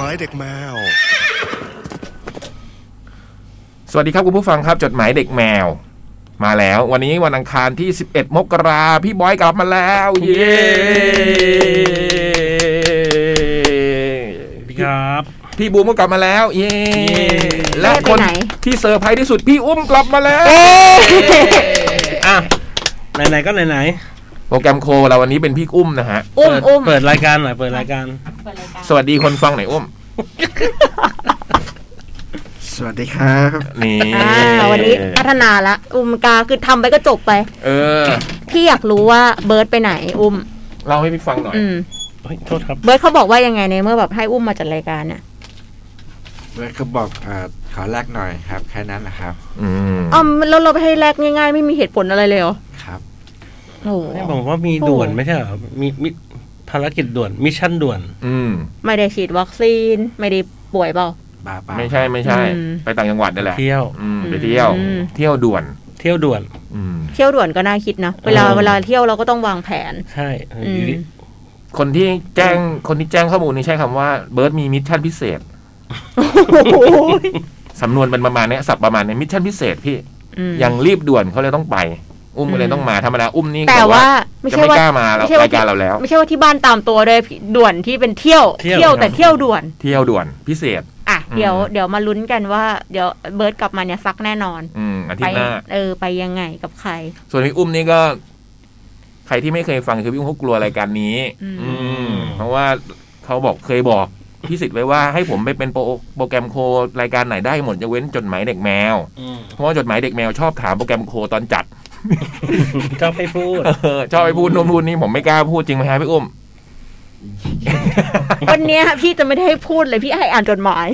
ายเด็กแมวสวัสดีครับคุณผู้ฟังครับจดหมายเด็กแมวมาแล้ววันนี้วันอังคารที่11มกราคมพี่บอยกลับมาแล้วเย้ครับพี่บูมก็กลับมาแล้วเย้และคนที่เซอร์ไพรส์ที่สุดพี่อุ้มกลับมาแล้วอ่ะไหนๆก็ไหนๆโปรแกรมโคเราวันนี้เป็นพี่อุ้มนะฮะอุ้มเปิดรายการหน่อยเปิดรายการสวัสดีคนฟังหน่อยอุ้มสวัสดีครับนี่วันนี้พัฒนาละอุ้มกาคือทำไปก็จบไปพี่อยากรู้ว่าเบิร์ดไปไหนอุ้มเล่าให้พี่ฟังหน่อยโทษครับเบิร์ดเขาบอกว่ายังไงในเมื่อแบบให้อุ้มมาจัดรายการเนี่ยเบิร์ดเขาบอกขอแลกหน่อยครับแค่นั้นแหละครับแล้วเราไปให้แลกง่ายๆไม่มีเหตุผลอะไรเลยเหรอครับโอ้บอกว่ามีด่วนไม่ใช่เหรอมีภารกิจด่วนมิชชั่นด่วนไม่ได้ฉีดวัคซีนไม่ได้ป่วยเปล่าไม่ใช่ไปต่างจังหวัดนั่นแหละเที่ยวไปเที่ยวด่วนเที่ยวด่วนก็น่าคิดนะเวลาเที่ยวเราก็ต้องวางแผนใช่คนที่แจ้งข้อมูลนี้ใช้คำว่าเบิร์ดมีมิชชั่นพิเศษสำนวนเป็นประมาณนี้ศัพท์ประมาณนี้มิชชั่นพิเศษพี่ยังรีบด่วนเขาเลยต้องไปอุ้มก็เลยต้องมาธรรมดาอุ้มนี่แต่ว่าไม่ใช่ว่ากล้ามารายการเราแล้วไม่ใช่ว่าที่บ้านตามตัวเลยด่วนที่เป็นเที่ยวแต่เที่ยวด่วนพิเศษเดี๋ยวมาลุ้นกันว่าเดี๋ยวเบิร์ดกลับมาเนี่ยซักแน่นอนอาทิตย์หน้าไปยังไงกับใครส่วนพี่อุ้มนี่ก็ใครที่ไม่เคยฟังคือพี่อุ้มเขากลัวรายการนี้เพราะว่าเขาเคยบอกพี่สิทธิ์ไว้ว่าให้ผมไปเป็นโปรแกรมโครายการไหนได้หมดยกเว้นจดหมายเด็กแมวเพราะว่าจดหมายเด็กแมวชอบถามโปรแกรมโคตอนจัดชอบให้พูดชอบให้พูดนู่นพูดนี่ผมไม่กล้าพูดจริงไหมฮะพี่อุ้มวันนี้พี่จะไม่ได้ให้พูดเลยพี่ให้อ่านจดหมาย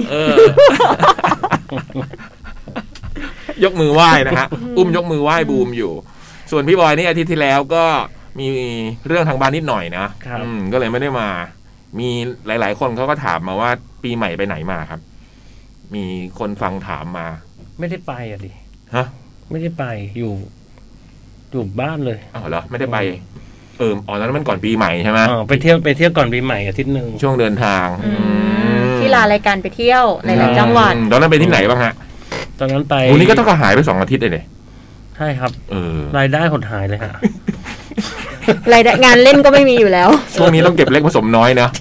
ยกมือไหว้นะฮะอุ้มยกมือไหว้บูมอยู่ส่วนพี่บอยนี่อาทิตย์ที่แล้วก็มีเรื่องทางบ้านนิดหน่อยนะก็เลยไม่ได้มามีหลายๆคนเขาก็ถามมาว่าปีใหม่ไปไหนมาครับมีคนฟังถามมาไม่ได้ไปอ่ะดิฮะไม่ได้ไปอยู่บ้านเลยอ๋อเหรอไม่ได้ไปนั้นมันก่อนปีใหม่ใช่ไหมไปเที่ยวก่อนปีใหม่อาทิตย์นึงช่วงเดินทางที่ลารายการไปเที่ยวหลายๆจังหวัดตอนนั้นไปที่ไหนบ้างฮะตอนนั้นไปวันนี้ก็ต้องหายไป2 อาทิตย์เลยใช่ครับรายได้หดหายเลยฮะรายได้งานเล่นก็ไม่มีอยู่แล้วช่วงนี้ต้องเก็บเล็กผสมน้อยนะ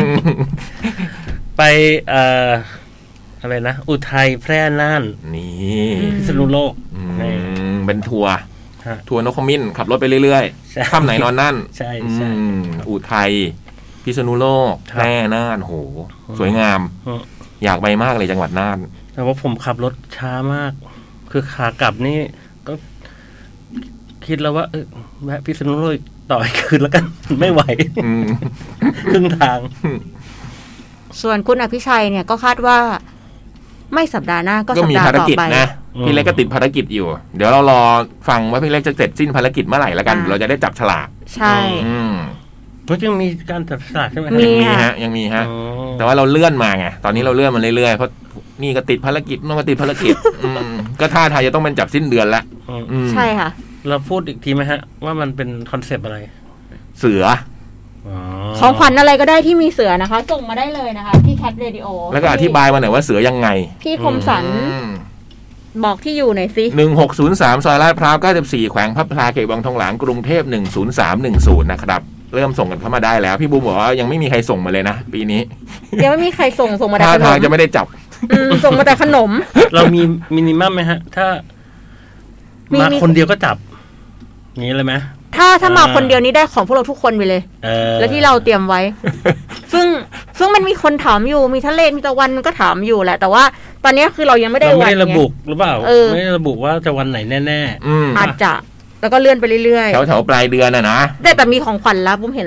ไปอะไรนะอุทัยแพร่น่านนี่พิษณุโลกเป็นทัวร์นกขมิ้นขับรถไปเรื่อยๆค่ำไหนนอนนั่นใช่อุทัยพิษณุโลกแพร่น่านโหสวยงามอยากไปมากเลยจังหวัดน่านแต่ว่าผมขับรถช้ามากคือขากลับนี่ก็คิดแล้วว่าแวะพิษณุโลกต่ออีกคืนแล้วกันไม่ไหวครึ่งทางส่วนคุณอภิชัยเนี่ยก็คาดว่าไม่สัปดาห์หน้าก็สัปดาห์ต่อไปนะพี่เล็กก็ติดภารกิจอยู่เดี๋ยวเรารอฟังว่าพี่เล็กจะเสร็จสิ้นภารกิจเมื่อไหร่แล้วกันเราจะได้จับฉลากใช่ก็ยังมีการจับฉลากใช่ไหมยังมีฮะแต่ว่าเราเลื่อนมาไงตอนนี้เราเลื่อนมาเรื่อยๆเพราะนี่ก็ติดภารกิจนู่นก็ติดภารกิจก็ท่าทางจะต้องเป็นจับสิ้นเดือนละใช่ค่ะเราพูดอีกทีไหมฮะว่ามันเป็นคอนเซปต์อะไรเสือของขวัญอะไรก็ได้ที่มีเสือนะคะส่งมาได้เลยนะคะที่แคทเรดิโอแล้วก็อธิบายมาหน่อยว่าเสือยังไงพี่คมสันบอกที่อยู่หน่อยสิ 1603ซอยลาดพร้าว94แขวงพระพลาเขตวังทองหลางกรุงเทพ10310นะครับเริ่มส่งกันเข้ามาได้แล้วพี่บูมบอกว่ายังไม่มีใครส่งมาเลยนะปีนี้ยังไม่มีใครส่งมาแต่ขนมจะไม่ได้จับส่งมาแต่ขนมเรามีมินิมัมไหมฮะถ้ามาคนเดียวก็จับงี้เลยไหมถ้ามาคนเดียวนี้ได้ของพวกเราทุกคนไปเลยแล้วที่เราเตรียมไว้ซึ่งมันมีคนถามอยู่มีทะเลมีตะวันก็ถามอยู่แหละแต่ว่าตอนนี้คือเรายังไม่ได้วันไม่ได้ระบุหรือเปล่าไม่ได้ระบุว่าจะวันไหนแน่ๆอาจจะแล้วก็เลื่อนไปเรื่อยๆแถวปลายเดือนนะแต่มีของขวัญแล้วผมเห็น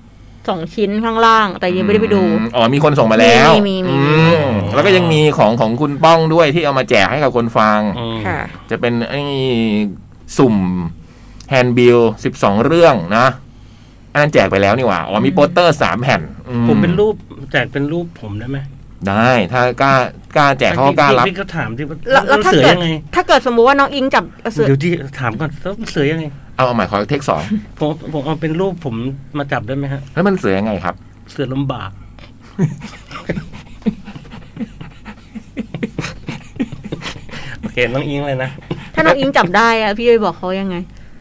2 ชิ้นข้างล่างแต่ยังไม่ได้ไปดูมีคนส่งมาแล้วแล้วก็ยังมีของคุณป้องด้วยที่เอามาแจกให้กับคนฟังจะเป็นไอ้สุ่มแฮนด์บิล12 เรื่องนะอันนั้นแจกไปแล้วนี่หว่ามีโปสเตอร์3 แผ่นผมเป็นรูปแจกเป็นรูปผมได้ไหมได้ถ้ากล้าแจกเขาก็กล้ารับที่เขาถามที่แล้วถ้าเกิดถ้าเกิดสมมุติว่าน้องอิงจับเสือเดี๋ยวที่ถามก่อนเสือยังไงเอาหมายขอเทค 2 ผมเอาเป็นรูปผมมาจับได้ไหมฮะแล้วมันเสือยังไงครับเสือลำบากเกตน้องอิงเลยนะถ้าน้องอิงจับได้อะพี่จะบอกเขายังไง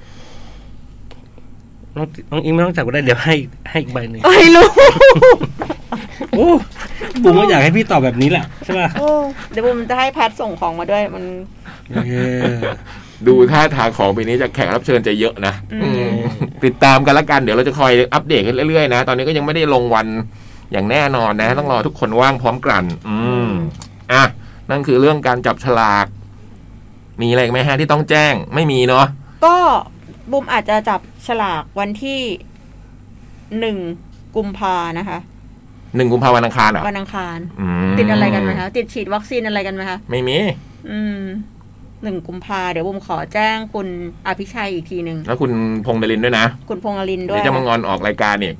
น้องอิงไม่ต้องจับก็ได้เดี๋ยวให้อีกใบหนึ่งไม่รู้โอ้บุ๋มก็อยากให้พี่ตอบแบบนี้แหละใช่ป่ะโอ้เดี๋ยวบุมจะให้แพทส่งของมาด้วยมันดูท่าทางของปีนี้จะแขกรับเชิญจะเยอะนะติดตามกันละกันเดี๋ยวเราจะคอยอัปเดตกันเรื่อยๆนะตอนนี้ก็ยังไม่ได้ลงวันอย่างแน่นอนนะต้องรอทุกคนว่างพร้อมกันอ่ะนั่นคือเรื่องการจับฉลากมีอะไรไหมฮะที่ต้องแจ้งไม่มีเนาะก็บุมอาจจะจับฉลากวันที่1 กุมภานะคะ 1 กุมภาพันธ์วันอังคารเหรอวันอังคารติดอะไรกันไหมคะติดฉีดวัคซีนอะไรกันไหมคะไม่มี 1 กุมภาเดี๋ยวบุมขอแจ้งคุณอภิชัยอีกทีนึงแล้วคุณพงษ์นรินทร์ด้วยนะคุณพงษ์นรินทร์ด้วยเดี๋ยวจะมางอนออกรายการอีก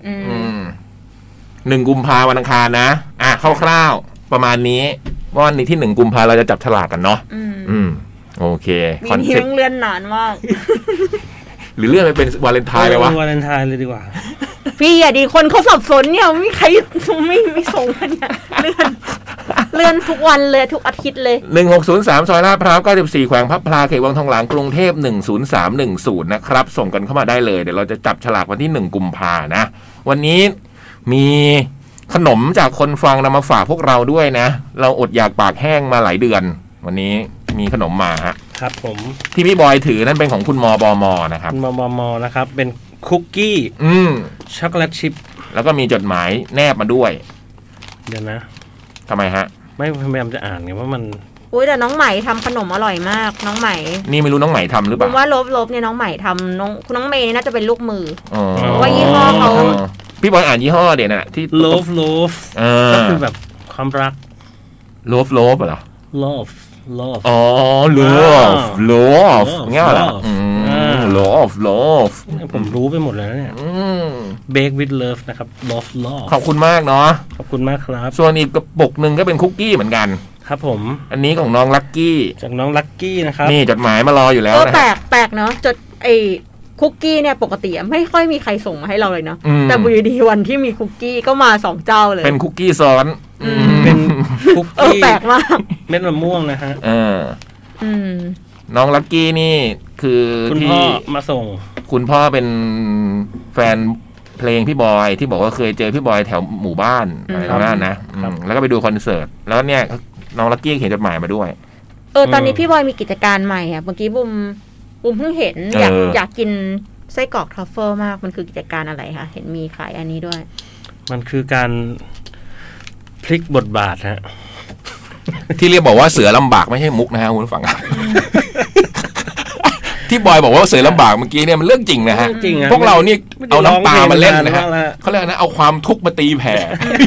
1 กุมภาวันอังคารนะคร่าวๆประมาณนี้วันนี้ที่1 กุมภาเราจะจับฉลากกันเนาะโอเคคอนเซ็ปต์เลื่อนนานมากหรือเลื่อนไปเป็นวาเลนไทน์เลยวะวาเลนไทน์เลยดีกว่าพี่อย่าดีคนเขาสับสนเนี่ยไม่ใครไม่ส่งกันเนี่ยเลื่อนทุกวันเลยทุกอาทิตย์เลย 1603ซอยลาดพร้าว94แขวงพระพลาเขตวังทองหลางกรุงเทพ10310นะครับส่งกันเข้ามาได้เลยเดี๋ยวเราจะจับฉลากวันที่1 กุมภานะวันนี้มีขนมจากคนฟังนำมาฝากพวกเราด้วยนะเราอดอยากปากแห้งมาหลายเดือนวันนี้มีขนมมาฮะครับผมที่พี่บอยถือนั่นเป็นของคุณมบมนะครับมบมนะครับเป็นคุกกี้ช็อกโกแลตชิพแล้วก็มีจดหมายแนบมาด้วยเดี๋ยวนะทำไมฮะไม่พยายามจะอ่านไงว่ามันอุ้ยแต่น้องใหม่ทำขนมอร่อยมากน้องใหม่นี่ไม่รู้น้องใหม่ทำหรือเปล่าผมว่าลบเนี่ยน้องใหม่ทำน้องเมย์น่าจะเป็นลูกมือเพราะว่ายี่ห้อเขาพี่บอยอ่านยี่ห้อเดี๋ยวน่ะที่โลฟก็คือแบบความรักโลฟเหรอ love อ๋อ love เงี้ยเหรอlove ผมรู้ไปหมดแล้วเนี่ยbake with love นะครับ love ขอบคุณมากเนาะขอบคุณมากครับส่วนอีกกระปุกนึงก็เป็นคุกกี้เหมือนกันครับผมอันนี้ของน้องลักกี้จากน้องลักกี้นะครับนี่จดหมายมารออยู่แล้วนะแปลกเนาะจดไอ้คุกกี้เนี่ยปกติไม่ค่อยมีใครส่งมาให้เราเลยเนาะแต่บุยดีวันที่มีคุกกี้ก็มา2 เจ้าเลยเป็นคุกกี้ซ้อนเป็นคุกกี้แปลกมากเม็ดมะม่วงนะฮะน้องลักกี้นี่คือคุณพ่อมาส่งคุณพ่อเป็นแฟนเพลงพี่บอยที่บอกว่าเคยเจอพี่บอยแถวหมู่บ้านอะไรประมาณนั้นนะแล้วก็ไปดูคอนเสิร์ตแล้วเนี่ยน้องลักกี้เขียนจดหมายมาด้วยตอนนี้พี่บอยมีกิจการใหม่อ่ะเมื่อกี้บุมเพิ่งเห็นอยากกินไส้กรอกทรัฟเฟิลมากมันคือกิจการอะไรคะเห็นมีขายอันนี้ด้วยมันคือการพลิกบทบาทฮะที่เรียกบอกว่าเสือลำบากไม่ใช่มุกนะฮะคุณผู้ฟังที่บอยบอกว่าเสือลำบากเมื่อกี้เนี่ยมันเรื่องจริงนะฮะพวกเรานี่เอาน้ำตามาเล่นนะฮะเขาเรียกนะเอาความทุกข์มาตีแผ่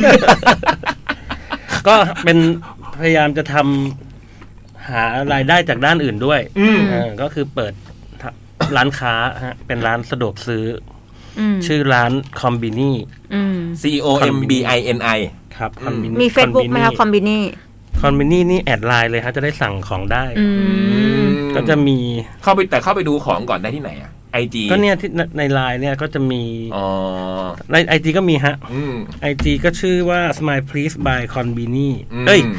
ก็เป็นพยายามจะทำหารายได้จากด้านอื่นด้วยก็คือเปิดร้านค้าฮะเป็นร้านสะดวกซื้อชื่อร้านคอมบินี่ COMBINI ครับมี Facebook ไหมครับคอมบินี่นี่แอดไลน์เลยฮะจะได้สั่งของได้ก็จะมีเข้าไปดูของก่อนได้ที่ไหนอ่ะ IG ก็เนี่ยที่ในไลน์เนี่ยก็จะมีใน IG ก็มีฮะIG ก็ชื่อว่า Smile Please by Conbini เอ้ย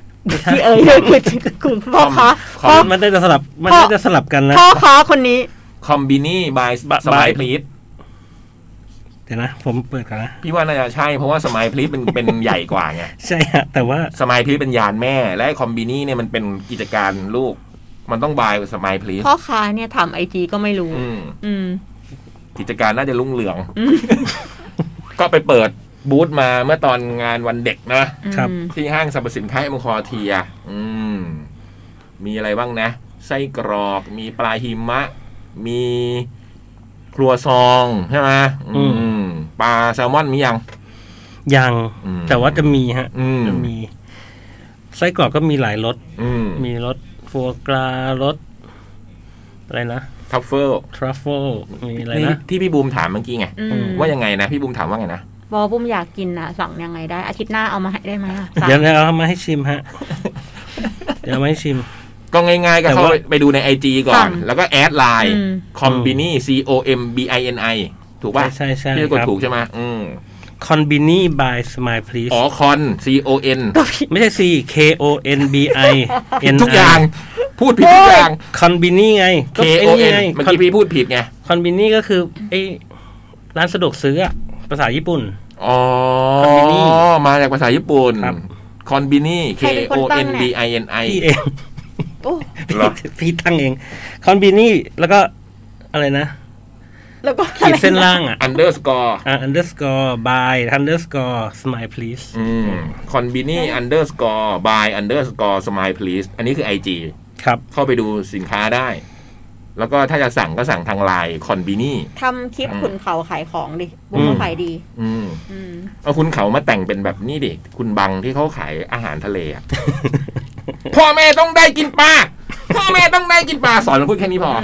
คุณพ่อคะมันได้จะสลับกันนะพ่อคะคนนี้ Conbini by Smile Please เดี๋ยวนะผมเปิดกันนะพี่ว่าน่าจะใช่เพราะว่าสมัยพลีสเป็นใหญ่กว่าไงใช่ฮะแต่ว่าสมัยพลีสเป็นยานแม่และคอมบินี่เนี่ยมันเป็นกิจการลูกมันต้องบายสมัยพลีสพ่อค้าเนี่ยทำIGก็ไม่รู้กิจการน่าจะรุ่งเรืองก็ไปเปิดบูธมาเมื่อตอนงานวันเด็กนะครับที่ห้างสรรพสินค้าเอ็มคอเทียมีอะไรบ้างนะไส้กรอกมีปลาหิมะมีครัวซองใช่ไหมปลาแซลมอนมียังแต่ว่าจะมีฮะจะมีไส้กรอกก็มีหลายรสมีรสฟัวกรารสอะไรนะทรัฟเฟิลมีอะไรนะที่พี่บูมถามเมื่อกี้ไงว่ายังไงนะพี่บูมถามว่าไงนะบูมอยากกินนะสั่งยังไงได้อาทิตย์หน้าเอามาให้ได้ไหมเดี๋ยวเอามาให้ชิมฮะเดี๋ยวมาให้ชิมก็ง่ายๆก็เข้าไปดูใน IG ก่อนแล้วก็แอดไลน์คอมบินี่ COMBINI ถูกป่ะใช่ๆพี่กดถูกใช่ไหม Conbini by Smile Please อ๋อ CON ไม่ใช่ CONBI ทุกอย่างพูดผิดทุกอย่างคอนบินี่ไงก็ KON ไอ้นี่ไงเมื่อกี้พี่พูดผิดไงคอนบินี่ก็คือไอ้ร้านสะดวกซื้ออะภาษาญี่ปุ่นอ๋อ Konbini มาจากภาษาญี่ปุ่นครับคอนบินี่ใครเป็นคนตั้งเนี่ย KONBINI พี่เองโอ้เหรอพี่ตั้งเองคอนบินี่แล้วก็อะไรนะแล้วก็ขีดเส้นล่างอ่ะ underscore underscore by underscore smile please คอนบินี่ underscore by underscore smile please อันนี้คือ IG ครับเข้าไปดูสินค้าได้ แล้วก็ถ้าจะสั่งก็สั่งทางไลน์คอนบินี่ทำคลิปขุนเขาขายของดิบุ้งก็ขายดีเอาคุณเขามาแต่งเป็นแบบนี้เด็กคุณบังที่เขาขายอาหารทะเลอะ พ่อแม่ต้องได้กินปลาพ่อแม่ต้องได้กินปลาสอนมันพูดแค่นี้พอ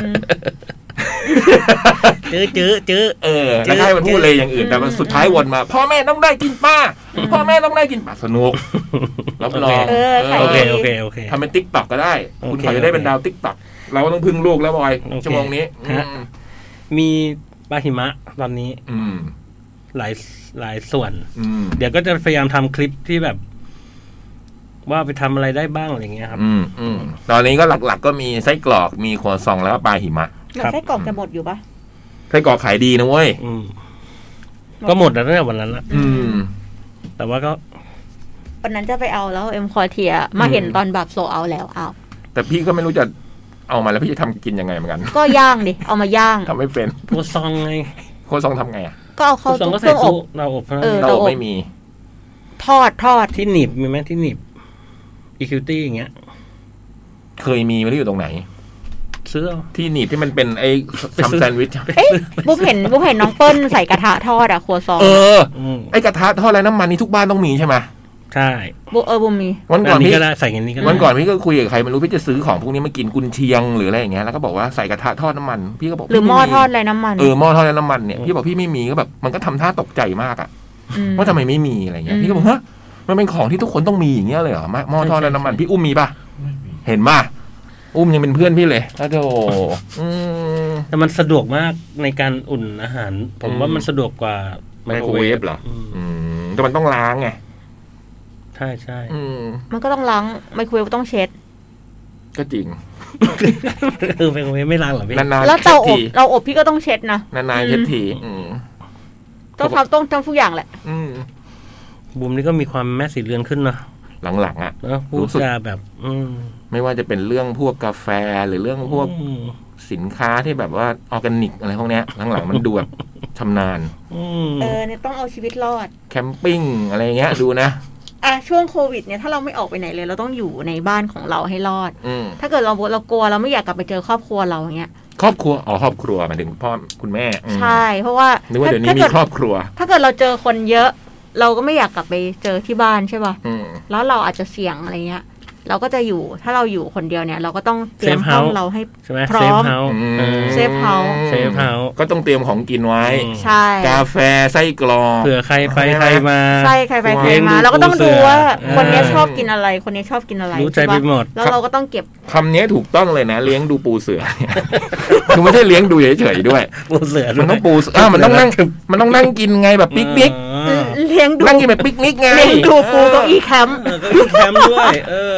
จื้อแล้วให้มันพูดเลยอย่างอื่นแต่มันสุดท้ายวนมาพ่อแม่ต้องได้กินปลาพ่อแม่ต้องได้กินปลาสนุกรับรองโอเคทำเป็นติ๊กต็อกก็ได้โอเคคุณเขาจะได้เป็นดาวติ๊กต็อกเราก็ต้องพึ่งลูกแล้วบอยโอเคชั่วโมงนี้ฮะ มีปลาหิมะตอนนี้ หลายส่วน เดี๋ยวก็จะพยายามทำคลิปที่แบบ ว่าไปทำอะไรได้บ้างอะไรเงี้ยครับตอนนี้ก็หลักๆก็มีไส้กรอกมีครัวซองแล้วก็ปลาหิมะเหมือนไส้กรอกจะหมดอยู่ปะไส้กรอกขายดีนะเว้ยก็หมดแล้วตั้งแต่วันนั้นละ แต่ว่าก็วันนั้นจะไปเอาแล้วเอ็มคอเทียมาเห็นตอนแบบโซเอาแล้วอ้าวแต่พี่ก็ไม่รู้จะเอามาแล้วพี่จะทำกินยังไงเหมือนกันก็ย่างดิเอามาย่างทำไม่เป็นโคซองไงครัวซองทำไงอ่ะก็เอาเข้าโคซองก็เคใส่รื่องอบตู้เราอบเราไม่มีทอดที่หนีบมีไหมที่หนีบอีคิวตี้อย่างเงี้ยเคยมีไม่รู้อยู่ตรงไหนซื้อเอาที่หนีบที่มันเป็นไอ้ทำแซนด์วิชเอ๊ะบุ๊กเห็นน้องเปิ้ลใส่กระทะทอดอะครัวซองไอ้กระทะทอดไร้น้ำมันนี่ทุกบ้านต้องมีใช่ไหมใช่บุมมีวันก่อนนี้พี่ก็ได้ใส่อย่างนี้ก็ได้วันก่อนพี่ก็คุยกับใครไม่รู้พี่จะซื้อของพวกนี้มากินกุนเชียงหรืออะไรอย่างเงี้ยแล้วก็บอกว่าใส่กระทะทอดน้ำมันพี่ก็บอกหรือหม้อทอดไร้น้ำมันหม้อทอดไร้น้ำมันเนี่ยพี่บอกพี่ไม่มีก็แบบมันก็ทำท่าตกใจมากอะว่าทำไมไม่มีอะไรเงี้ยพี่ก็บอกฮะมันเป็นของที่ทุกคนต้องมีอย่างเงี้ยเลยเหรอหม้อทอดไร้น้ำมันพี่อุ้มมีป่ะเห็นป่ะอุ้มยังเป็นเพื่อนพี่เลยโอ้โหแต่มันสะดวกมากในการอุ่นอาหาร ผมว่ามันสะดวกกว่าไมโครเวฟเหรอแต่มันต้องล้างไงใช่มันก็ต้องล้างไมโครเวฟต้องเช็ดก็จริงไมโครเวฟไม่ล้างหรอพี่นานๆแล้วเตาอบเราอบพี่ก็ต้องเช็ดนะนานๆเช็ดทีต้องทำทุกอย่างแหละบูมนี่ก็มีความแม่สีเรือนขึ้นนะหลังๆอ่ะพูดจาแบบไม่ว่าจะเป็นเรื่องพวกกาแฟหรือเรื่องพวกสินค้าที่แบบว่าออร์แกนิกอะไรพวกเนี้ยหลังๆมันดูแบบชำนาญเนี่ยต้องเอาชีวิตรอดแคมปิ้งอะไรเงี้ยดูนะช่วงโควิดเนี่ยถ้าเราไม่ออกไปไหนเลยเราต้องอยู่ในบ้านของเราให้รอดถ้าเกิดเรากลัวเราไม่อยากกลับไปเจอครอบครัวเราอย่างเงี้ยครอบครัวครอบครัวหมายถึงพ่อคุณแม่ใช่เพราะว่านึกว่าเดี๋ยวนี้มีครอบครัวถ้าเกิดเราเจอคนเยอะเราก็ไม่อยากกลับไปเจอที่บ้านใช่ป่ะแล้วเราอาจจะเสี่ยงอะไรเงี้ยเราก็จะอยู่ถ้าเราอยู่คนเดียวเนี่ยเราก็ต้องเตรียมห้องเราให้พร้อมเซฟเฮาส์ก็ต้องเตรียมของกินไว้ใช่กาแฟไส้กรอกเผื่อใครไปใครมาใช่ใครไปใครมาเราก็ต้องดูว่าคนนี้ชอบกินอะไรคนนี้ชอบกินอะไรรู้ใจไปหมดแล้วเราก็ต้องเก็บคำนี้ถูกต้องเลยนะเลี้ยงดูปูเสือคือไม่ใช่เลี้ยงดูเฉยๆด้วยปูเสือมันต้องปูมันต้องนั่งกินไงแบบปิกนิกเลี้ยงดูนั่งกินแบบปิกนิกไงเลี้ยงดูปูเก้าอี้แคมป์ด้วย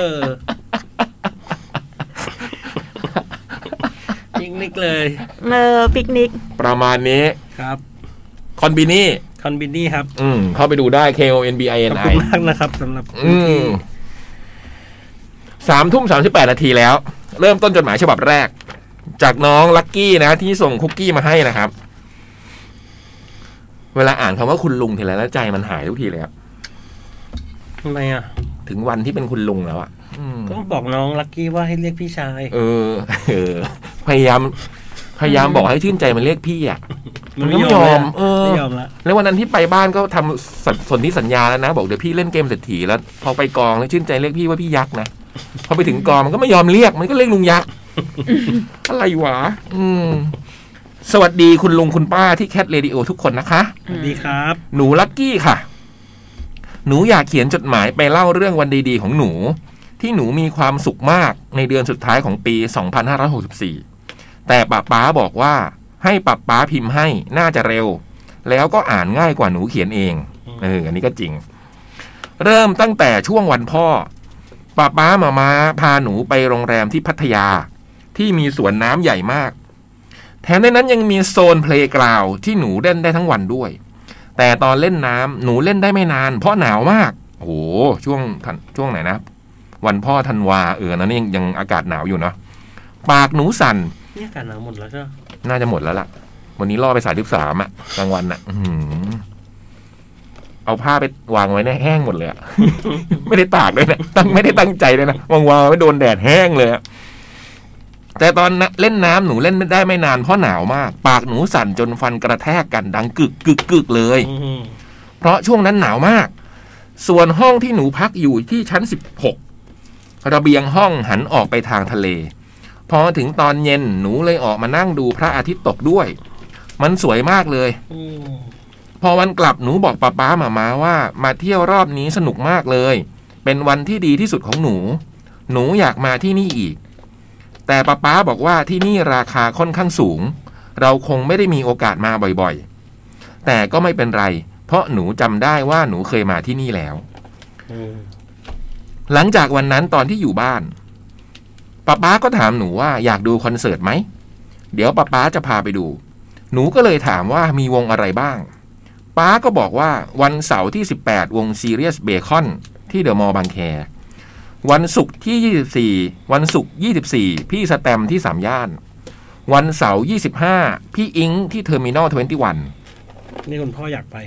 ปิกนิกเลยปิกนิกประมาณนี้ครับคอนบินี่ครับเข้าไปดูได้ KONBINI ขอบคุณมากนะครับสำหรับ 3:38 นาทีแล้วเริ่มต้นจดหมายฉบับแรกจากน้องลักกี้นะที่ส่งคุกกี้มาให้นะครับเวลาอ่านคำว่าคุณลุงทีไรแล้วใจมันหายทุกทีเลยครับทำไมอ่ะถึงวันที่เป็นคุณลุงแล้วอ่ะก็บอกน้องลักกี้ว่าให้เรียกพี่ชายพยายามบอกให้ชื่นใจมันเรียกพี่อ่ะมันไม่ยอมละแล้ววันนั้นที่ไปบ้านก็ทำสนธิสัญญาแล้วนะบอกเดี๋ยวพี่เล่นเกมเศรษฐีแล้วพอไปกองแล้วชื่นใจเรียกพี่ว่าพี่ยักษ์นะพอไปถึงกองมันก็ไม่ยอมเรียกมันก็เรียกลุงยักษ์อะไรวะสวัสดีคุณลุงคุณป้าที่แคทเรดิโอทุกคนนะคะสวัสดีครับหนูลักกี้ค่ะหนูอยากเขียนจดหมายไปเล่าเรื่องวันดีๆของหนูที่หนูมีความสุขมากในเดือนสุดท้ายของปี2564แต่ป๊าบอกว่าให้ป๊าพิมพ์ให้น่าจะเร็วแล้วก็อ่านง่ายกว่าหนูเขียนเองอันนี้ก็จริงเริ่มตั้งแต่ช่วงวันพ่อป้ามาพาหนูไปโรงแรมที่พัทยาที่มีสวนน้ำใหญ่มากแถมในนั้นยังมีโซนเพลย์กราวด์ที่หนูเล่นได้ทั้งวันด้วยแต่ตอนเล่นน้ำหนูเล่นได้ไม่นานเพราะหนาวมากโอ้โหช่วงไหนนะวันพ่อธันวานั่นยังอากาศหนาวอยู่เนาะปากหนูสั่นนี่อากาศหนาวหมดแล้วก็น่าจะหมดแล้วล่ะวันนี้ล่อไป33อ่ะกลางวันอ่ะเอาผ้าไปวางไว้ในแห้งหมดเลยอ่ะ ไม่ได้ตากด้วยนะไม่ได้ตั้งใจเลยนะวางไว้โดนแดดแห้งเลยแต่ตอนเล่นน้ำหนูเล่นได้ไม่นานเพราะหนาวมากปากหนูสั่นจนฟันกระแทกกันดังกึกเลยเพราะช่วงนั้นหนาวมากส่วนห้องที่หนูพักอยู่ที่ชั้น16ระเบียงห้องหันออกไปทางทะเลพอถึงตอนเย็นหนูเลยออกมานั่งดูพระอาทิตย์ตกด้วยมันสวยมากเลยพอวันกลับหนูบอกป้ามาว่ามาเที่ยวรอบนี้สนุกมากเลยเป็นวันที่ดีที่สุดของหนูอยากมาที่นี่อีกแต่ป้าบอกว่าที่นี่ราคาค่อนข้างสูงเราคงไม่ได้มีโอกาสมาบ่อยๆแต่ก็ไม่เป็นไรเพราะหนูจำได้ว่าหนูเคยมาที่นี่แล้วหลังจากวันนั้นตอนที่อยู่บ้านป้าก็ถามหนูว่าอยากดูคอนเสิร์ตไหมเดี๋ยวป้าจะพาไปดูหนูก็เลยถามว่ามีวงอะไรบ้างป้าก็บอกว่าวันเสาร์ที่18วง Serious Bacon ที่เดอะมอลล์บางแควันศุกร์ที่24วันศุกร์24พี่สแตมที่3ย่านวันเสาร์25พี่อิงที่เทอร์มินอล21 นี่คุณพ่ออยากไป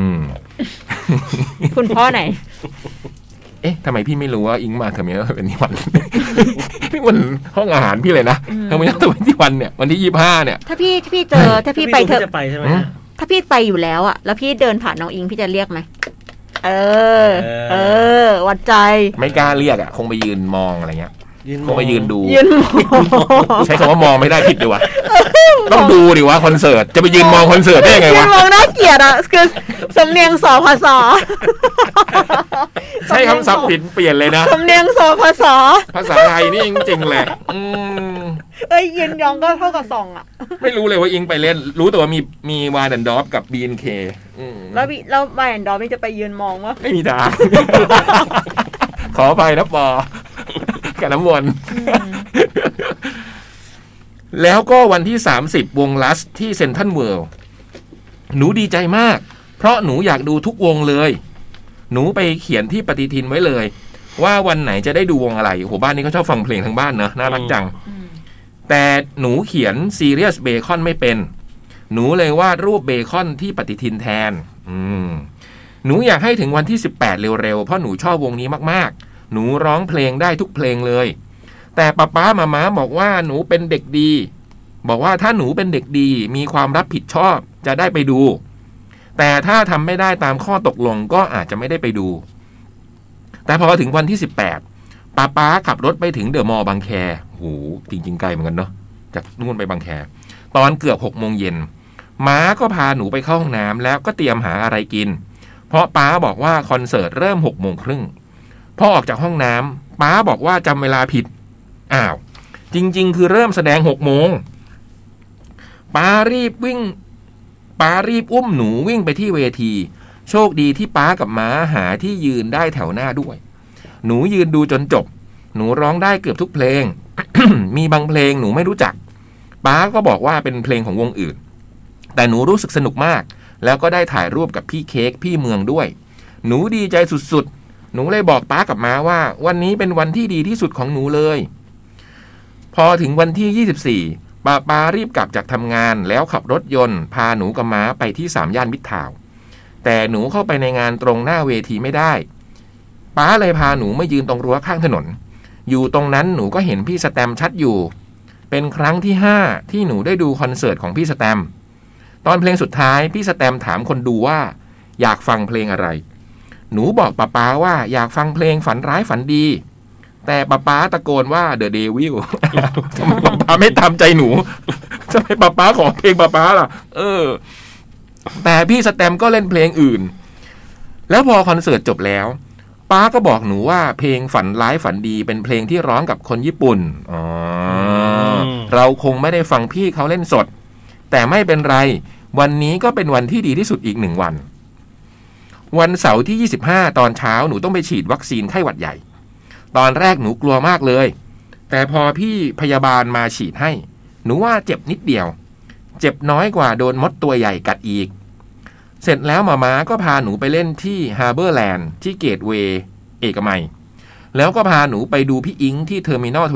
คุณพ่อไหนทำไมพี่ไม่รู้ว่าอิงมาเทอร์มินอล21นี่มันห้องอาหารพี่เลยนะเทอร์มินอล21เนี่ยวันที่25เนี่ยถ้าพี่เจอถ้าพี่ไปเธอจะไปใช่ไหมถ้าพี่ไปอยู่แล้วอ่ะแล้วพี่เดินผ่านน้องอิงพี่จะเรียกไหมวัดใจไม่กล้าเรียกอ่ะคงไปยืนมองอะไรเงี้ยคงไปยืนดูใช้คำว่ามองไม่ได้ผิดดีวะต้องดูดิวะคอนเสิร์ตจะไปยืนมองคอนเสิร์ตได้ไงวะยืนมองน่าเกลียดอ่ะคือสำเนียงสภสใช้คำศัพท์ผิดเปลี่ยนเลยนะสำเนียงสภสภาษาไทยนี่จริงๆเลยยินยองก็เท่ากับสองอ่ะไม่รู้เลยว่าอิงไปเล่นรู้แต่ว่ามีวายแอนด์ดอฟกับ BNK แล้ววายแอนด์ดอฟนี่จะไปยืนมองวะไม่มีทางขอไปนะปอกับน้ำวนแล้วก็วันที่30วงลัสที่เซ็นทรัลเวิลด์หนูดีใจมากเพราะหนูอยากดูทุกวงเลยหนูไปเขียนที่ปฏิทินไว้เลยว่าวันไหนจะได้ดูวงอะไรโหบ้านนี้เขาชอบฟังเพลงทั้งบ้านเนอะน่ารักจังแต่หนูเขียน Serious Bacon ไม่เป็นหนูเลยวาดรูปเบคอนที่ปฏิทินแทนหนูอยากให้ถึงวันที่18เร็วๆเพราะหนูชอบวงนี้มากๆหนูร้องเพลงได้ทุกเพลงเลยแต่ป้ามาบอกว่าหนูเป็นเด็กดีบอกว่าถ้าหนูเป็นเด็กดีมีความรับผิดชอบจะได้ไปดูแต่ถ้าทำไม่ได้ตามข้อตกลงก็อาจจะไม่ได้ไปดูแต่พอถึงวันที่18ป้าขับรถไปถึงเดอะมอลล์บางแคโหจริงๆไกลเหมือนกันเนาะจากนู่นไปบางแคตอนเกือบ6 โมงเย็นม้าก็พาหนูไปเข้าห้องน้ำแล้วก็เตรียมหาอะไรกินเพราะป้าบอกว่าคอนเสิร์ตเริ่ม6 โมงครึ่งพอออกจากห้องน้ำป้าบอกว่าจำเวลาผิดจริงๆคือเริ่มแสดง6 โมงป้ารีบอุ้มหนูวิ่งไปที่เวทีโชคดีที่ป้ากับม้าหาที่ยืนได้แถวหน้าด้วยหนูยืนดูจนจบหนูร้องได้เกือบทุกเพลง มีบางเพลงหนูไม่รู้จักป้าก็บอกว่าเป็นเพลงของวงอื่นแต่หนูรู้สึกสนุกมากแล้วก็ได้ถ่ายรูปกับพี่เค้กพี่เมืองด้วยหนูดีใจสุดๆหนูเลยบอกป้ากับม้าว่าวันนี้เป็นวันที่ดีที่สุดของหนูเลยพอถึงวันที่24ป้ารีบกลับจากทำงานแล้วขับรถยนต์พาหนูกับม้าไปที่3 ย่านมิตรทาวน์แต่หนูเข้าไปในงานตรงหน้าเวทีไม่ได้ป้าเลยพาหนูมายืนตรงรั้วข้างถนนอยู่ตรงนั้นหนูก็เห็นพี่สแตมชัดอยู่เป็นครั้งที่5ที่หนูได้ดูคอนเสิร์ตของพี่สแตมตอนเพลงสุดท้ายพี่สแตมถามคนดูว่าอยากฟังเพลงอะไรหนูบอกป้าว่าอยากฟังเพลงฝันร้ายฝันดีแต่ป้าตะโกนว่า The Devil ทำไมป้าไม่ตามใจหนูทำไมป้าขอเพลงป้าล่ะแต่พี่สแตมก็เล่นเพลงอื่นแล้วพอคอนเสิร์ตจบแล้วป้าก็บอกหนูว่าเพลงฝันร้ายฝันดีเป็นเพลงที่ร้องกับคนญี่ปุ่นเราคงไม่ได้ฟังพี่เขาเล่นสดแต่ไม่เป็นไรวันนี้ก็เป็นวันที่ดีที่สุดอีก1 วันเสาร์ที่25ตอนเช้าหนูต้องไปฉีดวัคซีนไข้หวัดใหญ่ตอนแรกหนูกลัวมากเลยแต่พอพี่พยาบาลมาฉีดให้หนูว่าเจ็บนิดเดียวเจ็บน้อยกว่าโดนมดตัวใหญ่กัดอีกเสร็จแล้วมาม้าก็พาหนูไปเล่นที่ฮาร์เบอร์แลนด์ที่เกตเวย์เอกมัยแล้วก็พาหนูไปดูพี่อิงที่เทอร์มินอล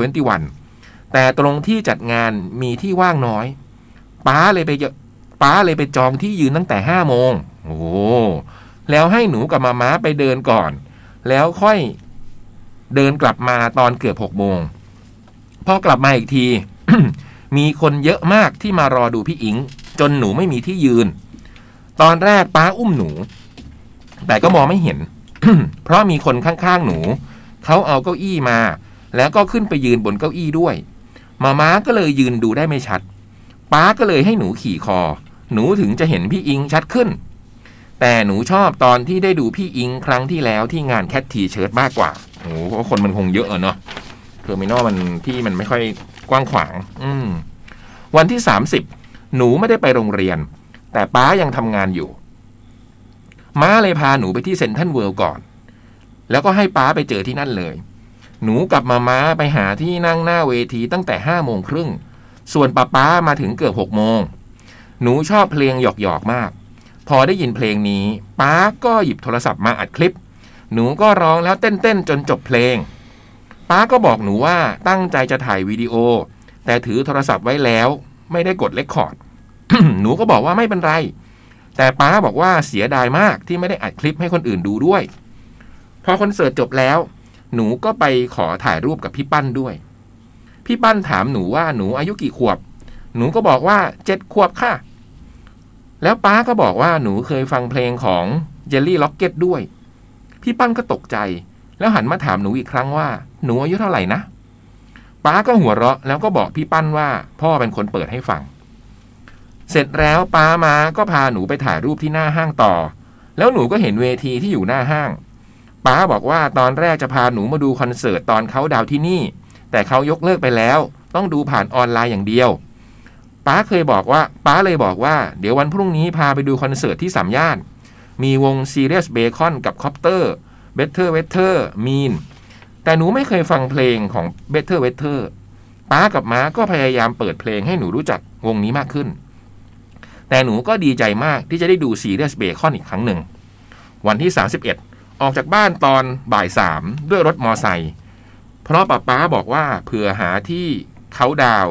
21แต่ตรงที่จัดงานมีที่ว่างน้อยป้าเลยไปจองที่ยืนตั้งแต่5 โมงโอ้แล้วให้หนูกับมาม้าไปเดินก่อนแล้วค่อยเดินกลับมาตอนเกือบ6 โมงพอกลับมาอีกที มีคนเยอะมากที่มารอดูพี่อิงจนหนูไม่มีที่ยืนตอนแรกป้าอุ้มหนูแต่ก็มองไม่เห็น เพราะมีคนข้างๆหนูเขาเอาเก้าอี้มาแล้วก็ขึ้นไปยืนบนเก้าอี้ด้วยมาม้าก็เลยยืนดูได้ไม่ชัดป้าก็เลยให้หนูขี่คอหนูถึงจะเห็นพี่อิงชัดขึ้นแต่หนูชอบตอนที่ได้ดูพี่อิงครั้งที่แล้วที่งานแคททีเชิร์ตมากกว่าโอ้เพราะคนมันคงเยอะเนาะเทอร์มินอลมันที่มันไม่ค่อยกว้างขวางวันที่30หนูไม่ได้ไปโรงเรียนแต่ป้ายังทำงานอยู่ม้าเลยพาหนูไปที่เซ็นทรัลเวิลด์ก่อนแล้วก็ให้ป้าไปเจอที่นั่นเลยหนูกับม้าไปหาที่นั่งหน้าเวทีตั้งแต่5 โมงครึ่งส่วนป้ามาถึงเกือบ6 โมงหนูชอบเพลงหยอกๆมากพอได้ยินเพลงนี้ป้าก็หยิบโทรศัพท์มาอัดคลิปหนูก็ร้องแล้วเต้นจนจบเพลงป้าก็บอกหนูว่าตั้งใจจะถ่ายวิดีโอแต่ถือโทรศัพท์ไว้แล้วไม่ได้กดเรคคอร์ด หนูก็บอกว่าไม่เป็นไรแต่ป้าบอกว่าเสียดายมากที่ไม่ได้อัดคลิปให้คนอื่นดูด้วยพอคอนเสิร์ตจบแล้วหนูก็ไปขอถ่ายรูปกับพี่ปั้นด้วยพี่ปั้นถามหนูว่าหนูอายุกี่ขวบหนูก็บอกว่า7 ขวบค่ะแล้วป้าก็บอกว่าหนูเคยฟังเพลงของเจลลี่ล็อกเก็ตด้วยพี่ปั้นก็ตกใจแล้วหันมาถามหนูอีกครั้งว่าหนูอายุเท่าไหร่นะป้าก็หัวเราะแล้วก็บอกพี่ปั้นว่าพ่อเป็นคนเปิดให้ฟังเสร็จแล้วป้ามาก็พาหนูไปถ่ายรูปที่หน้าห้างต่อแล้วหนูก็เห็นเวทีที่อยู่หน้าห้างป้าบอกว่าตอนแรกจะพาหนูมาดูคอนเสิร์ตตอนเขาดาวที่นี่แต่เขายกเลิกไปแล้วต้องดูผ่านออนไลน์อย่างเดียวป้าเลยบอกว่าเดี๋ยววันพรุ่งนี้พาไปดูคอนเสิร์ตที่3 ย่านมีวง Serious Bacon กับ Copter Better Weather Mean แต่หนูไม่เคยฟังเพลงของ Better Weather ป้ากับม้าก็พยายามเปิดเพลงให้หนูรู้จักวงนี้มากขึ้นแต่หนูก็ดีใจมากที่จะได้ดู Serious Bacon อีกครั้งหนึ่งวันที่31ออกจากบ้านตอนบ่าย 3ด้วยรถมอไซค์เพราะป้าบอกว่าเผื่อหาที่เขาดาว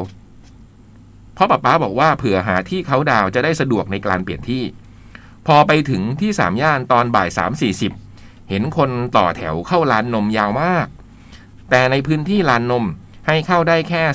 จะได้สะดวกในการเปลี่ยนที่พอไปถึงที่3 ย่านตอนบ่าย 3:40 เห็นคนต่อแถวเข้าร้านนมยาวมากแต่ในพื้นที่ร้านนมให้เข้าได้แค่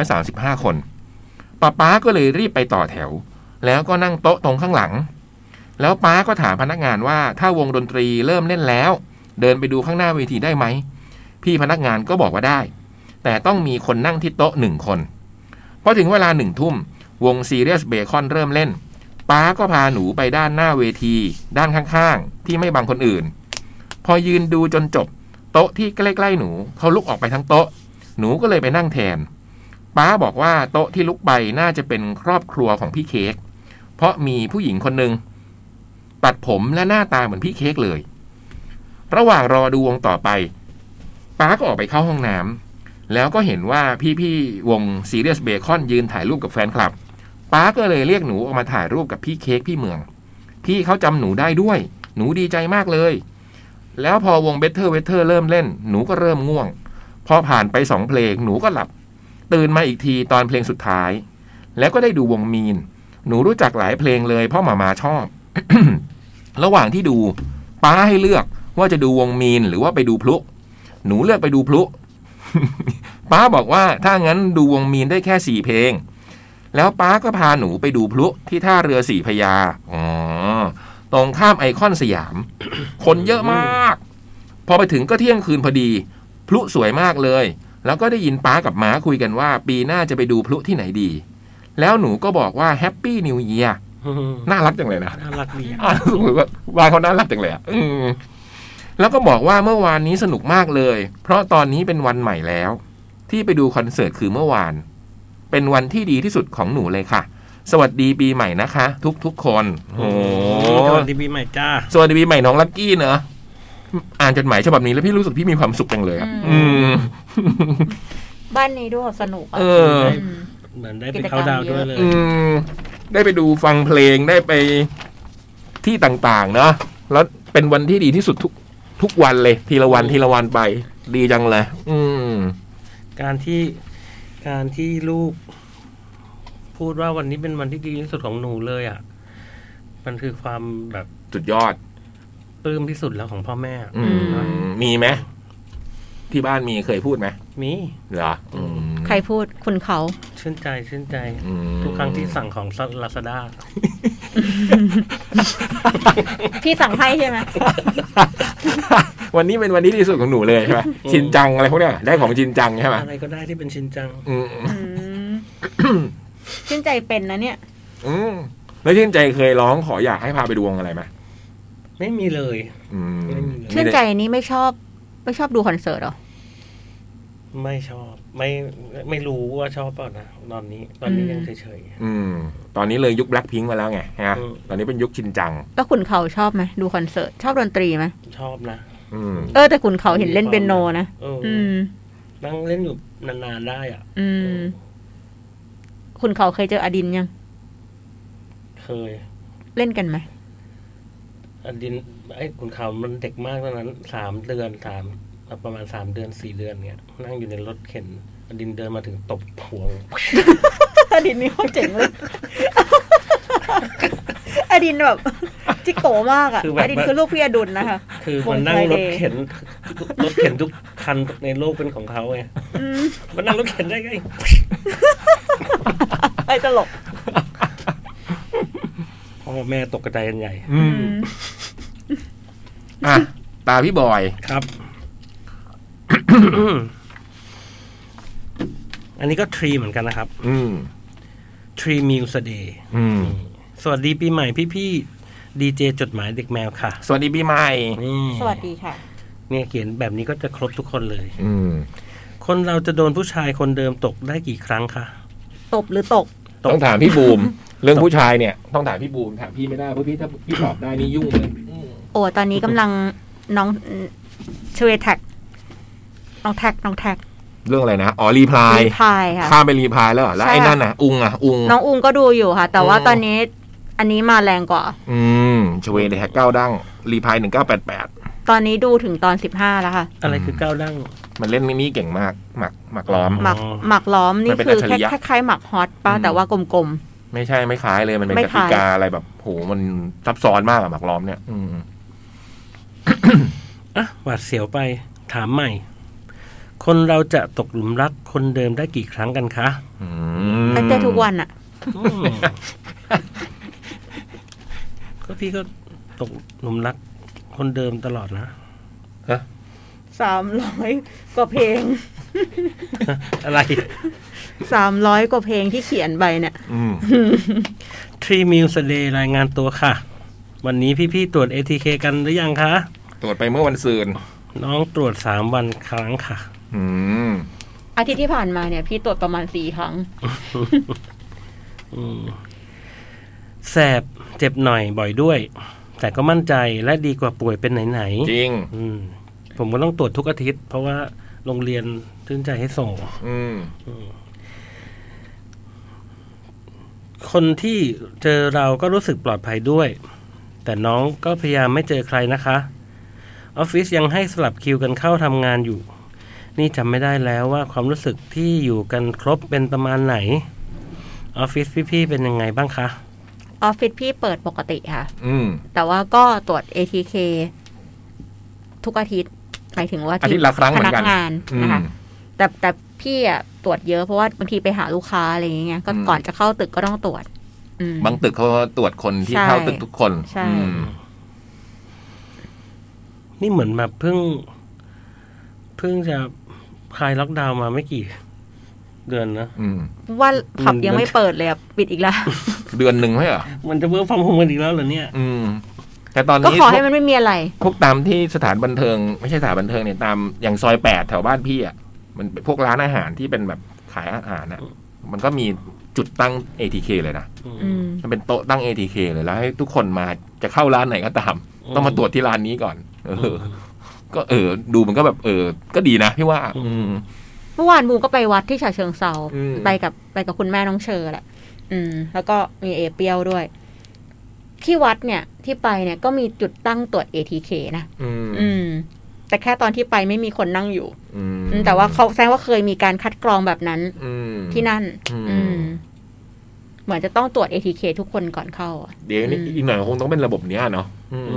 335 คนป้าก็เลยรีบไปต่อแถวแล้วก็นั่งโต๊ะตรงข้างหลังแล้วป้าก็ถามพนักงานว่าถ้าวงดนตรีเริ่มเล่นแล้วเดินไปดูข้างหน้าเวทีได้ไหมพี่พนักงานก็บอกว่าได้แต่ต้องมีคนนั่งที่โต๊ะ1 คนพอถึงเวลา1 ทุ่มวง Serious Bacon เริ่มเล่นป้าก็พาหนูไปด้านหน้าเวทีด้านข้างๆที่ไม่บังคนอื่นพอยืนดูจนจบโต๊ะที่ใกล้ๆหนูเขาลุกออกไปทั้งโต๊ะหนูก็เลยไปนั่งแทนป้าบอกว่าโต๊ะที่ลุกไปน่าจะเป็นครอบครัวของพี่เค้กเพราะมีผู้หญิงคนหนึ่งตัดผมและหน้าตาเหมือนพี่เค้กเลยระหว่างรอดูวงต่อไปป้าก็ออกไปเข้าห้องน้ำแล้วก็เห็นว่าพี่วง Serious Bacon ยืนถ่ายรูปกับแฟนคลับป้าก็เลยเรียกหนูออกมาถ่ายรูปกับพี่เค้กพี่เมืองพี่เขาจำหนูได้ด้วยหนูดีใจมากเลยแล้วพอวง Better Weather เริ่มเล่นหนูก็เริ่มง่วงพอผ่านไป2 เพลงหนูก็หลับตื่นมาอีกทีตอนเพลงสุดท้ายแล้วก็ได้ดูวงมีนหนูรู้จักหลายเพลงเลยเพราะมาชอบ ระหว่างที่ดูป้าให้เลือกว่าจะดูวงมีนหรือว่าไปดูพลุหนูเลือกไปดูพลุ ป้าบอกว่าถ้างั้นดูวงมีนได้แค่4 เพลงแล้วป้าก็พาหนูไปดูพลุที่ท่าเรือ4 พระยาตรงข้ามไอคอนสยาม คนเยอะมากพอไปถึงก็เที่ยงคืนพอดีพลุสวยมากเลยแล้วก็ได้ยินป้ากับม้าคุยกันว่าปีหน้าจะไปดูพลุที่ไหนดีแล้วหนูก็บอกว่าแฮปปี้นิวเยียร์น่ารักจังเลยนะน่ารักดีว่าเขาน่ารักจังเลยแล้วก็บอกว่าเมื่อวานนี้สนุกมากเลยเพราะตอนนี้เป็นวันใหม่แล้วที่ไปดูคอนเสิร์ตคือเมื่อวานเป็นวันที่ดีที่สุดของหนูเลยค่ะสวัสดีปีใหม่นะคะทุกคนสวัสดีปีใหม่จ้าสวัสดีปีใหม่น้องลักกี้เนอะอ่านจดหมายฉบับนี้แล้วพี่รู้สึกพี่มีความสุขจังเลยอ่ะบ้านนี้ด้วยสนุกอ่ะเหมือนได้ไปเข้าดาวด้วยเลยได้ไปดูฟังเพลงได้ไปที่ต่างๆเนาะแล้วเป็นวันที่ดีที่สุดทุกวันเลยทีละวันไปดีจังเลยการที่ลูกพูดว่าวันนี้เป็นวันที่ดีที่สุดของหนูเลยอ่ะมันคือความแบบสุดยอดปลื้มที่สุดแล้วของพ่อแม่มีไหมที่บ้านมีเคยพูดไหมมีเหรอใครพูดคุณเขาชื่นใจทุกครั้งที่สั่งของ Lazada พี่สั่งให้ใช่ไหมวันนี้เป็นวันที่ดีสุดของหนูเลยใช่ไหมชินจังอะไรพวกเนี้ยได้ของชินจังใช่ไหมอะไรก็ได้ที่เป็นชินจังชื่นใจเป็นนะเนี่ยแล้วชื่นใจเคยร้องขออยากให้พาไปดูวงอะไรไหมไม่มีเลยชื่นใจนี้ไม่ชอบดูคอนเสิร์ตหรอไม่ชอบไม่รู้ว่าชอบเปล่านะตอนนี้ยังเฉยๆตอนนี้เลยยุค Blackpink มาแล้วไงฮะตอนนี้เป็นยุคชินจังแล้วคุณเขาชอบไหมดูคอนเสิร์ตชอบดนตรีไหมชอบนะแต่คุณเขาเห็นเล่นเปียโนนะนั่งเล่นอยู่นานๆได้อ่ะคุณเขาเคยเจออดินยังเคยเล่นกันไหมอดินคุณเขามันเด็กมากตอนนั้น3 เดือนประมาณ3 เดือน 4 เดือนเงี้ยนั่งอยู่ในรถเข็นอดินเดินมาถึงตบหัวอดินนี่โคตรเจ๋งเลยอดินแบบจิโกมากอ่ะอดินคือลูกพี่อดุลนะคะคือมันนั่งรถเข็นทุกคันในโลกเป็นของเขาไงมันนั่งรถเข็นได้ไงไอ้ตลกพ่อแม่ตกกระจายกันใหญ่ตาพี่บอยครับ อันนี้ก็ทรีเหมือนกันนะครับทรีมิวส์เดย์สวัสดีปีใหม่พี่ดีเจจดหมายเด็กแมวค่ะสวัสดีปีใหม่สวัสดีค่ะเนี่ยเขียนแบบนี้ก็จะครบทุกคนเลยคนเราจะโดนผู้ชายคนเดิมตกได้กี่ครั้งคะตบหรือตกต้องถามพี่บูมเรื่องผู้ชายเนี่ยต้องถามพี่บูมถามพี่ไม่ได้เพราะพี่ถ้าพี่ตอบได้นี่ยุ่งเลยโอ้ตอนนี้กำลังน้องช่วยแท็กน้องแท็กเรื่องอะไรนะอ๋อรีพลายค่ะข้ามไปรีพลายแล้วแล้วไอ้นั่นน่ะอุงน้องอุงก็ดูอยู่ค่ะแต่ว่าตอนนี้อันนี้มาแรงกว่าช่วยแท็ก9ดั้งรีพลาย1988 ตอนนี้ดูถึงตอน15แล้วค่ะอะไรคือ9ดั้งมันเล่นนี่เก่งมากหมักล้อมหมักล้อมนี่คือคล้ายๆหมักฮอตป่ะแต่ว่ากลมๆไม่ใช่ไม่คล้ายเลยมันเป็นกติกาอะไรแบบโหมันซับซ้อนมากอะหมักล้อมเนี่ยหวาดเสียวไปถามใหม่คนเราจะตกหลุมรักคนเดิมได้กี่ครั้งกันคะตั้งแต่ทุกวันอะก็พี่ก็ตกหลุมรักคนเดิมตลอดนะ 300 กว่าเพลงอะไร 300 กว่าเพลงที่เขียนไปเนี่ย 3 Meals a Day รายงานตัวค่ะวันนี้พี่ๆตรวจ ATK กันหรือยังคะตรวจไปเมื่อวันศุกร์น้องตรวจ3 วันครั้งค่ะอาทิตย์ที่ผ่านมาเนี่ยพี่ตรวจประมาณ4 ครั้งแสบเจ็บหน่อยบ่อยด้วยแต่ก็มั่นใจและดีกว่าป่วยเป็นไหนจริงผมก็ต้องตรวจทุกอาทิตย์เพราะว่าโรงเรียนชื่นใจให้ส่งคนที่เจอเราก็รู้สึกปลอดภัยด้วยแต่น้องก็พยายามไม่เจอใครนะคะออฟฟิศยังให้สลับคิวกันเข้าทำงานอยู่นี่จำไม่ได้แล้วว่าความรู้สึกที่อยู่กันครบเป็นประมาณไหนออฟฟิศพี่ๆเป็นยังไงบ้างคะออฟฟิศพี่เปิดปกติค่ะแต่ว่าก็ตรวจ ATK ทุกอาทิตย์หมายถึงว่าที่พนักงานนะคะแต่พี่อะตรวจเยอะเพราะว่าบางทีไปหาลูกค้าอะไรอย่างเงี้ยก็ก่อนจะเข้าตึกก็ต้องตรวจบางตึกเขาตรวจคนที่เข้าตึกทุกคนใช่นี่เหมือนแบบเพิ่งจะคลายล็อกดาวน์มาไม่กี่เดือนนะว่าผับยังไม่เปิดเลยปิดอีกแล้วเดือนหนึ่งไหมเหรอมันจะเวิร์กฟอร์มโฮมกันอีกแล้วเหรอเนี่ยแต่ตอนนี้ก็ขอให้มันไม่มีอะไรพวกตามที่สถานบันเทิงไม่ใช่สถานบันเทิงเนี่ยตามอย่างซอย8แถวบ้านพี่อ่ะมันพวกร้านอาหารที่เป็นแบบขายอาหารนะมันก็มีจุดตั้ง ATK เลยนะมันเป็นโต๊ะตั้ง ATK เลยแล้วให้ทุกคนมาจะเข้าร้านไหนก็ตามต้องมาตรวจที่ร้านนี้ก่อนก็ดูมันก็แบบก็ดีนะพี่ว่าเมื่อวานบูมก็ไปวัดที่ฉะเชิงเทราไปกับคุณแม่น้องเชอร์แหละแล้วก็มีเอเปียวด้วยที่วัดเนี่ยที่ไปเนี่ยก็มีจุดตั้งตรวจ ATK นะแต่แค่ตอนที่ไปไม่มีคนนั่งอยู่แต่ว่าเขาแสดงว่าเคยมีการคัดกรองแบบนั้นที่นั่นเหมือนจะต้องตรวจ ATK ทุกคนก่อนเข้าเดี๋ยวนี้อีกหน่อยคงต้องเป็นระบบเนี้ยเนาะ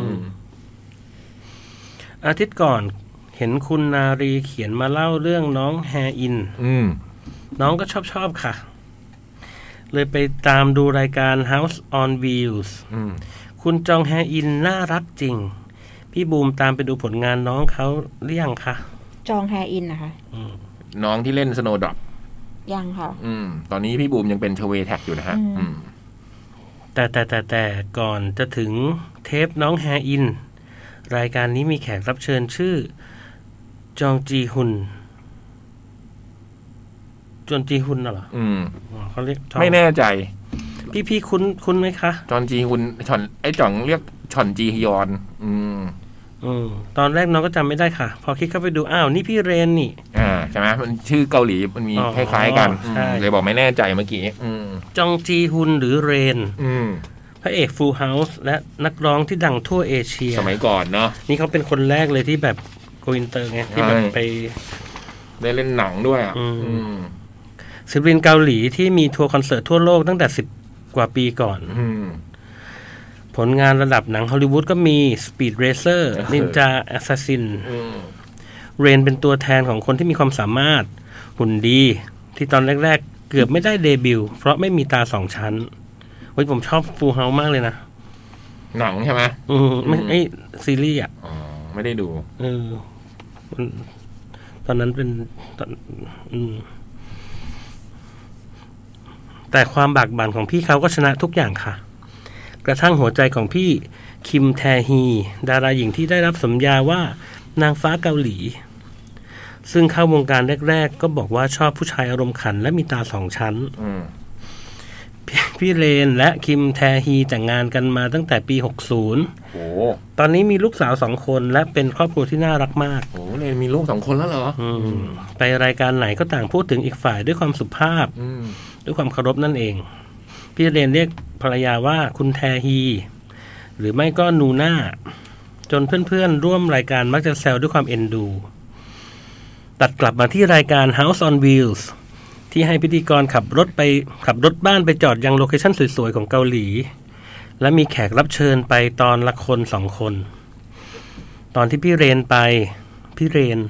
อาทิตย์ก่อนเห็นคุณนารีเขียนมาเล่าเรื่องน้องแฮอินน้องก็ชอบค่ะเลยไปตามดูรายการ House on Wheels คุณจองแฮอินน่ารักจริงพี่บูมตามไปดูผลงานน้องเขาหรือยังคะจองแฮอินนะคะน้องที่เล่น Snowdrop ยังค่ะตอนนี้พี่บูมยังเป็นชเวแท็กอยู่นะฮะแต่ก่อนจะถึงเทปน้องแฮอินรายการนี้มีแขกรับเชิญชื่อจองจีฮุนเหรอเขาเรียกไม่แน่ใจพี่คุ้นไหมคะจองจีฮุนช่อนไอ้จ่องเรียกช่อนจีฮยอนตอนแรกน้องก็จำไม่ได้ค่ะพอคลิกเข้าไปดูอ้าวนี่พี่เรนนี่ใช่ไหมมันชื่อเกาหลีมันมีคล้ายๆกันเลยบอกไม่แน่ใจเมื่อกี้จองจีฮุนหรือเรนพระเอกฟูลเฮาส์และนักร้องที่ดังทั่วเอเชียสมัยก่อนเนาะนี่เขาเป็นคนแรกเลยที่แบบโกอินเตอร์ไงที่แบบไปได้เล่นหนังด้วยศิลปินเกาหลีที่มีทัวร์คอนเสิร์ตทั่วโลกตั้งแต่10 กว่าปีก่อนผลงานระดับหนังฮอลลีวูดก็มี Speed Racer Ninja Assassin เรนเป็นตัวแทนของคนที่มีความสามารถหุ่นดีที่ตอนแรกๆเกือบไม่ได้เดบิวต์เพราะไม่มีตา2 ชั้นโอ้ยผมชอบฟูลเฮาส์มากเลยนะหนังใช่ไหมไม่ไอซีรีส์อ่ะไม่ได้ดูตอนนั้นเป็นแต่ความบากบั่นของพี่เขาก็ชนะทุกอย่างค่ะกระทั่งหัวใจของพี่คิมแทฮีดาราหญิงที่ได้รับสัญญาว่านางฟ้าเกาหลีซึ่งเข้าวงการแรกๆก็บอกว่าชอบผู้ชายอารมณ์ขันและมีตา2 ชั้นพี่เรนและคิมแทฮีแต่งงานกันมาตั้งแต่ปี60ตอนนี้มีลูกสาว2 คนและเป็นครอบครัวที่น่ารักมากเรนมีลูก2 คนแล้วเหรอไปรายการไหนก็ต่างพูดถึงอีกฝ่ายด้วยความสุภาพด้วยความเคารพนั่นเองพี่เรนเรียกภรรยาว่าคุณแทฮีหรือไม่ก็นูน่าจนเพื่อนๆร่วมรายการมักจะแซวด้วยความเอ็นดูตัดกลับมาที่รายการ House on Wheels ที่ให้พิธีกรขับรถบ้านไปจอดยังโลเคชั่นสวยๆของเกาหลีและมีแขกรับเชิญไปตอนละคน2 คนตอนที่พี่เรนไปพี่เรน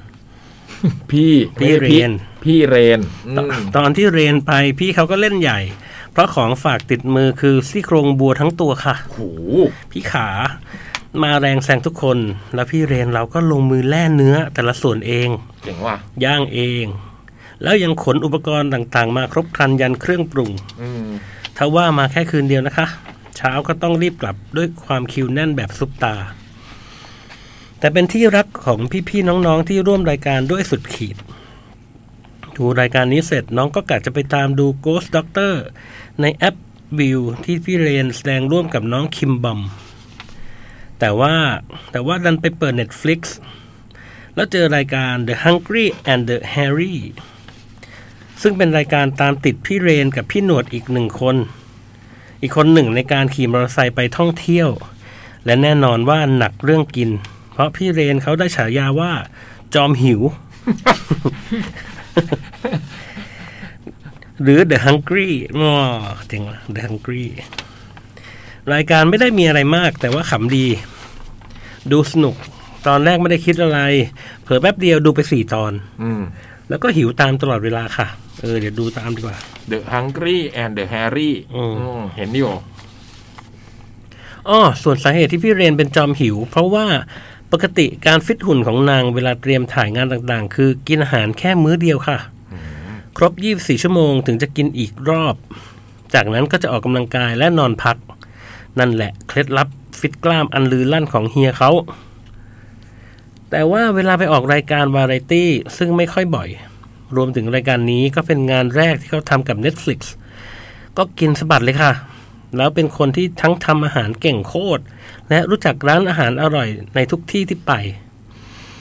ตอนที่เรนไปพี่เขาก็เล่นใหญ่เพราะของฝากติดมือคือซี่โครงบัวทั้งตัวค่ะโอ้พี่ขามาแรงแซงทุกคนแล้วพี่เรนเราก็ลงมือแล่เนื้อแต่ละส่วนเองเจ๋งว่ะย่างเองแล้วยังขนอุปกรณ์ต่างๆมาครบครันยันเครื่องปรุงถ้าว่ามาแค่คืนเดียวนะคะเช้าก็ต้องรีบกลับด้วยความคิวแน่นแบบซุปตาแต่เป็นที่รักของพี่ๆน้องๆที่ร่วมรายการด้วยสุดขีดดูรายการนี้เสร็จน้องก็กะจะไปตามดู Ghost Doctor ในแอปวิวที่พี่เรนแสดงร่วมกับน้องคิมบอมแต่ว่าดันไปเปิด Netflix แล้วเจอรายการ The Hungry and the Hairy ซึ่งเป็นรายการตามติดพี่เรนกับพี่หนวดอีก1 คนอีกคนหนึ่งในการขี่มอเตอร์ไซค์ไปท่องเที่ยวและแน่นอนว่าหนักเรื่องกินเพราะพี่เรนเขาได้ฉายาว่าจอมหิว หรือ The Hungry เจ๋งว่ะ The Hungry รายการไม่ได้มีอะไรมากแต่ว่าขำดีดูสนุกตอนแรกไม่ได้คิดอะไรเผลอแป๊บเดียวดูไป4 ตอนแล้วก็หิวตามตลอดเวลาค่ะเดี๋ยวดูตามดีกว่า The Hungry and the Hairy เห็นอยู่ส่วนสาเหตุที่พี่เรนเป็นจอมหิวเพราะว่าปกติการฟิตหุ่นของนางเวลาเตรียมถ่ายงานต่างๆคือกินอาหารแค่มื้อเดียวค่ะครบ24 ชั่วโมงถึงจะกินอีกรอบจากนั้นก็จะออกกำลังกายและนอนพักนั่นแหละเคล็ดลับฟิตกล้ามอันลือลั่นของเฮียเขาแต่ว่าเวลาไปออกรายการวาไรตี้ซึ่งไม่ค่อยบ่อยรวมถึงรายการนี้ก็เป็นงานแรกที่เขาทำกับ Netflix ก็กินสะบัดเลยค่ะแล้วเป็นคนที่ทั้งทำอาหารเก่งโคตรและรู้จักร้านอาหารอร่อยในทุกที่ที่ไป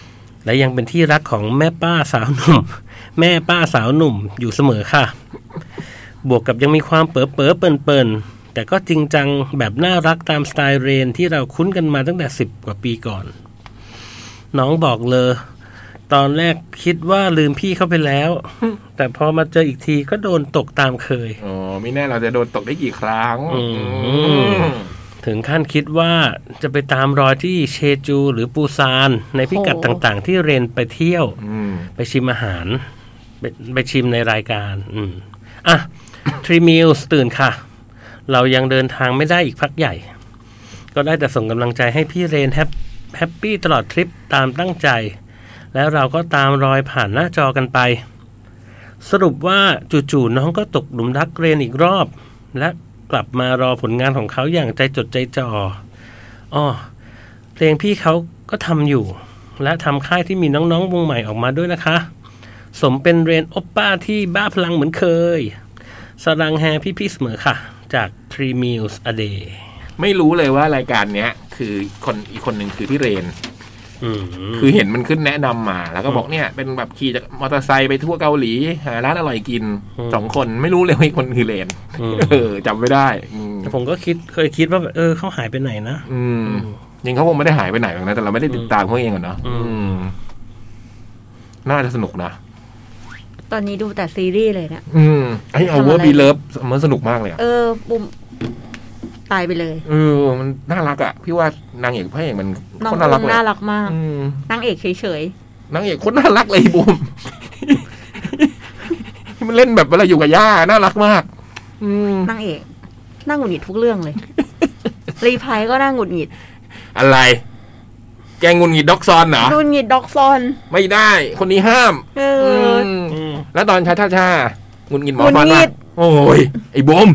และยังเป็นที่รักของแม่ป้าสาวหนุ่ม แม่ป้าสาวหนุ่มอยู่เสมอค่ะบวกกับยังมีความเป๋อเปิ่นแต่ก็จริงจังแบบน่ารักตามสไตล์เรนที่เราคุ้นกันมาตั้งแต่10 กว่าปีก่อนน้องบอกเลยตอนแรกคิดว่าลืมพี่เข้าไปแล้ว แต่พอมาเจออีกทีก็โดนตกตามเคยอ๋อไม่แน่เราจะโดนตกได้กี่ครั้งถึงขั้นคิดว่าจะไปตามรอยที่เชจูหรือปูซานในพิกัดต่างๆที่เรนไปเที่ยวไปชิมอาหารไปชิมในรายการอ่ะ 3 meals ตื่นค่ะเรายังเดินทางไม่ได้อีกพักใหญ่ก็ได้แต่ส่งกำลังใจให้พี่เรนแฮปปี้ตลอดทริปตามตั้งใจแล้วเราก็ตามรอยผ่านหน้าจอกันไปสรุปว่าจู่ๆน้องก็ตกหลุมรักเรนอีกรอบและกลับมารอผลงานของเขาอย่างใจจดใจจ่อเพลงพี่เขาก็ทำอยู่และทำค่ายที่มีน้องๆวงใหม่ออกมาด้วยนะคะสมเป็นเรนโอปป้าที่บ้าพลังเหมือนเคยสรังแฮพี่ๆเสมอค่ะจาก 3 meals a day ไม่รู้เลยว่ารายการเนี้ยคืออีกคนหนึ่งคือพี่เรนคือเห็นมันขึ้นแนะนำมาแล้วก็บอกเนี่ยเป็นแบบขี่จากมอเตอร์ไซค์ไปทั่วเกาหลีหาร้านอร่อยกิน2 คนไม่รู้เลยว่าคนคือเรนจำไม่ได้แต่ผมก็เคยคิดว่าเขาหายไปไหนนะจริงเขาคงไม่ได้หายไปไหนหรอกนะแต่เราไม่ได้ติดตามเขาเองหรอกเนาะน่าจะสนุกนะตอนนี้ดูแต่ซีรีส์เลยเนี่ยไอ้เอาเวอร์บีเลิฟมันสนุกมากเลยบุมตายไปเลยมันน่ารักอ่ะพี่ว่านางเอกพระเอกมันคนน่ารักเลยน่ารักมากนางเอกเฉยๆนางเอกคนน่ารักเลยบุมมันเล่นแบบเวลาอยู่กับย่าน่ารักมากนางเอกนั่งหงุดหงิดทุกเรื่องเลยรีไพร์ก็นั่งหงุดหงิดอะไรแกงุนหงิดด็อกซอนเหรอหงุดหงิดด็อกซอนไม่ได้คนนี้ห้ามแล้วตอนช้าๆหงุดหงิดหมอฟันว่ะโอ้ยไอ้บูม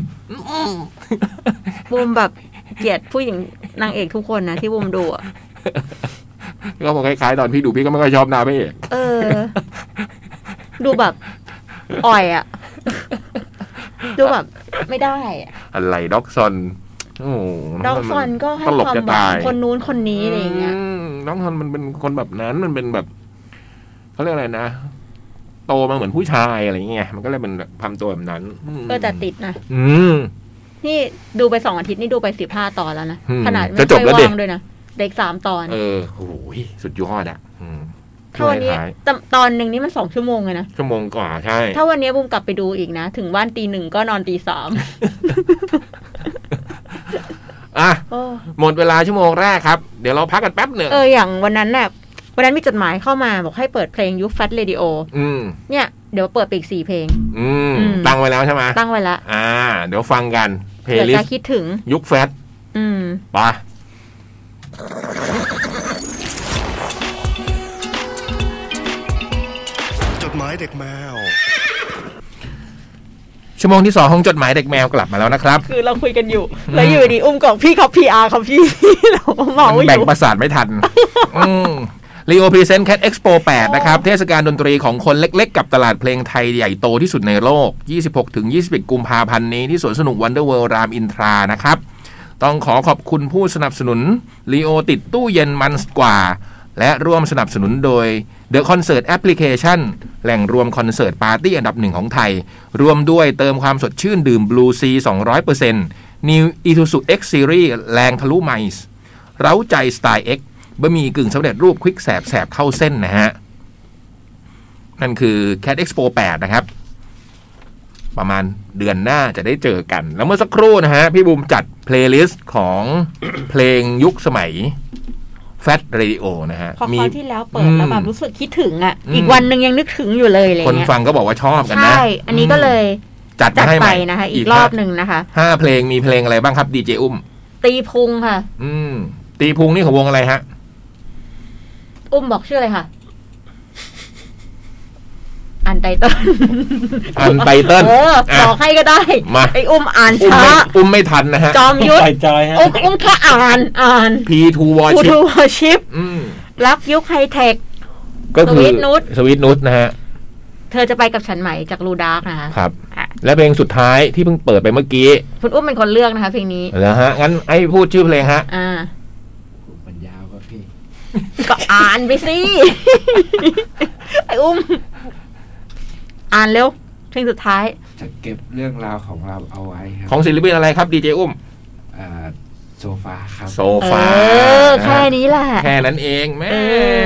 แบบเกลียดผู้หญิงนางเอกทุกคนนะที่บูมดูอ่ะก็คล้ายๆตอนพี่ดูพี่ก็ไม่ค่อยชอบหน้าพระเอกดูแบบอ่อยอ่ะดูแบบไม่ได้อะไรด็อกซอนด็อกซอนก็ให้ความหวังคนนู้นคนนี้อะไรอย่างเงี้ยด็อกซอนมันเป็นคนแบบนั้นมันเป็นแบบเขาเรียกอะไรนะโตมาเหมือนผู้ชายอะไรอย่างเงี้ยมันก็เลยเป็นทำตัวแบบนั้นแต่ติดนะนี่ดูไป2 อาทิตย์นี่ดูไป15 ตอนแล้วนะขนาดไม่ค่อยว่างด้วยนะเด็ก3 ตอนโอ้ยสุดยอดอ่ะถ้าวันนี้ตอนนึงนี่มัน2 ชั่วโมงเลยนะชั่วโมงกว่าใช่ถ้าวันนี้บุ้มกลับไปดูอีกนะถึงบ้านตี 1ก็นอนตี 3 อ่ะหมดเวลาชั่วโมงแรกครับเดี๋ยวเราพักกันแป๊บหนึ่งอย่างวันนั้นน่ะวันนั้นมีจดหมายเข้ามาบอกให้เปิดเพลงยุคแฟตเรดิโอเนี่ยเดี๋ยวเปิดไปอีก4 เพลงตั้งไว้แล้วใช่ไหมตั้งไว้แล้วเดี๋ยวฟังกันเพลย์ลิสต์คิดถึงยุคแฟตไปจดหมายเด็กแมวชั่วโมงที่2ของจดหมายเด็กแมวกลับมาแล้วนะครับคือเราคุยกันอยู่แล้วอยู่ดีอุ้มกล่องพี่ครับ PR ครับพี่เราเมาอยู่แบ่งประสาทไม่ทันLeo Present Cat Expo 8นะครับเทศกาลดนตรีของคนเล็กๆกับตลาดเพลงไทยใหญ่โตที่สุดในโลก 26-21 กุมภาพันธ์นี้ที่สวนสนุก Wonder World รามอินทรานะครับต้องขอบคุณผู้สนับสนุน Leo ติดตู้เย็นมันกว่าและร่วมสนับสนุนโดย The Concert Application แหล่งรวมคอนเสิร์ตปาร์ตี้อันดับ1ของไทยรวมด้วยเติมความสดชื่นดื่ม Blue Sea 200% New Isuzu X Series แรงทะลุไมซ์เร้าใจสไตล์ Xบะหมี่กึ่งสำเร็จรูปควิกแสบเข้าเส้นนะฮะนั่นคือ Cat Expo 8นะครับประมาณเดือนหน้าจะได้เจอกันแล้วเมื่อสักครู่นะฮะพี่บูมจัดเพลย์ลิสต์ของ เพลงยุคสมัย Fat Radio นะฮะพอคราวที่แล้วเปิดแล้วแบบรู้สึกคิดถึงอ่ะอีกวันนึงยังนึกถึงอยู่เลยคนฟังก็บอกว่าชอบกันนะใช่อันนี้ก็เลยจัดไปนะคะอีกรอบนึงนะคะ 5เพลงมีเพลงอะไรบ้างครับดีเจอุ้มตีพุงค่ะตีพุงนี่ของวงอะไรฮะอุ้มบอกชื่ออะไรค่ะอ่านไตเติ้ลบอกให้ก็ได้ไอ้อุ้มอ่านช้าอุ้มไม่ทันนะฮะจอมยุทธอุ้มแค่อ่าน P2 Warship รักยุคไฮเทคก็คือสวิตนุชนะฮะเธอจะไปกับฉันไหมจากลูดาร์กนะคะครับและเพลงสุดท้ายที่เพิ่งเปิดไปเมื่อกี้คุณอุ้มเป็นคนเลือกนะคะเพลงนี้แล้วฮะงั้นไอ้พูดชื่อเพลงฮะมันยาวครับพี่ก็อ่านไปสิ ไอ้อุ้มอ่านเร็วเพลงสุดท้ายจะเก็บเรื่องราวของเราเอาไว้ครับของศิลปินอะไรครับดีเจอุ้มโซฟาครับโซฟาแค่นี้แหละแค่นั้นเองแม่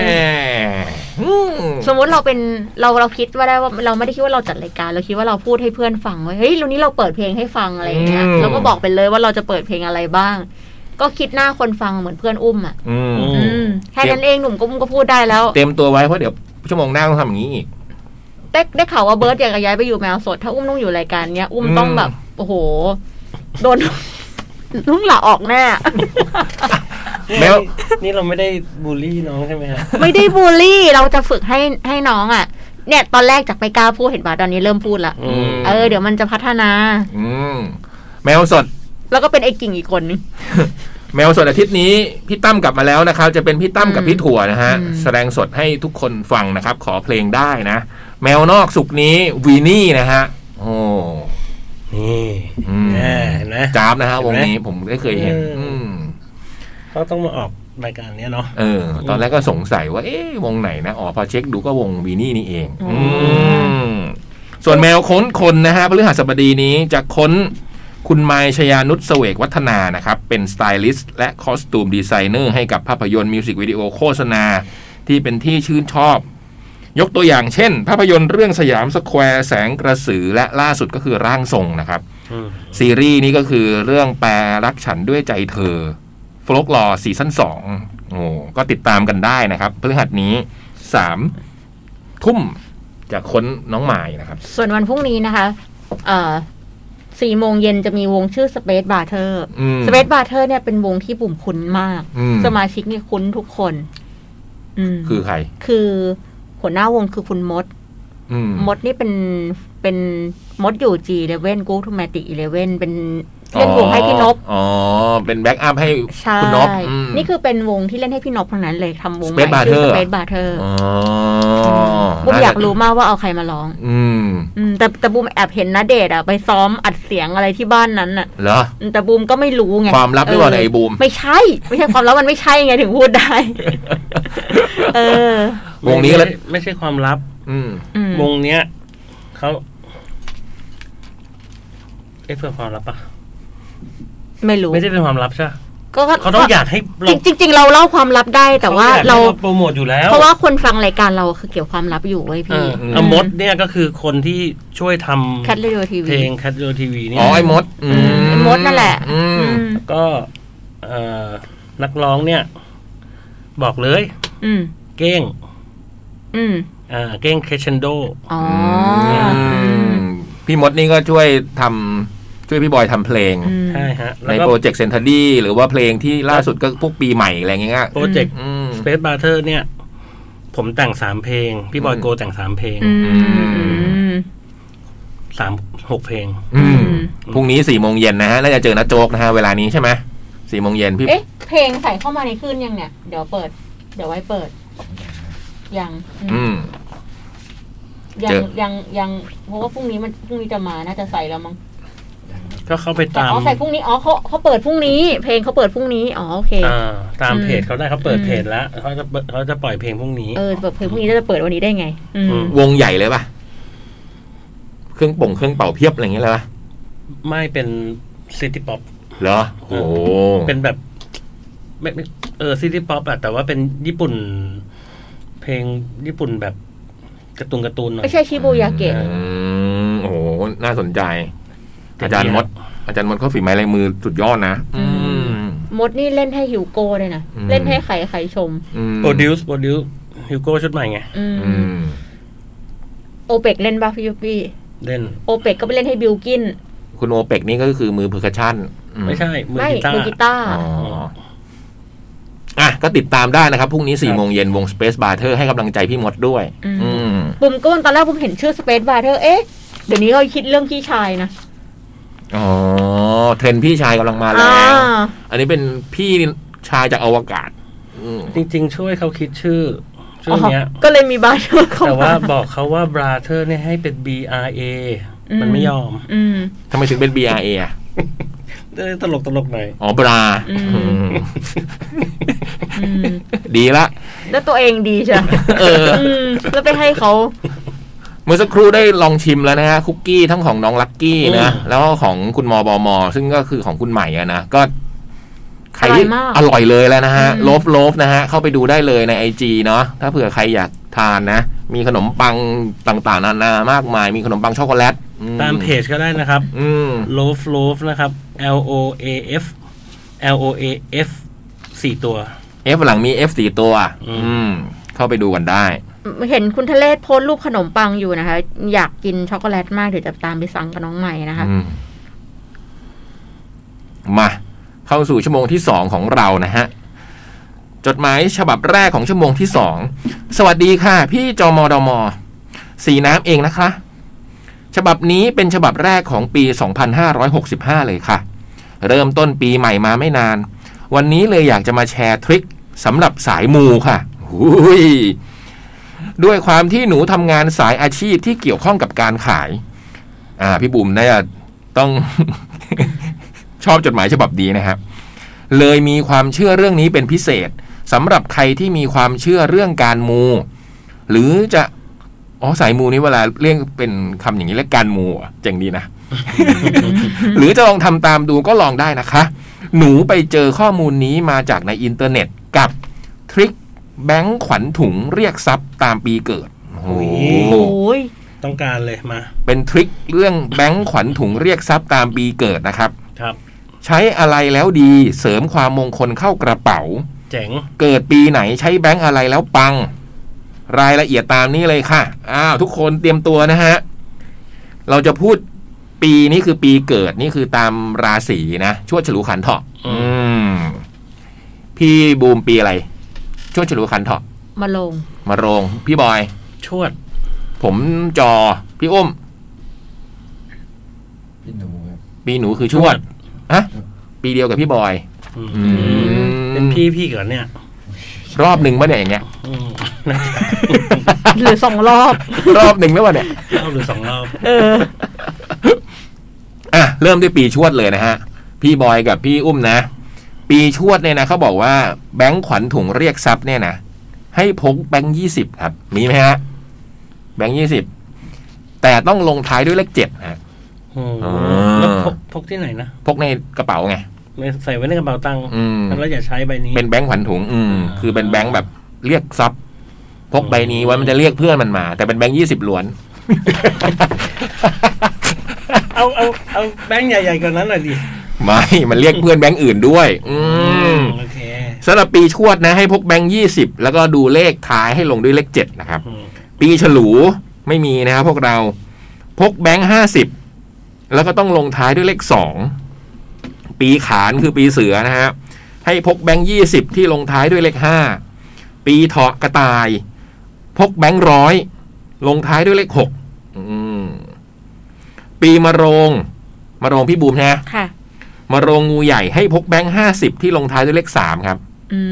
สมมติเราเป็นเราคิดว่าได้ว่าเราไม่ได้คิดว่าเราจัดรายการเราคิดว่าเราพูดให้เพื่อนฟังว่าเฮ้ยวันนี้เราเปิดเพลงให้ฟังอะไรอย่างเงี้ยเราก็บอกไปเลยว่าเราจะเปิดเพลงอะไรบ้างก็คิดหน้าคนฟังเหมือนเพื่อนอุ้มอ่ะแค่นั้นเองหนุ่มก็พูดได้แล้วเต็มตัวไว้เพราะเดี๋ยวชั่วโมงหน้าต้องทำอย่างนี้อีกได้ข่าวว่าเบิร์ดอยากจะย้ายไปอยู่แมวสดถ้าอุ้มต้องอยู่รายการเนี้ยอุ้มต้องแบบโอ้โหโดนนุ่งหล่าออกแน่แล้วนี่เราไม่ได้บูลลี่น้องใช่ไหมครับไม่ได้บูลลี่เราจะฝึกให้น้องอ่ะเนี่ยตอนแรกจากไม่กล้าพูดเห็นป่ะตอนนี้เริ่มพูดละเดี๋ยวมันจะพัฒนาแมวสดแล้วก็เป็นไอ้กิ่งอีกคนนึงแมวสดอาทิตย์นี้พี่ตั้มกลับมาแล้วนะครับจะเป็นพี่ตั้มกับพี่ถั่วนะฮะแสดงสดให้ทุกคนฟังนะครับขอเพลงได้นะแมวนอกสุกนี้วีนี่นะฮะโอ้นี่นะจ๊าบนะฮะวงนี้ผมได้เคยเห็นก็ต้องมาออกรายการนี้เนาะตอนแรกก็สงสัยว่าเอ๊ะวงไหนนะพอเช็คดูก็วงวีนี่นี่เองส่วนแมวค้นคนนะฮะพฤหัสบดีนี้จะค้นคุณไมค์ชยานุชเสวกวัฒนานะครับเป็นสไตลิสต์และคอสตูมดีไซเนอร์ให้กับภาพยนตร์มิวสิกวิดีโอโฆษณาที่เป็นที่ชื่นชอบยกตัวอย่างเช่นภาพยนตร์เรื่องสยามสแควร์แสงกระสือและล่าสุดก็คือร่างทรงนะครับซีรีส์นี้ก็คือเรื่องแปรรักฉันด้วยใจเธอโฟล์คลอร์ซีซั่น2ก็ติดตามกันได้นะครับพฤหัสนี้3 ทุ่มจะค้นน้องหมายนะครับส่วนวันพรุ่งนี้นะคะ4 โมงเย็นจะมีวงชื่อ Space Barter Space Barter เนี่ยเป็นวงที่บุ๋มคุ้นมากสมาชิกนี่คุ้นทุกคนคือใครคือหัวหน้าวงคือคุณมดนี่เป็นมดอยู่ G11 Go-To-Matic 11เป็นเล่นวงให้พี่นพเป็นแบ็กอัพให้คุณนพนี่คือเป็นวงที่เล่นให้พี่นพทั้งนั้นเลยทำวงใหม่ชื่อ Space Barter บูมอยากรู้มากว่าเอาใครมาร้องแต่บูมแอบเห็นณเดชน์ไปซ้อมอัดเสียงอะไรที่บ้านนั้นน่ะเหรอแต่บูมก็ไม่รู้ไงความลับหรือเปล่าไอ้บูมไม่ใช่ความลับมันไม่ใช่ไงถึงพูดได้วงนี้ไม่ใช่ความลับวงเนี้ยเขาเพื่อความลับปะไม่รู้ไม่ใช่เป็นความลับใช่ก็เขาต้องอยากให้จริงๆเราเล่าความลับได้แต่ว่าเราโปรโมทอยู่แล้วเพราะว่าคนฟังรายการเราคือเกี่ยวความลับอยู่ไว้พี่มดเนี่ยก็คือคนที่ช่วยทำ Cat Radio TV เพลง Cat Radio TV นี่ไอ้มดมดนั่นแหละก็นักร้องเนี่ยบอกเลยเก้งเก้งเคชันโดพี่มดนี่ก็ช่วยพี่บอยทำเพลงใช่ฮะในโปรเจกต์เซนทาดี้หรือว่าเพลงที่ล่าสุดก็พวกปีใหม่อะไรเงี้ยโปรเจกต์ Space Barter เนี่ยผมแต่ง3 เพลงพี่บอยโกแต่ง3 เพลง6 เพลงพรุ่งนี้ 4 โมงเย็นนะฮะน่าจะเจอณโจ๊กนะฮะเวลานี้ใช่ไหม4 โมงเย็นพี่เพลงใส่เข้ามาในคลื่นยังเนี่ยเดี๋ยวไว้เปิดยังเพราะว่าพรุ่งนี้จะมาน่าจะใส่แล้วมั้งก็เข้าไปตามใส่พรุ่งนี้เขาเปิดพรุ่งนี้เพลงเขาเปิดพรุ่งนี้โอเคตามเพจเขาได้เขาเปิดเพจแล้วเขาจะปล่อยเพลงพรุ่งนี้เปิดเพลงพรุ่งนี้จะเปิดวันนี้ได้ไงวงใหญ่เลยป่ะเครื่องเป่าเพียบอะไรอย่างเงี้ยเลยป่ะไม่เป็นซิตี้ป๊อปเหรอโอ้เป็นแบบไม่ซิตี้ป๊อปแต่ว่าเป็นญี่ปุ่นเพลงญี่ปุ่นแบบการ์ตูนหน่อยไม่ใช่ชิบูยาเกะโอ้น่าสนใจอาจารย์มดเขาฝีไม้ลายมือสุดยอดนะมดนี่เล่นให้ฮิวโก้เลยนะเล่นให้ใครชมโปรดิวส์ฮิวโก้ชุดใหม่ไงโอเปกเล่นป่ะพี่ยุปี้เล่นโอเปกก็ไปเล่นให้บิลกินคุณโอเปกนี่ก็คือมือเพอร์คัชชั่นไม่ใช่มือกีตาร์ก็ติดตามได้นะครับพรุ่งนี้ 4 โมงเย็นวง Space Barter ให้กำลังใจพี่มดด้วยปุ่มก้นตอนแรกผมเห็นชื่อ Space Barter เดี๋ยวนี้เขาคิดเรื่องพี่ชายนะเทรนพี่ชายกำลังมาแรงอันนี้เป็นพี่ชายจากอวกาศจริงๆช่วยเขาคิดชื่อเนี้ยก็เลยมีบาร์เทอร์แต่ว่าบอกเขาว่าบราเธอร์เนี่ยให้เป็น BRA มันไม่ยอมทำไมถึงเป็น BRA อ่ะตลกหน่อยบราดีละแล้วตัวเองดีใช่แล้วไปให้เขาเมื่อสักครู่ได้ลองชิมแล้วนะฮะคุกกี้ทั้งของน้องลักกี้นะแล้วก็ของคุณมบมซึ่งก็คือของคุณใหม่อะนะก็ใครอร่อยเลยแล้วนะฮะโลฟนะฮะเข้าไปดูได้เลยใน IG เนาะถ้าเผื่อใครอยากทานนะมีขนมปังต่างๆนานามากมายมีขนมปังช็อกโกแลตตามเพจก็ได้นะครับloaf นะครับ LOAF 4 ตัว F หลังมี F 4 ตัวเข้าไปดูกันได้เห็นคุณทะเลศโพสต์รูปขนมปังอยู่นะคะอยากกินช็อกโกแลตมากเดี๋ยวจะตามไปสั่งกับน้องใหม่นะคะมาเข้าสู่ชั่วโมงที่2ของเรานะฮะจดหมายฉบับแรกของชั่วโมงที่2สวัสดีค่ะพี่จมดมสีน้ำเองนะคะฉบับนี้เป็นฉบับแรกของปี2565เลยค่ะเริ่มต้นปีใหม่มาไม่นานวันนี้เลยอยากจะมาแชร์ทริคสำหรับสายมูค่ะด้วยความที่หนูทำงานสายอาชีพที่เกี่ยวข้องกับการขายพี่บุ๋มน่าจะต้อง ชอบจดหมายฉบับนี้นะครับเลยมีความเชื่อเรื่องนี้เป็นพิเศษสำหรับใครที่มีความเชื่อเรื่องการมูหรือจะสายมูนี้เวลาเรียกเป็นคำอย่างนี้เรียกการมูเจ๋งดีนะ หรือจะลองทำตามดูก็ลองได้นะคะหนูไปเจอข้อมูลนี้มาจากในอินเทอร์เน็ตกับทริคแบงค์ขวัญถุงเรียกทรัพย์ตามปีเกิดโอ้ยต้องการเลยมาเป็นทริคเรื่องแบงค์ขวัญถุงเรียกทรัพย์ตามปีเกิดนะครับครับใช้อะไรแล้วดีเสริมความมงคลเข้ากระเป๋าเจ๋งเกิดปีไหนใช้แบงค์อะไรแล้วปังรายละเอียดตามนี้เลยค่ะทุกคนเตรียมตัวนะฮะเราจะพูดปีนี้คือปีเกิดนี่คือตามราศีนะชวดฉลูขันเถาะพี่บูมปีอะไรชวดฉลูขันเถาะมะโรงพี่บอยชวดผมจอพี่อุ้มปีหนูคือชวดปีเดียวกับพี่บอยเป็นพี่ก่อนเนี่ยรอบหนึ่งป่ะเนี่ยอย่างเงี้ยหรือ2 รอบรอบหนึ่งแล้ววะเนี่ยรอบหรือ2 รอบเริ่มด้วยปีชวดเลยนะฮะพี่บอยกับพี่อุ้มนะปีชวดเนี่ยนะเขาบอกว่าแบงค์ขวัญถุงเรียกทรัพย์เนี่ยนะให้พกแบงค์20ครับมีไหมฮะแบงค์20แต่ต้องลงท้ายด้วยเลข7ฮะแล้วพกที่ไหนนะพกในกระเป๋าไงใส่ไว้ในกระเป๋าตังค์แล้วอย่าใช้ใบนี้เป็นแบงค์ขวัญถุงคือเป็นแบงค์แบบเรียกทรัพย์พกใบนี้ไว้มันจะเรียกเพื่อนมันมาแต่เป็นแบงค์20ล้วนเอาแบงค์ใหญ่ๆกว่านั้นหน่อยดิไม่มันเรียกเพื่อนแบงค์อื่นด้วยโอเคสำหรับปีชวดนะให้พกแบงค์20แล้วก็ดูเลขท้ายให้ลงด้วยเลข7นะครับปีฉลูไม่มีนะครับพวกเราพกแบงค์50แล้วก็ต้องลงท้ายด้วยเลข2ปีขานคือปีเสือนะฮะให้พกแบงค์20ที่ลงท้ายด้วยเลข5ปีเถาะกระต่ายพกแบงค์100ลงท้ายด้วยเลข6ปีมะโรงพี่บูมนะค่ะมะโรงงูใหญ่ให้พกแบงค์50ที่ลงท้ายด้วยเลข3ครับ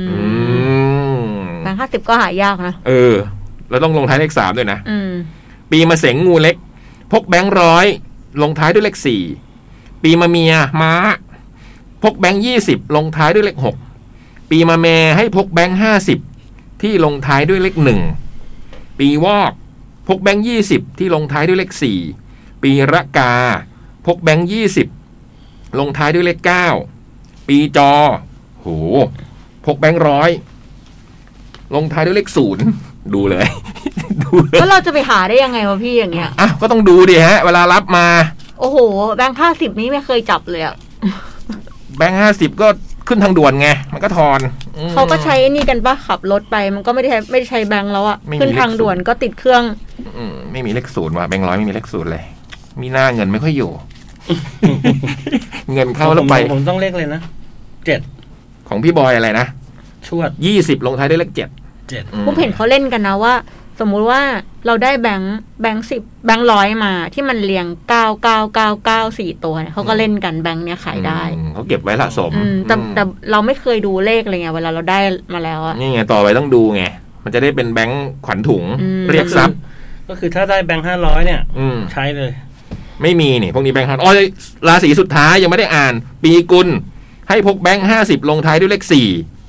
แบงค์50ก็หายากนะแล้วต้องลงท้ายเลข3ด้วยนะปีมะเสงงูเล็กพกแบงค์100ลงท้ายด้วยเลข4ปีมะเมียม้าพกแบงค์20ลงท้ายด้วยเลข6ปีมะแมให้พกแบงค์50ที่ลงท้ายด้วยเลข1ปีวอกพกแบงค์20ที่ลงท้ายด้วยเลข4ปีระกาพกแบงค์20ลงท้ายด้วยเลข9ปีจอโหพกแบงค์100ลงท้ายด้วยเลข0ดูเลยแล้วเราจะไปหาได้ยังไงวะพี่อย่างเงี้ยก็ต้องดูดิฮะเวลารับมาโอ้โหแบงค์50นี้ไม่เคยจับเลยอะแบงค์50ก็ขึ้นทางด่วนไงมันก็ทอนเขาก็ใช้นี่กันปะขับรถไปมันก็ไม่ได้ใช้แบงค์แล้วอะขึ้นทางด่วนก็ติดเครื่องไม่มีเลข0ว่ะแบงค์100ไม่มีเลข0เลยมีหน้าเงินไม่ค่อยอยู่เงินเข้าลงไปผมต้องเลขเลยนะ7 ของพี่บอยอะไรนะชวด 20ลงท้ายด้วยเลข 7 ผมเห็นเขาเล่นกันนะว่าสมมุติว่าเราได้แบงค์10แบงค์100มาที่มันเรียง99994ตัวเนี่ยเขาก็เล่นกันแบงค์เนี้ยขายได้เขาเก็บไว้สะสมแต่เราไม่เคยดูเลขอะไรเงี้ยเวลาเราได้มาแล้วอ่ะนี่ไงต่อไปต้องดูไงมันจะได้เป็นแบงค์ขวัญถุงเรียกทรัพย์ก็คือถ้าได้แบงค์500เนี่ยใช้เลยไม่มีนี่พวกนี้แบงค์ราศีสุดท้ายยังไม่ได้อ่านปีกุลให้พกแบงค์50ลงท้ายด้วยเลข4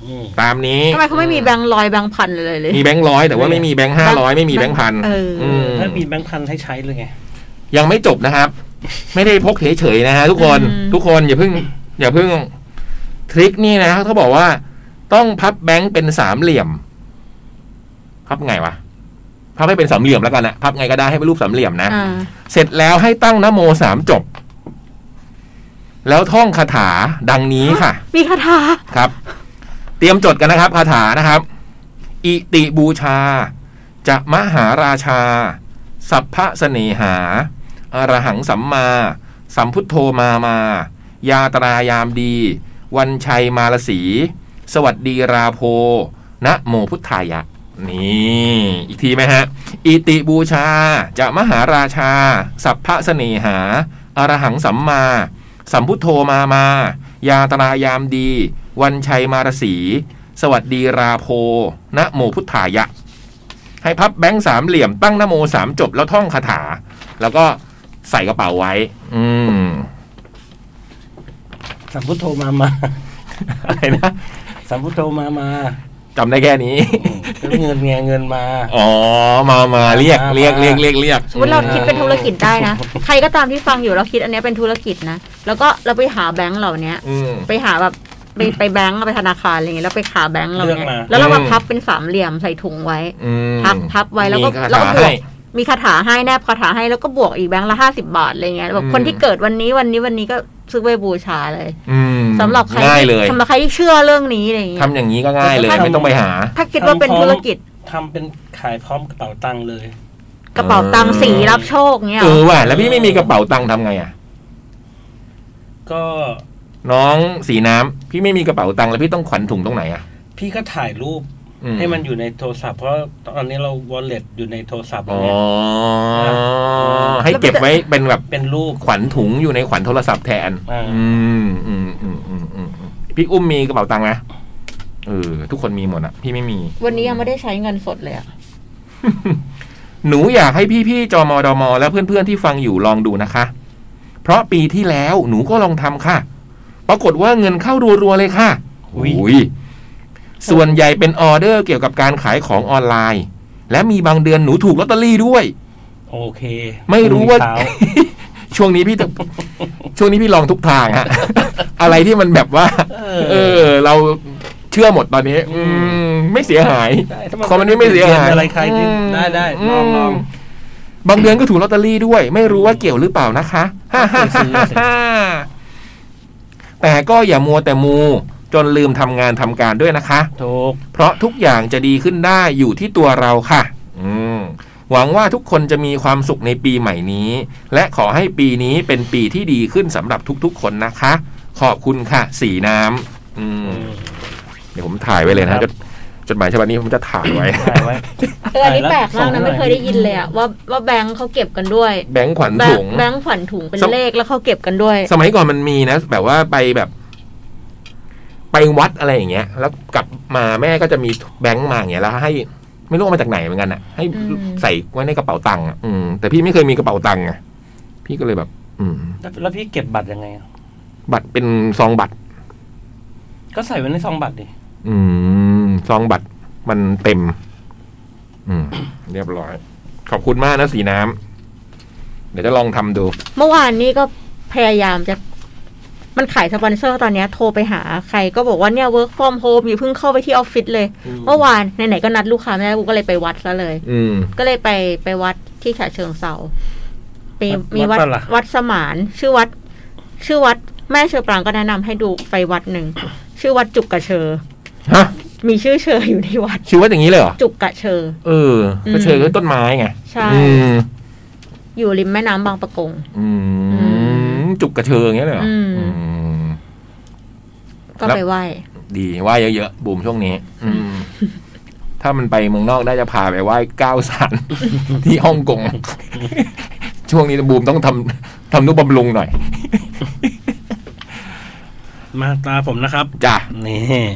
ตามนี้ทำไมเขาไม่มีแบงค์100แบงค์พันเลยมีแบงค์100แต่ว่าไม่มีแบงค์500ไม่มีแบงค์พันถ้ามีแบงค์พันให้ใช้เลยไงยังไม่จบนะครับไม่ได้พกเฉยๆนะฮะทุกคนอย่าเพิ่งทริคนี่นะเขาบอกว่าต้องพับแบงค์เป็นสามเหลี่ยมพับไงวะพับให้เป็นสามเหลี่ยมแล้วกันนะพับไงก็ได้ให้เป็นรูปสามเหลี่ยมนะเสร็จแล้วให้ตั้งนะโม3จบแล้วท่องคาถาดังนี้ค่ะมีคาถาครับเตรียมจดกันนะครับคาถานะครับอิติบูชาจะมหาราชาสัพพะเสน่หาอรหังสัมมาสัมพุทโธมายาตรายามดีวันชัยมาลสีสวัสดีราโพนะโมพุทธายะนี่อีกทีไหมฮะอิติบูชาจะมหาราชาสัพพะเสน่หาอรหังสัมมาสัมพุทโธมายาตรายามดีวันชัยมารสีสวัสดีราโพนะโมพุทธายะให้พับแบงค์สามเหลี่ยมตั้งนะโม3จบแล้วท่องคาถาแล้วก็ใส่กระเป๋าไว้สัมพุทโธมาอะไรนะสัมพุทโธมาจำได้แค่นี้เงินมาอ๋อมาเรียกสมมติเราคิดเป็นธุรกิจได้นะใครก็ตามที่ฟังอยู่เราคิดอันนี้เป็นธุรกิจนะแล้วก็เราไปหาแบงค์เหล่านี้ไปหาแบบไปแบงค์ไปธนาคารอะไรอย่างเงี้ยแล้วไปหาแบงค์เราเนี่ยแล้วเรามาพับเป็นสามเหลี่ยมใส่ถุงไว้พับไว้แล้วก็บวกมีคาถาให้แนบคาถาให้แล้วก็บวกอีกแบงค์ละ50 บาทอะไรเงี้ยแบบคนที่เกิดวันนี้ก็ซื้อไปบูชาเลยสำหรับใครที่เชื่อเรื่องนี้อะไรอย่างเงี้ยทำอย่างนี้ก็ง่ายเลยไม่ต้องไปหาถ้าคิดว่าเป็นธุรกิจทำเป็นขายพร้อมกระเป๋าตังค์เลยกระเป๋าตังค์สีรับโชคเงี้ยว่ะแล้วพี่ไม่มีกระเป๋าตังค์ทำไงอ่ะก็น้องสีน้ำพี่ไม่มีกระเป๋าตังค์แล้วพี่ต้องขวัญถุงตรงไหนอ่ะพี่ก็ถ่ายรูปให้มันอยู่ในโทรศัพท์เพราะตอนนี้เรา wallet อยู่ในโทรศัพท์ให้เก็บไว้เป็นแบบเป็นรูปขวัญถุงอยู่ในขวัญโทรศัพท์แทนพี่อุ้มมีกระเป๋าตังค์ไหมทุกคนมีหมดอ่ะพี่ไม่มีวันนี้ยังไม่ได้ใช้เงินสดเลยอ่ะหนูอยากให้พี่ๆจมดมและเพื่อนๆที่ฟังอยู่ลองดูนะคะเพราะปีที่แล้วหนูก็ลองทำค่ะปรากฏว่าเงินเข้ารัวๆเลยค่ะอุ้ยส่วนใหญ่เป็นออเดอร์เกี่ยวกับการขายของออนไลน์และมีบางเดือนหนูถูกลอตเตอรี่ด้วยโอเคไม่รู้ว่า ช่วงนี้พี่ลองทุกทางฮะ อะไรที่มันแบบว่าเราเชื่อหมดตอนนี้ไม่เสียหายคอมมันไม่เสียหายอะไรใครได้ลองบางเดือนก็ถูกลอตเตอรี่ด้วยไม่รู้ว่าเกี่ยวหรือเปล่านะคะแต่ก็อย่ามัวแต่มูจนลืมทำงานทำการด้วยนะคะถูกเพราะทุกอย่างจะดีขึ้นได้อยู่ที่ตัวเราค่ะหวังว่าทุกคนจะมีความสุขในปีใหม่นี้และขอให้ปีนี้เป็นปีที่ดีขึ้นสำหรับทุกๆคนนะคะขอบคุณค่ะสีน้ำเดี๋ยวผมถ่ายไว้เลยนะจดหมายฉบับนี้ผมจะถ่ายไว้อันนี้แปลกมากนะไม่เคยได้ยินเลยอะว่าแบงค์เขาเก็บกันด้วยแบงค์ขวัญถุงแบงค์ขวัญถุงเป็นเลขแล้วเขาเก็บกันด้วยสมัยก่อนมันมีนะแบบว่าไปวัดอะไรอย่างเงี้ยแล้วกลับมาแม่ก็จะมีแบงค์มาอย่างเงี้ยแล้วให้ไม่รู้มาจากไหนเหมือนกันอ่ะให้ใส่ไว้ในกระเป๋าตังค์แต่พี่ไม่เคยมีกระเป๋าตังค์ไงพี่ก็เลยแบบแล้วพี่เก็บบัตรยังไงบัตรเป็นซองบัตรก็ใส่ไว้ในซองบัตรดิซองบัตรมันเต็มเรียบร้อยขอบคุณมากนะสีน้ำเดี๋ยวจะลองทำดูเมื่อวานนี้ก็พยายามจะมันขายสปอนเซอร์ตอนนี้โทรไปหาใครก็บอกว่าเนี่ย work from home อยู่เพิ่งเข้าไปที่ออฟฟิศเลยเมื่อวานไหนๆก็นัดลูกค้าไม่ได้กูก็เลยไปวัดซะเลยก็เลยไปวัดที่ฉะเชิงเทรามีวัดสมานชื่อวัดแม่เชอปรางก็แนะนำให้ดูไปวัดหนึ่งชื่อวัดจุกกระเชอฮะมีชื่อเชออยู่ในวัดชื่อวัดอย่างนี้เลยเหรอจุกกระเชอกระเชอคือต้นไม้ไงใช่อยู่ริมแม่น้ำบางปะกงจุกกระเชออย่างเงี้ยเลยเหรอก็ไปไหว้ดีไหว้เยอะๆบูมช่วงนี้ถ้ามันไปเมืองนอกได้จะพาไปไหว้9 ศาลที่ฮ่องกงช่วงนี้บูมต้องทำนุบำรุงหน่อยมาตาผมนะครับจ้ะนี่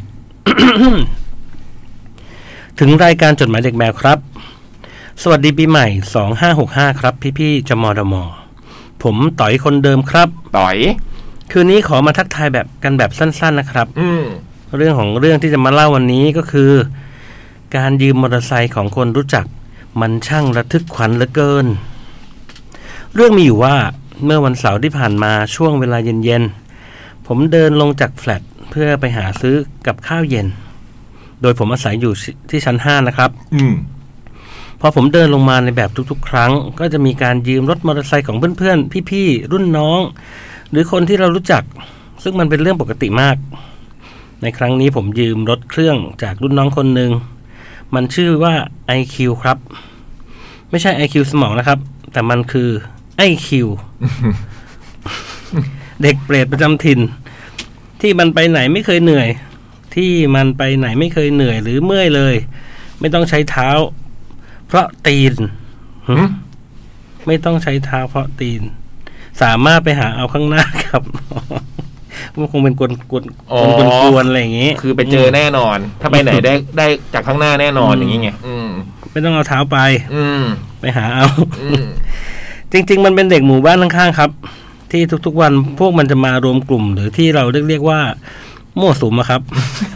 ถึงรายการจดหมายเด็กแมวครับสวัสดีปีใหม่2565ครับพี่ๆจมดมผมต่อยคนเดิมครับต่อยคืนนี้ขอมาทักทายแบบสั้นๆนะครับเรื่องที่จะมาเล่าวันนี้ก็คือการยืมมอเตอร์ไซค์ของคนรู้จักมันช่างระทึกขวัญเหลือเกินเรื่องมีอยู่ว่าเมื่อวันเสาร์ที่ผ่านมาช่วงเวลาเย็นๆผมเดินลงจากแฟลตเพื่อไปหาซื้อกับข้าวเย็นโดยผมอาศัยอยู่ที่ชั้น5นะครับพอผมเดินลงมาในแบบทุกๆครั้งก็จะมีการยืมรถมอเตอร์ไซค์ของเพื่อนๆพี่ๆรุ่นน้องหรือคนที่เรารู้จักซึ่งมันเป็นเรื่องปกติมากในครั้งนี้ผมยืมรถเครื่องจากรุ่นน้องคนหนึ่งมันชื่อว่า IQ ครับไม่ใช่ IQ สมองนะครับแต่มันคือ IQ เด็กเปรตประจำถิ่นที่มันไปไหนไม่เคยเหนื่อยหรือเมื่อยเลยไม่ต้องใช้เท้าเพราะตีนไม่ต้องใช้เท้าเพราะตีนสามารถไปหาเอาข้างหน้าครับมันคงเป็นกวนอะไรอย่างงี้คือไปเจอแน่นอนถ้าไปไหนได้จากข้างหน้าแน่นอนอย่างงี้ไงไม่ต้องเอาเท้าไปหาเอาจริงๆมันเป็นเด็กหมู่บ้านข้างๆครับที่ทุกๆวันพวกมันจะมารวมกลุ่มหรือที่เราเรียกว่ามั่วสุมครับ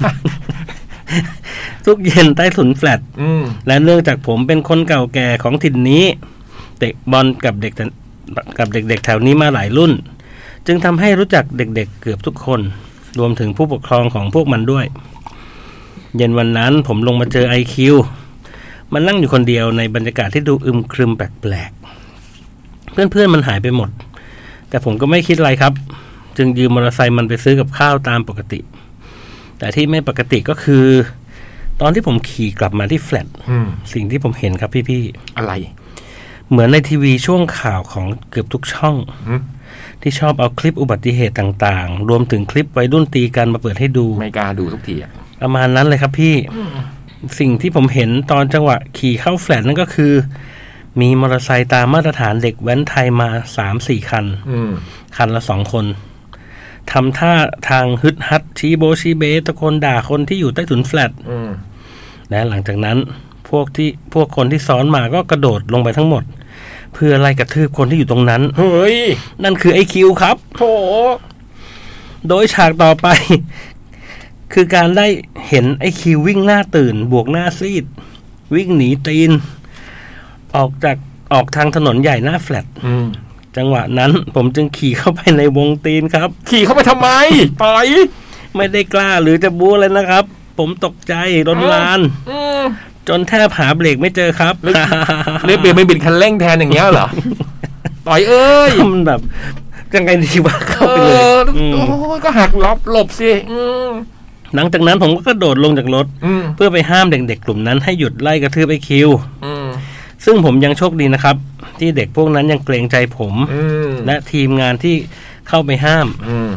ทุกเย็นใต้ถุนแฟลตและเนื่องจากผมเป็นคนเก่าแก่ของถิ่นนี้เตะบอลกับเด็กแถวนี้มาหลายรุ่นจึงทำให้รู้จักเด็กๆเกือบทุกคนรวมถึงผู้ปกครองของพวกมันด้วยเย็นวันนั้นผมลงมาเจอ IQ มันนั่งอยู่คนเดียวในบรรยากาศที่ดูอึมครึมแปลกๆเพื่อนๆมันหายไปหมดแต่ผมก็ไม่คิดอะไรครับจึงยืมมอเตอร์ไซค์มันไปซื้อกับข้าวตามปกติแต่ที่ไม่ปกติก็คือตอนที่ผมขี่กลับมาที่แฟลตสิ่งที่ผมเห็นครับพี่ๆอะไรเหมือนในทีวีช่วงข่าวของเกือบทุกช่องที่ชอบเอาคลิปอุบัติเหตุต่างๆรวมถึงคลิปวัยรุ่นตีกันมาเปิดให้ดูไม่กล้าดูทุกทีประมาณนั้นเลยครับพี่สิ่งที่ผมเห็นตอนจังหวะขี่เข้าแฟลตนั่นก็คือมีมอเตอร์ไซค์ตามมาตรฐานเด็กแว้นไทยมา 3-4 คันคันละ2คนทำท่าทางฮึดฮัดชี้โบชี้เบตะโกนด่าคนที่อยู่ใต้ถุนแฟลตและหลังจากนั้นพวกคนที่ซ้อนมาก็กระโดดลงไปทั้งหมดเพื่อไล่กระทืบคนที่อยู่ตรงนั้นเฮ้ยนั่นคือ IQ ครับโถโดยฉากต่อไปคือการได้เห็น IQ วิ่งหน้าตื่นบวกหน้าซีดวิ่งหนีตีนออกทางถนนใหญ่หน้าแฟลตจังหวะนั้นผมจึงขี่เข้าไปในวงตีนครับขี่เข้าไปทำไมปล่อยไม่ได้กล้าหรือจะบู๊เลยนะครับผมตกใจรนลานจนแทบหาเบรกไม่เจอครับเลยเปลี่ยนเป็นบิดคันเร่งแทนอย่างเงี้ยเหรอปล่อยเอ้ยมันแบบยังไงดีวะเข้าไปเลยโอ้ก็หักหลบสิหลังจากนั้นผมก็กระโดดลงจากรถเพื่อไปห้ามเด็กๆกลุ่มนั้นให้หยุดไล่กระทืบIQซึ่งผมยังโชคดีนะครับที่เด็กพวกนั้นยังเกรงใจผมและทีมงานที่เข้าไปห้าม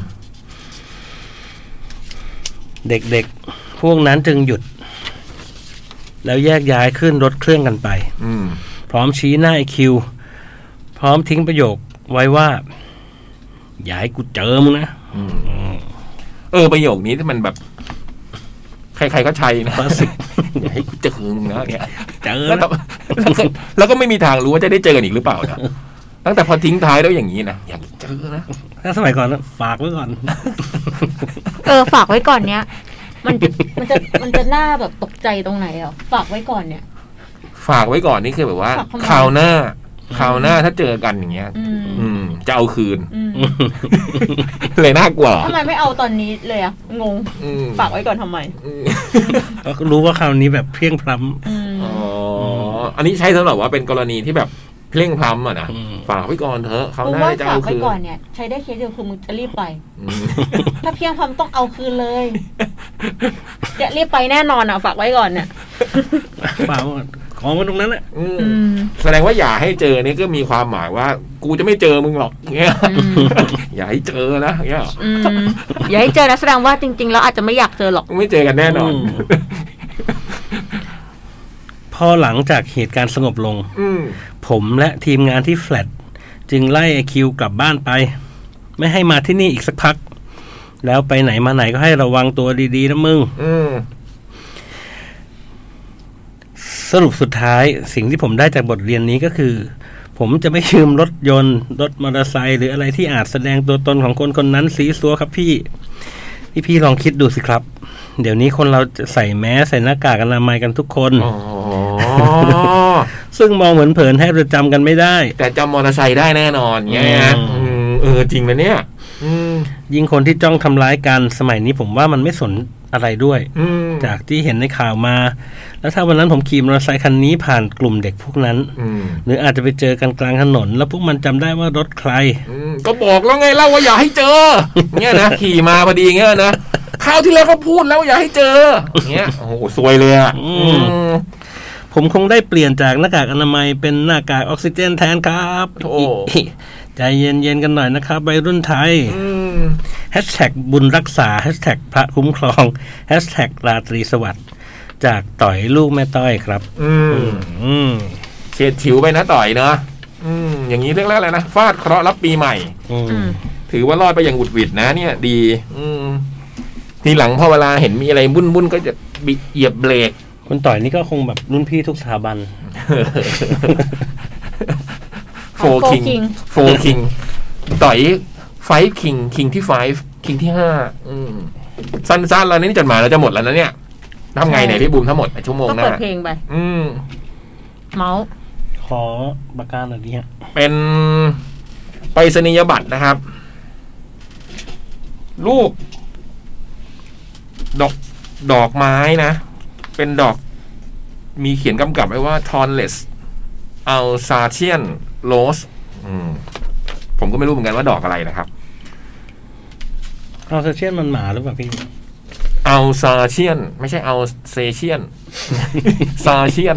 เด็กๆพวกนั้นจึงหยุดแล้วแยกย้ายขึ้นรถเครื่องกันไปพร้อมชี้หน้าIQพร้อมทิ้งประโยคไว้ว่าอย่าให้กูเจอมึงนะประโยคนี้ที่มันแบบใครๆก็ใช้นะอย่าให้กูเจอมึงนะเนี่ยเจอแล้วก็ไม่มีทางรู้ว่าจะได้เจอกันอีกหรือเปล่านะตั้งแต่พอทิ้งท้ายแล้วอย่างนี้นะอย่าเจอนะถ้าสมัยก่อนนะฝากไว้ก่อนฝากไว้ก่อนเนี้ยมันจะน่าแบบตกใจตรงไหนอ่ะฝากไว้ก่อนเนี่ยฝากไว้ก่อนนี่คือแบบว่าคราวหน้าถ้าเจอกันอย่างเงี้ยจะเอาคืนเลยน่ากลัวทำไมไม่เอาตอนนี้เลยอ่ะงงฝากไว้ก่อนทำไมก็รู้ว่าคราวนี้แบบเพี้ยงพล้ำอันนี้ใช้สำหรับว่าเป็นกรณีที่แบบเพล่งพล้ำอ่ะนะฝากไว้ก่อนเถอะเขาหน้าจะเอาคืนฝากไว้ก่อนเนี่ยใช้ได้เคสเดียวคือมึงจะรีบไปถ้าเพียงพล้ำต้องเอาคืนเลยจะรีบไปแน่นอนอ่ะฝากไว้ก่อนเนี่ยฝากของมันตรงนั้นแหละแสดงว่าอย่าให้เจอนี่ก็มีความหมายว่ากูจะไม่เจอมึงหรอกเงี้ยอย่าให้เจอนะเงี้ยอย่าให้เจอนะแสดงว่าจริงๆแล้วอาจจะไม่อยากเจอหรอกไม่เจอกันแน่นอนพอหลังจากเหตุการณ์สงบลงผมและทีมงานที่แฟลตจึงไล่IQกลับบ้านไปไม่ให้มาที่นี่อีกสักพักแล้วไปไหนมาไหนก็ให้ระวังตัวดีๆนะมึงสรุปสุดท้ายสิ่งที่ผมได้จากบทเรียนนี้ก็คือผมจะไม่ยืมรถยนต์รถมอเตอร์ไซค์หรืออะไรที่อาจแสดงตัวตนของคนคนนั้นสีสัวครับพี่พี่ลองคิดดูสิครับ เดี๋ยวนี้คนเราจะใส่แมสใส่หน้ากากอนามัยกันทุกคน ซึ่งมองเหมือนเผินแทบจะจำกันไม่ได้แต่จำมอเตอร์ไซค์ได้แน่นอนเงี้ยจริงไหมเนี่ยยิ่งคนที่จ้องทำร้ายกันสมัยนี้ผมว่ามันไม่สนอะไรด้วยจากที่เห็นในข่าวมาแล้วถ้าวันนั้นผมขี่มอเตอร์ไซค์คันนี้ผ่านกลุ่มเด็กพวกนั้นหรืออาจจะไปเจอกันกลางถนนแล้วพวกมันจำได้ว่ารถใครก็บอกแล้วไงเล่าว่าอย่าให้เจอเงี้ยนะขี่มาพอดีเงี้ยนะคราวที่แล้วเขาพูดแล้วอย่าให้เจอเงี้ยโอ้โหซวยเลยอ่ะผมคงได้เปลี่ยนจากหน้ากากอนามัยเป็นหน้ากากออกซิเจนแทนครับใจเย็นๆกันหน่อยนะครับวัยรุ่นไทยแฮชแท็กบุญรักษาแฮชแท็กพระคุ้มครองแฮชแท็กราตรีสวัสดิ์จากต่อยลูกแม่ต้อยครับเฉียดฉิวไปนะต่อยเนาะอย่างนี้เรียกอะไรนะฟาดเคราะห์รับปีใหม่ถือว่ารอดไปอย่างหวุดหวิดนะเนี่ยดีทีหลังพอเวลาเห็นมีอะไรบุ้นๆก็จะเหยียบเบรกคุณต่อยนี่ก็คงแบบรุ่นพี่ทุกสถาบันโฟคิงต่อยไฟคิงที่5คิงที่5สั้นๆแล้วนี่จดหมายเราจะหมดแล้วนะเนี่ยทำไงเนี่ยพี่บูมทั้งหมดชั่วโมงหน้าก็เปิดเพลงไปเมาส์ขอประกาศหน่อยดิฮะเป็นไปรษณียบัตรนะครับรูปดอกไม้นะเป็นดอกมีเขียนกำกับไว้ว่า Thornless Alsatian Rose ผมก็ไม่รู้เหมือนกันว่าดอกอะไรนะครับ Alsatian มันหมาหรือเปล่าพี่ Alsatian ไม่ใช่ Alsatian Alsatian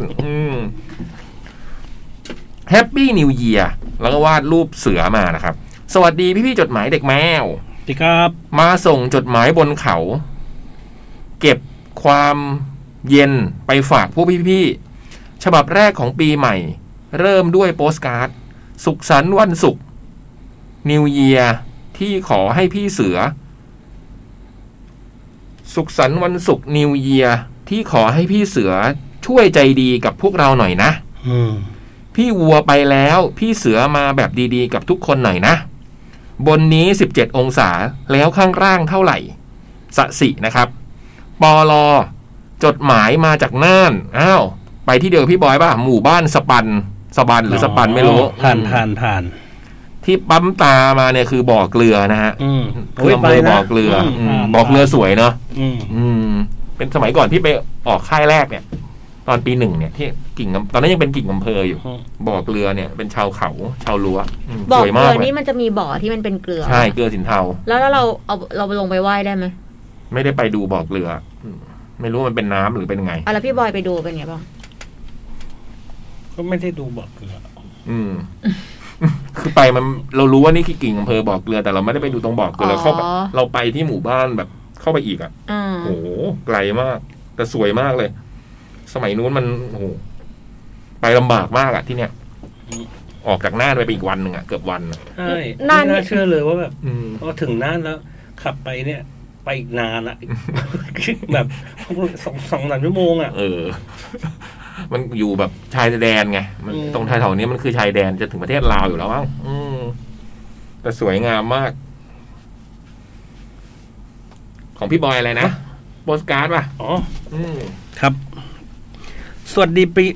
Happy New Year แล้วก็วาดรูปเสือมานะครับสวัสดีพี่ๆจดหมายเด็กแมวสวัสดีครับมาส่งจดหมายบนเขาเก็บความเย็นไปฝากพวกพี่ๆฉบับแรกของปีใหม่เริ่มด้วยโปสการ์ดสุขสันต์วันศุกร์ New Year ที่ขอให้พี่เสือสุขสันต์วันศุกร์ New Year ที่ขอให้พี่เสือช่วยใจดีกับพวกเราหน่อยนะพี่วัวไปแล้วพี่เสือมาแบบดีๆกับทุกคนหน่อยนะบนนี้17องศาแล้วข้างล่างเท่าไหร่สะสินะครับปลจดหมายมาจากน่านอ้าวไปที่เดียวพี่บอยป่ะหมู่บ้านสปันหรือสปันไม่รู้ผ่านที่ปั๊มตามาเนี่ยคือบ่อเกลือนะฮะคืออำเภอบ่อเกลือบ่อเกลือสวยเนาะเป็นสมัยก่อนที่ไปออกค่ายแรกเนี่ยตอนปี1เนี่ยที่กิ่งตอนนั้นยังเป็นกิ่งอำเภออยู่บ่อเกลือเนี่ยเป็นชาวเขาชาวรั้วบ่อเกลือนี่มันจะมีบ่อที่มันเป็นเกลือใช่เกลือสินเทาแล้วเราลงไปว่ายได้ไหมไม่ได้ไปดูบ่อเกลือไม่รู้มันเป็นน้ำหรือเป็นไงแล้วพี่บอยไปดูเป็นไงบ้างก็ไม่ได้ดูบ่อเกลือคือไปมันเรารู้ว่านี่คือกิ่งอำเภอบ่อเกลือแต่เราไม่ได้ไปดูตรงบ่อเกลือเราไปที่หมู่บ้านแบบเข้าไปอีกโอ้โหไกลมากแต่สวยมากเลยสมัยนู้นมันโอ้โหไปลำบากมากที่เนี้ยออกจากน่านไปอีกวันหนึ่งเกือบวันใช่น่าเชื่อเลยว่าแบบพอถึงน่านแล้วขับไปเนี่ยไปอีกนานละแบบ2-3 ชั่วโมงมันอยู่แบบชายแดนไงมันตรงแถวๆนี้มันคือชายแดนจะถึงประเทศลาวอยู่แล้วมั้งแต่สวยงามมากของพี่บอยอะไรนะโปสการ์ดป่ะอ๋อครับสวัสดีปี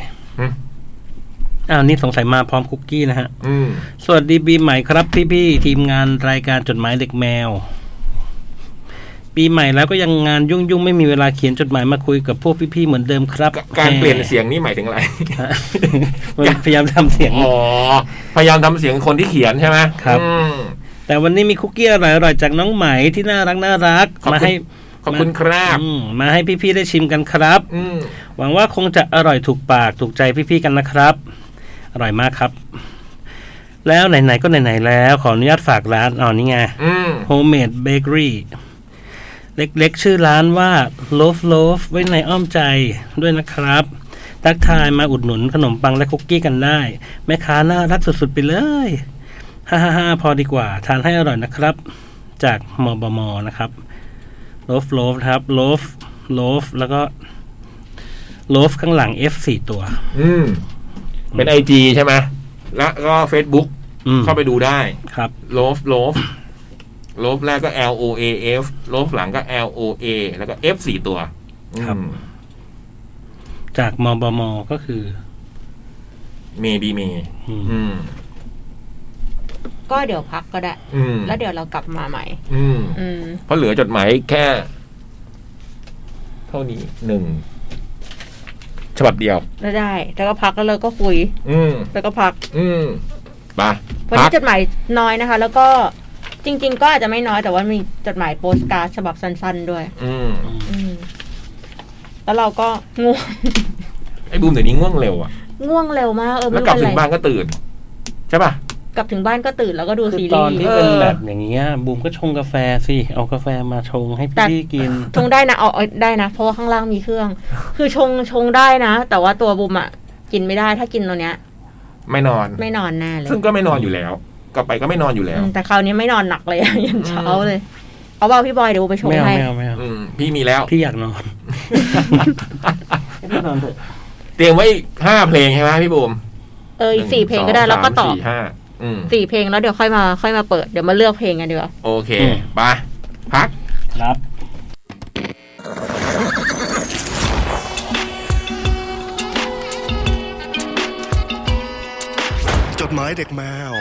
นี่สงสัยมาพร้อมคุกกี้นะฮะสวัสดีปีใหม่ครับพี่ๆทีมงานรายการจดหมายเด็กแมวปีใหม่แล้วก็ยังงานยุ่งๆไม่มีเวลาเขียนจดหมายมาคุยกับพวกพี่ๆเหมือนเดิมครับการเปลี่ยนเสียงนี่หมายถึงอะไรพยายามทำเสียงพยายามทำเสียงคนที่เขียนใช่ไหมครับแต่วันนี้มีคุกกี้อร่อยๆจากน้องไหมที่น่ารักมาให้ขอบคุณครับมาให้พี่ๆได้ชิมกันครับหวังว่าคงจะอร่อยถูกปากถูกใจพี่ๆกันนะครับอร่อยมากครับแล้วไหนๆก็ไหนๆแล้วขออนุญาตฝากร้านนี่ไง Homemade Bakery เล็กๆชื่อร้านว่า Loaf ไว้ในอ้อมใจด้วยนะครับทักทายมาอุดหนุนขนมปังและคุกกี้กันได้แม่ค้าน่ารักสุดๆไปเลยฮ่าพอดีกว่าทานให้อร่อยนะครับจากมบมนะครับ Loaf ครับ Loaf แล้วก็ Loaf ข้างหลัง F 4 ตัวเป็น IG ใช่ไหมแล้วก็ Facebook เข้าไปดูได้ครับ Loaf ลบแรกก็ LOAF ลบหลังก็ LOA แล้วก็ F 4ตัวครับจากมบมก็คือเมบีเมก็เดี๋ยวพักก็ได้แล้วเดี๋ยวเรากลับมาใหม่เพราะเหลือจดหมายแค่เท่านี้1ฉบับเดียวได้แล้วก็พักแล้วเราก็คุยแล้วก็พักไปวันนี้จดหมายน้อยนะคะ แล้วก็จริงๆก็อาจจะไม่น้อยแต่ว่ามีจดหมายโปสการ์ดฉบับสั้นๆด้วยแล้วเราก็ง่วงไอ้บูมเดี๋ยวนี้ง่วงเร็วอ่ะง่วงเร็วมากแล้วกลับถึงบ้านก็ตื่นใช่ป่ะกลับถึงบ้านก็ตื่นแล้วก็ดูซีรีส์ตอนที่เป็นแบบอย่างเงี้ยบูมก็ชงกาแฟสิเอากาแฟมาชงให้พี่กินชงได้นะเอาได้นะเพราะว่าข้างล่างมีเครื่องคือชงได้นะแต่ว่าตัวบูมอ่ะกินไม่ได้ถ้ากินตัวเนี้ยไม่นอนแน่เลยซึ่งก็ไม่นอนอยู่แล้วกลับไปก็ไม่นอนอยู่แล้วแต่คราวนี้ไม่นอนหนักเลยยันเช้าเลยเอาว่าพี่บอยเดี๋ยวไปชงให้ไม่เอาพี่มีแล้วพี่อยากนอนพี่นอนเถอะเตรียมไว้5เพลงใช่ไหมพี่บูมอีก4เพลงก็ได้แล้วก็ต่อ4เพลงแล้วเดี๋ยวค่อยมาเปิดเดี๋ยวมาเลือกเพลงกันดีกว่าโอเคไปพักครับจดหมายเด็กแมว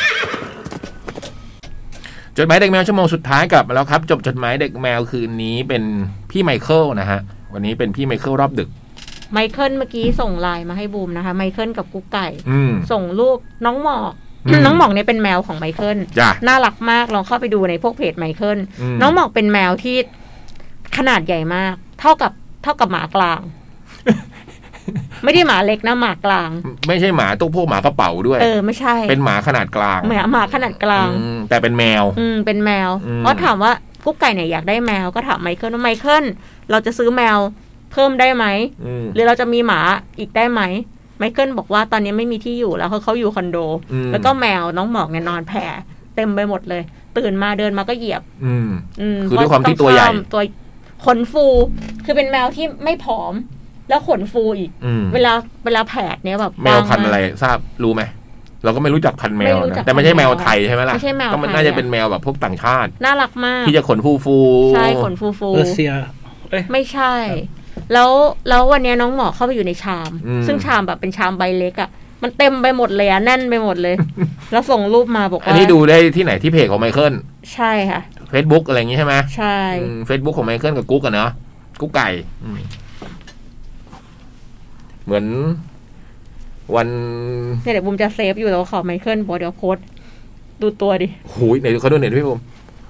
จดหมายเด็กแมวชั่วโมงสุดท้ายกลับมาแล้วครับจบจดหมายเด็กแมวคืนนี้เป็นพี่ไมเคิลนะฮะวันนี้เป็นพี่ไมเคิลรอบดึกไมเคิลเมื่อกี้ส่งไลน์มาให้บูมนะคะไมเคิลกับกุ๊กไก่ส่งรูปน้องหมอกน้องหมอกเนี่ยเป็นแมวของไมเคิลน่ารักมากลองเข้าไปดูในพวกเพจไมเคิลน้องหมอกเป็นแมวที่ขนาดใหญ่มากเท่ากับหมากลางไม่ได้หมาเล็กนะหมากลางไม่ใช่หมาพวกหมากระเป๋าด้วยไม่ใช่เป็นหมาขนาดกลางหมาขนาดกลางแต่เป็นแมวเป็นแมวเพราะถามว่ากุ๊กไก่เนี่ยอยากได้แมวก็ถามไมเคิลว่าไมเคิลเราจะซื้อแมวเพิ่มได้ไหมหรือเราจะมีหมาอีกได้ไหมไมเคิลบอกว่าตอนนี้ไม่มีที่อยู่แล้วเขาอยู่คอนโดแล้วก็แมวน้องหมอกเนี่ยนอนแผ่เต็มไปหมดเลยตื่นมาเดินมาก็เหยียบคือด้วยความที่ตัวใหญ่ตัวขนฟูคือเป็นแมวที่ไม่ผอมแล้วขนฟูอีกเวลาแผดเนี่ยแบบแมวพันธุ์อะไรทราบรู้ไหมเราก็ไม่รู้จักพันธุ์แมวนะแต่ไม่ใช่แมวไทยใช่ไหมล่ะก็มันน่าจะเป็นแมวแบบพวกต่างชาติน่ารักมากที่จะขนฟูใช่ขนฟูเปอร์เซียไม่ใช่แล้ววันนี้น้องหมอเข้าไปอยู่ในชามซึ่งชามแบบเป็นชามใบเล็กอ่ะมันเต็มไปหมดเลยอ่ะแน่นไปหมดเลยแล้วส่งรูปมาบอกว่าอันนี้ดูได้ที่ไหนที่เพจของไมเคิลใช่ค่ะ Facebook อะไรอย่างงี้ใช่ไหมใช่ Facebook ของไมเคิลกับกุ๊กอะเนาะกุ๊กไก่เหมือนวันเนี่ยเดี๋ยวบุมจะเซฟอยู่แล้วขอไมเคิลบอกเดี๋ยวโพสดูตัวดิโหไหนเขาดูเน็ตพี่บุม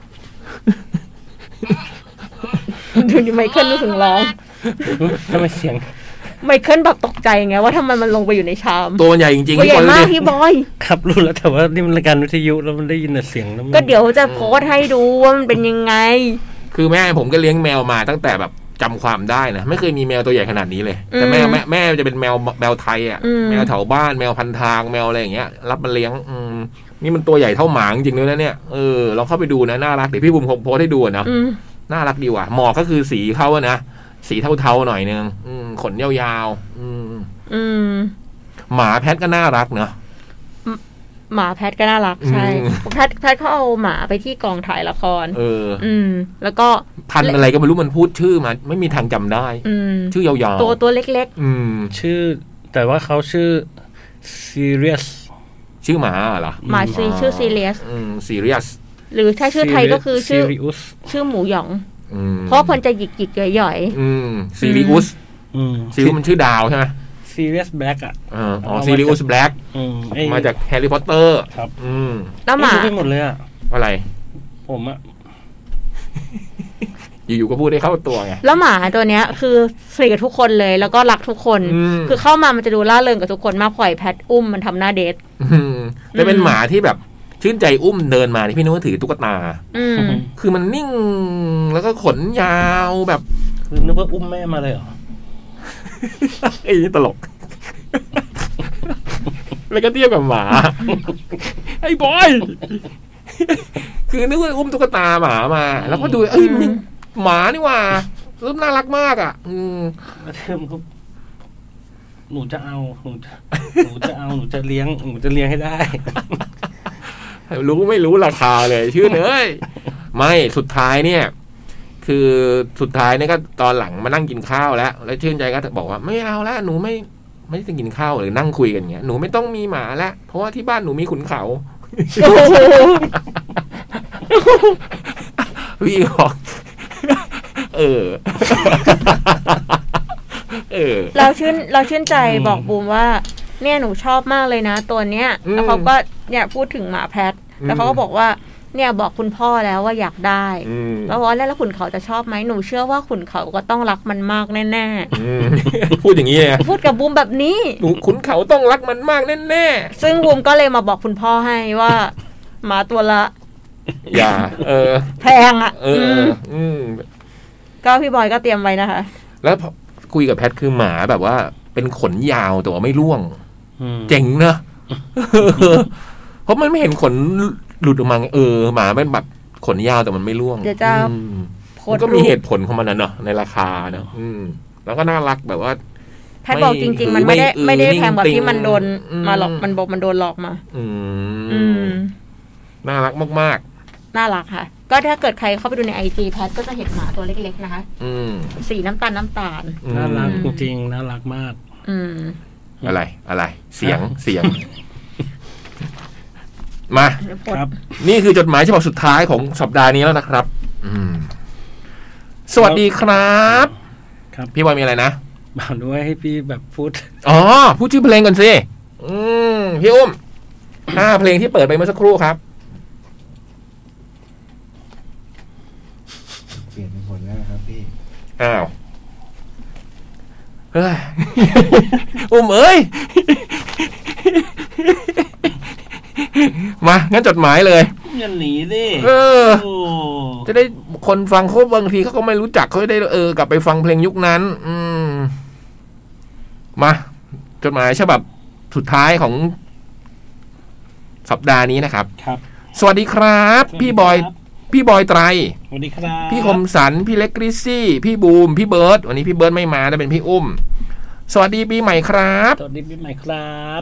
ดูดิไมเคิลรู้สึกร้องทำไมเสียงไมเคิลแบบตกใจไงว่าทำไมมันลงไปอยู่ในชามตัวใหญ่จริงๆตัวใหญ่มากพี่บอยครับรู้แล้วแต่ว่านี่มันรายการวิทยุแล้วมันได้ยินแต่เสียงก็เดี๋ยวจะโพสให้ดูว่ามันเป็นยังไงคือแม่ผมก็เลี้ยงแมวมาตั้งแต่แบบจำความได้นะไม่เคยมีแมวตัวใหญ่ขนาดนี้เลยแต่แม่จะเป็นแมวไทยอ่ะแมวแถวบ้านแมวพันทางแมวอะไรอย่างเงี้ยรับมาเลี้ยงนี่มันตัวใหญ่เท่าหมาจริงๆเลยนะเนี่ยลองเข้าไปดูนะน่ารักเดี๋ยวพี่บุ๋มโพสให้ดูนะน่ารักดีว่ะหมอกก็คือสีเขาอะนะสีเทาๆหน่อยนึงขนยาวๆหมาแพทก็น่ารักเนาะหมาแพทก็น่ารักใช่แพทเขาเอาหมาไปที่กองถ่ายละครแล้วก็พันอะไรก็ไม่รู้มันพูดชื่อมาไม่มีทางจำได้ชื่อยาวๆตัวเล็กๆชื่อแต่ว่าเขาชื่อ serious ชื่อหมาเหรอหมาชื่อ serious serious หรือถ้าชื่อไทยก็คือชื่อหมูหยองเพราะคนจะหยิกๆย่อยๆserious serious มันชื่อดาวใช่ไหม Sirius Black อ่ะ Sirius Black มาจากแฮร์รี่พอตเตอร์ครับแล้วหมาไปหมดเลยอ่ะอะไรผมอ่ะอยู่ๆก็พูดได้เข้าตัวไงแล้วหมาตัวเนี้ยคือสนิทกับทุกคนเลยแล้วก็รักทุกคนคือเข้ามามันจะดูล่าเริงกับทุกคนมากกว่าแพทอุ้มมันทำหน้าเดทแต่เป็นหมาที่แบบชื่นใจอุ้มเดินมาที่พี่นึกว่าถือตุ๊กตาคือมันนิ่งแล้วก็ขนยาวแบบคือนึกว่าอุ้มแม่มาเลยเหรอไอ้นี่ตลกแล้วก็เทียบกับหมาไอ้บอยคือนึกว่าอุ้มตุ๊กตาหมามาแล้วก็ดูมีหมานี่ว่ารูปน่ารักมากอ่ะเทิมก็หนูจะเลี้ยงให้ได้รู้ไม่รู้ราคาเลยชื่อเนยไม่สุดท้ายเนี่ยคือสุดท้ายเนี่ยก็ตอนหลังมานั่งกินข้าวแล้วชื่นใจก็บอกว่าไม่เอาแล้วหนูไม่ได้กินข้าวหรือนั่งคุยกันเงี้ยหนูไม่ต้องมีหมาแล้วเพราะว่าที่บ้านหนูมีขุนเขาพี่บอกเราชื่นใจบอกบูมว่าเนี่ยหนูชอบมากเลยนะตัวเนี้ยแล้วเขาก็เนี่ยพูดถึงหมาแพทแล้วเขาก็บอกว่าเนี่ยบอกคุณพ่อแล้วว่าอยากได้แล้วว่าแล้วขุนเขาจะชอบไหมหนูเชื่อว่าขุนเขาก็ต้องรักมันมากแน่ๆพูดอย่างนี้เลยพูดกับบูมแบบนี้หนูขุนเขาต้องรักมันมากแน่ๆซึ่งบูมก็เลยมาบอกคุณพ่อให้ว่าหมาตัวละอย่าแพงอ่ะก็พี่บอยก็เตรียมไว้นะคะแล้วคุยกับแพทคือหมาแบบว่าเป็นขนยาวแต่ว่าไม่ร่วงเจ๋งนะเพราะมันไม่เห็นขนหลุดออกมาหมาเป็นแบบขนยาวแต่มันไม่ร่วงเดี๋ยวจะมันก็มีเหตุผลของมันนะเนาะในราคาเนาะแล้วก็น่ารักแบบว่าแพทบอกจริงๆมันไม่ได้แพงแบบที่มันโดนมาหลอกมันบอกมันโดนหลอกมาน่ารักมากๆน่ารักค่ะก็ถ้าเกิดใครเข้าไปดูใน IG แพทก็จะเห็นหมาตัวเล็กๆนะคะสีน้ำตาลน่ารักจริงๆน่ารักมากอะไรเสียงมาครับนี่คือจดหมายฉบับสุดท้ายของสัปดาห์นี้แล้วนะครับสวัสดีครับพี่บอยมีอะไรนะบอกด้วยให้พี่แบบพูดพูดชื่อเพลงก่อนสิพี่อุ้ม5เพลงที่เปิดไปเมื่อสักครู่ครับเปลี่ยนไปหมดแล้วครับพี่อ้าวเฮ้ยอุ้มเอ้ยมางั้นจดหมายเลยอย่าหนีดิจะได้คนฟังเขาบางทีเขาก็ไม่รู้จักเขาได้กลับไปฟังเพลงยุคนั้นมาจดหมายฉบับสุดท้ายของสัปดาห์นี้นะครับสวัสดีครับพี่บอยไตรสวัสดีครับพี่คมสันพี่เล็กกริซซี่พี่บูมพี่เบิร์ดวันนี้พี่เบิร์ดไม่มาแต่เป็นพี่อุ้มสวัสดีปีใหม่ครับสวัสดีปีใหม่ครับ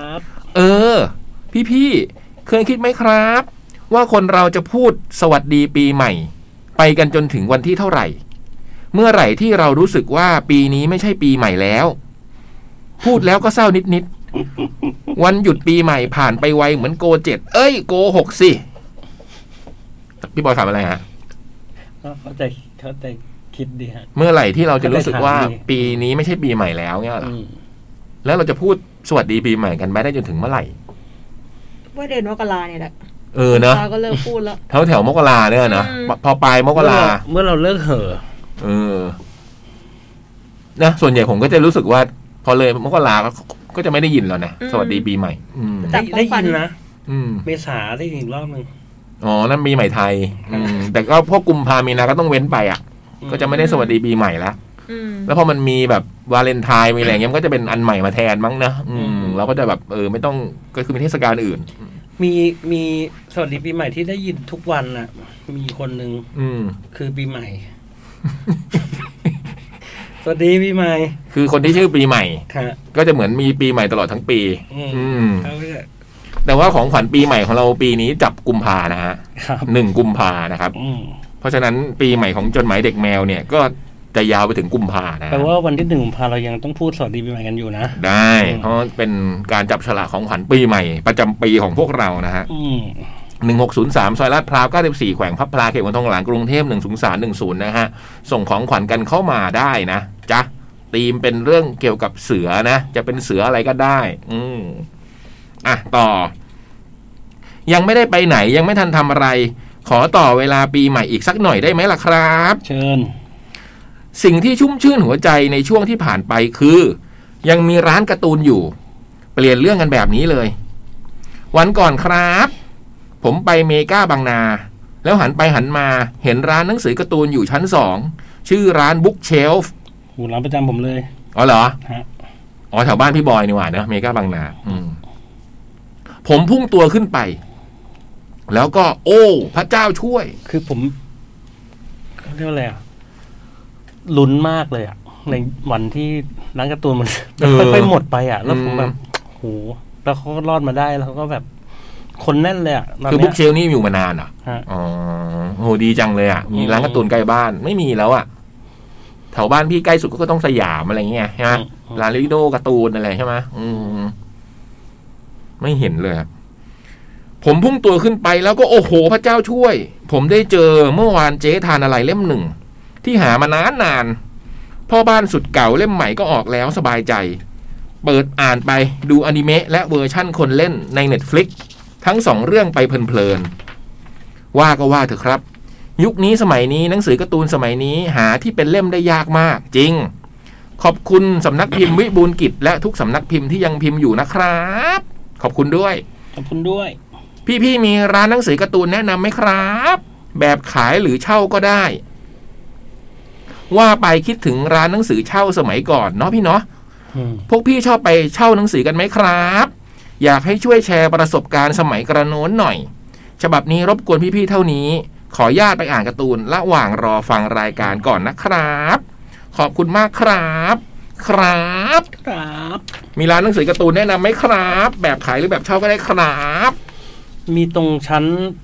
พี่เคยคิดไหมครับว่าคนเราจะพูดสวัสดีปีใหม่ไปกันจนถึงวันที่เท่าไหร่เมื่อไหร่ที่เรารู้สึกว่าปีนี้ไม่ใช่ปีใหม่แล้วพูดแล้วก็เศร้านิดวันหยุดปีใหม่ผ่านไปไวเหมือนโก7โก6สิพี่บอยถามอะไรฮะเข้าใจคิดดีฮะเมื่อไหร่ที่เราจะรู้สึกว่าปีนี้ไม่ใช่ปีใหม่แล้วเนี่ยหรอแล้วเราจะพูดสวัสดีปีใหม่กันไปได้จนถึงเมื่อไหร่ว่าเดือนมกราเนี่ยแหละเนอะก็เลิกพูดแล้วแถวมกราเนี่ยนะพอปลายมกราเมื่อเราเลิกเห่อนะส่วนใหญ่ผมก็จะรู้สึกว่าพอเลยมกราก็จะไม่ได้ยินแล้วนะสวัสดีปีใหม่ได้ยินนะเมษาได้ยินรอบนึงนั่นปีใหม่ไทยแต่ก็พวกกุมภามีนาก็ต้องเว้นไปก็จะไม่ได้สวัสดีปีใหม่แล้วแล้วพอมันมีแบบวาเลนไทน์มีอะไรเงี้ยมันก็จะเป็นอันใหม่มาแทนมั้งนะเราก็จะแบบไม่ต้องก็คือเป็นเทศกาลอื่นมีสวัสดีปีใหม่ที่ได้ยินทุกวันน่ะมีคนนึงคือปีใหม่สวัสดีปีใหม่คือคนที่ชื่อปีใหม่ก็จะเหมือนมีปีใหม่ตลอดทั้งปีแต่ว่าของขวัญปีใหม่ของเราปีนี้จับกุมภานะฮะ1 กุมภานะครับเพราะฉะนั้นปีใหม่ของจดหมายเด็กแมวเนี่ยก็จะยาวไปถึงกุมภานะแปลว่าวันที่1 กุมภาเรายังต้องพูดสวัสดีปีใหม่กันอยู่นะได้เพราะเป็นการจับฉลากของขวัญปีใหม่ประจำปีของพวกเรานะฮะ1603ซอยลาดพร้าว94แขวงพับพลาเขตวังทองหลางกรุงเทพ10310นะฮะส่งของขวัญกันเข้ามาได้นะจ๊ะธีมเป็นเรื่องเกี่ยวกับเสือนะจะเป็นเสืออะไรก็ได้ต่อยังไม่ได้ไปไหนยังไม่ทันทำอะไรขอต่อเวลาปีใหม่อีกสักหน่อยได้ไหมล่ะครับเชิญสิ่งที่ชุ่มชื่นหัวใจในช่วงที่ผ่านไปคือยังมีร้านการ์ตูนอยู่เปลี่ยนเรื่องกันแบบนี้เลยวันก่อนครับผมไปเมกาบางนาแล้วหันไปหันมาเห็นร้านหนังสือการ์ตูนอยู่ชั้น2ชื่อร้านบุ๊กเชลฟ์ร้านประจำผมเลยเหรอแถวบ้านพี่บอยนี่หว่านะเมกาบางนาผมพุ่งตัวขึ้นไปแล้วก็โอ้พระเจ้าช่วยคือผมเรียกว่าอะไรลุ้นมากเลยในวันที่ร้านการ์ตูนมันค่อยๆหมดไปแล้วผมแบบโหแล้วเขาก็รอดมาได้แล้วเขาก็แบบคนแน่นเลยอ่ะคือบุ๊กเชลนี่อยู่มานานอ่ะอ๋อโหดีจังเลยอ่ะมีร้านการ์ตูนใกล้บ้านไม่มีแล้วอ่ะแถวบ้านพี่ใกล้สุดก็ต้องสยามอะไรเงี้ยใช่ไหมร้านลิโดการ์ตูนอะไรใช่ไหมไม่เห็นเลยผมพุ่งตัวขึ้นไปแล้วก็โอ้โหพระเจ้าช่วยผมได้เจอเมื่อวานเจ๊ทานอะไรเล่มหนึ่งที่หามานานพ่อบ้านสุดเก่าเล่มใหม่ก็ออกแล้วสบายใจเปิดอ่านไปดูอนิเมะและเวอร์ชั่นคนเล่นใน Netflix ทั้ง2เรื่องไปเพลินๆว่าก็ว่าเถอะครับยุคนี้สมัยนี้หนังสือการ์ตูนสมัยนี้หาที่เป็นเล่มได้ยากมากจริงขอบคุณสำนักพิมพ์วิบูลย์กิจและทุกสำนักพิมพ์ที่ยังพิมพ์อยู่นะครับขอบคุณด้วยขอบคุณด้วยพี่ๆมีร้านหนังสือการ์ตูนแนะนำไหมครับแบบขายหรือเช่าก็ได้ว่าไปคิดถึงร้านหนังสือเช่าสมัยก่อนเนาะพี่เนาะพวกพี่ชอบไปเช่าหนังสือกันไหมครับอยากให้ช่วยแชร์ประสบการณ์สมัยกระโน้นหน่อยฉบับนี้รบกวนพี่ๆเท่านี้ขอญาตไปอ่านการ์ตูนระหว่างรอฟังรายการก่อนนะครับขอบคุณมากครับครับมีร้านหนังสือการ์ตูนแนะนำไหมครับแบบขายหรือแบบเช่าก็ได้ครับมีตรงชั้น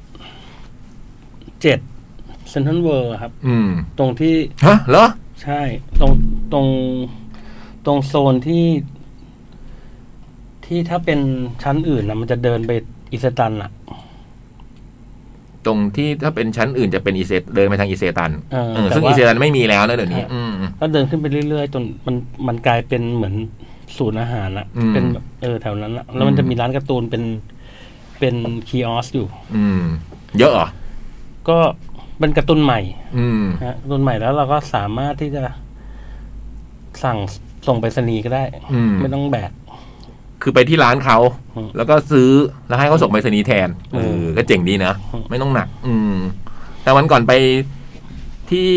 7เซ็นทรัลเวิลด์ครับตรงที่ฮะเหรอใช่ตรงโซนที่ถ้าเป็นชั้นอื่นนะมันจะเดินไปอิเซตันอะตรงที่ถ้าเป็นชั้นอื่นจะเป็นเดินไปทางอิเซตันซึ่งอิเซตันไม่มีแล้วนะเดี๋ยวนี้ก็เดินขึ้นไปเรื่อยๆจนมันกลายเป็นเหมือนศูนย์อาหารละเป็นแถวนั้นละแล้วมันจะมีร้านการ์ตูนเป็นคีออสอยู่เยอะเหรอก็เป็นการ์ตูนใหม่การ์ตูนใหม่แล้วเราก็สามารถที่จะส่งไปรษณีย์ก็ได้ไม่ต้องแบกคือไปที่ร้านเขาแล้วก็ซื้อแล้วให้เขาส่งไปรษณีย์แทนก็เจ๋งดีนะไม่ต้องหนักแต่วันก่อนไปที่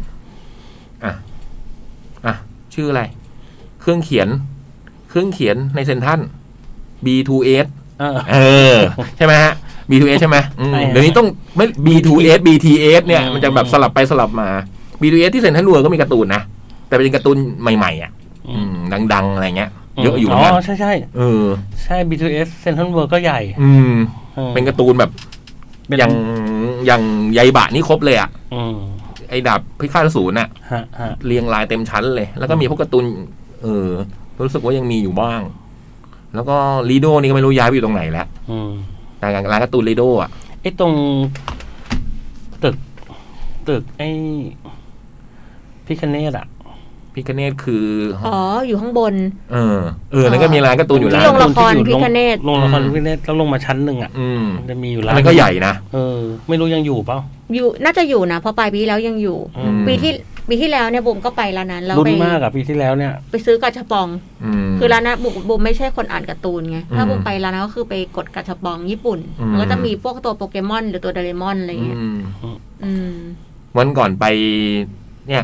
ชื่ออะไรเครื่องเขียนในเซ็นทรัล B2S ใช่ไหมฮะ B2S ใช่ไหมเดี๋ยวนี้ต้องไม่ B2S BTS เนี่ยมันจะแบบสลับไปสลับมา B2S ที่เซ็นทรัลเวิลด์ก็มีการ์ตูนนะแต่เป็นการ์ตูนใหม่ๆดังๆอะไรเงี้ยเยอะอยู่เหมือนกันใช่ใช่ B2S เซ็นทรัลเวิลด์ก็ใหญ่เป็นการ์ตูนแบบอย่างใยบะนี่ครบเลยอ่ะไอ้ดาบพิฆาตอสูรน่ะเรียงรายเต็มชั้นเลยแล้วก็มีพวกการ์ตูนรู้สึกว่ายังมีอยู่บ้างแล้วก็ลีโดนี่ก็ไม่รู้ย้ายไปอยู่ตรงไหนแล้วแต่ร้านการ์ตูนลีโดอ่ะไอ้ตรงตึกไอ้พิคเนตอ่ะพิคเนตคืออยู่ข้างบนนั่นก็มีร้านการ์ตูนอยู่แล้วที่ลงละครพิคเนตลงละครพิคเนตแล้วลงมาชั้นหนึ่งอ่ะจะมีอยู่ร้านนั้นก็ใหญ่นะไม่รู้ยังอยู่เปล่าอยู่น่าจะอยู่นะเพราะปลายปีแล้วยังอยู่ปีที่แล้วเนี่ยบุ๋มก็ไปร้านนั้นแล้วรุ่นมากอะปีที่แล้วเนี่ยไปซื้อกระชับปองคือร้านนั้นบุ๋มไม่ใช่คนอ่านการ์ตูนไงถ้าบุ๋มไปร้านนั้นก็คือไปกดกระชับปองญี่ปุ่นแล้วก็จะมีพวกตัวโปเกมอนหรือตัวโดเรมอนอะไรเงี้ยวันก่อนไปเนี่ย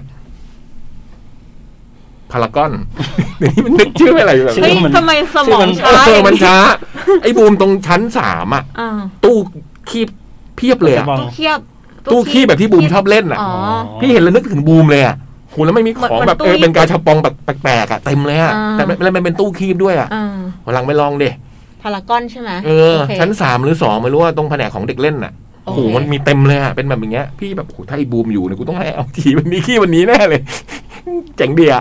พารากอนเดี๋ยวนี้มันนึกชื่ออะไรแบบทำไมสมองช้ามันช้าไอ้บูมตรงชั้น3อ่ะตู้คีบเพียบเลยตู้คีบแบบที่บูมชอบเล่นอ่ะพี่เห็นแล้วนึกถึงบูมเลยอ่ะโหแล้วไม่มีของแบบเป็นกาชาปองแบบแปลกๆอ่ะเต็มเลยอ่ะแต่มันเป็นตู้คีบด้วยอ่ะวันหลังไปลองดิพารากอนใช่ไหมชั้น3หรือ2ไม่รู้ว่าตรงแผนกของเด็กเล่นอ่ะโอ้โหมันมีเต็มเลยอ่ะเป็นแบบอย่างเงี้ยพี่แบบโหถ้าไอ้บูมอยู่เนี่ยกูต้องให้เอาทีวันนี้ขี้วันนี้แน่เลยเจ๋งดีอ่ะ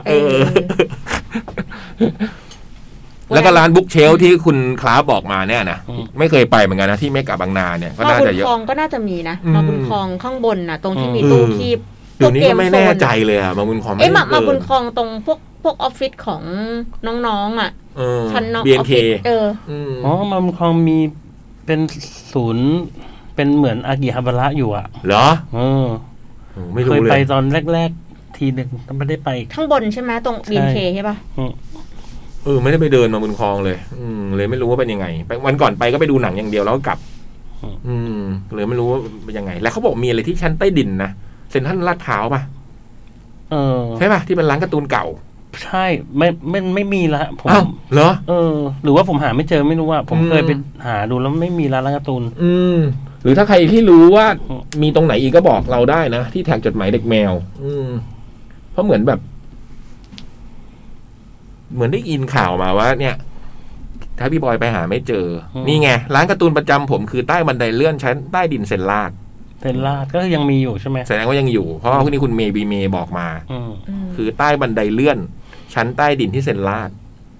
แล้วก็ร้านบุ๊กเชลที่คุณคลาบอกมาเนี่ยนะไม่เคยไปเหมือนกันนะที่เมกะบางนาเนี่ยก็น่าจะเยอะมาบุญคลองก็น่าจะมีนะมาบุญคลองข้างบนน่ะตรงที่มีตู้คีบเดี๋ยวนี้ก็ไม่แน่ใจเลยอ่ะมาบุญคลองมาบุญคลองตรงพวกออฟฟิศของน้องๆอ่ะชั้นน้องออฟฟิศมาบุญคลองมีเป็นศูนย์เป็นเหมือนอากิฮาบาระอยู่อ่ะเหรอไม่รู้เลยเคยไปตอนแรกทีหนึ่งไม่ได้ไปข้างบนใช่ไหมตรง BNK ใช่ป่ะไม่ได้ไปเดินมาบนคลองเลยเลยไม่รู้ว่าเป็นยังไงวันก่อนไปก็ไปดูหนังอย่างเดียวแล้วก็กลับเลยไม่รู้ว่าเป็นยังไงแล้วเขาบอกมีอะไรที่ชั้นใต้ดินนะเซ็นทรัลลาดพร้าวป่ะใช่ป่ะที่เป็นร้านการ์ตูนเก่าใช่ไม่มีละผมเหรอหรือว่าผมหาไม่เจอไม่รู้ว่าผมเคยไปหาดูแล้วไม่มีร้านการ์ตูนหรือถ้าใครที่รู้ว่ามีตรงไหนอีกก็บอกเราได้นะที่แท็กจดหมายเด็กแมวเพราะเหมือนได้ยินข่าวมาว่าเนี่ยถ้าพี่บอยไปหาไม่เจอนี่ไงร้านการ์ตูนประจำผมคือใต้บันไดเลื่อนชั้นใต้ดินเซนลาดก็ยังมีอยู่ใช่ไหมแสดงว่ายังอยู่เพราะว่าพวกนี้คุณเมย์บอกมาคือใต้บันไดเลื่อนชั้นใต้ดินที่เซนลาด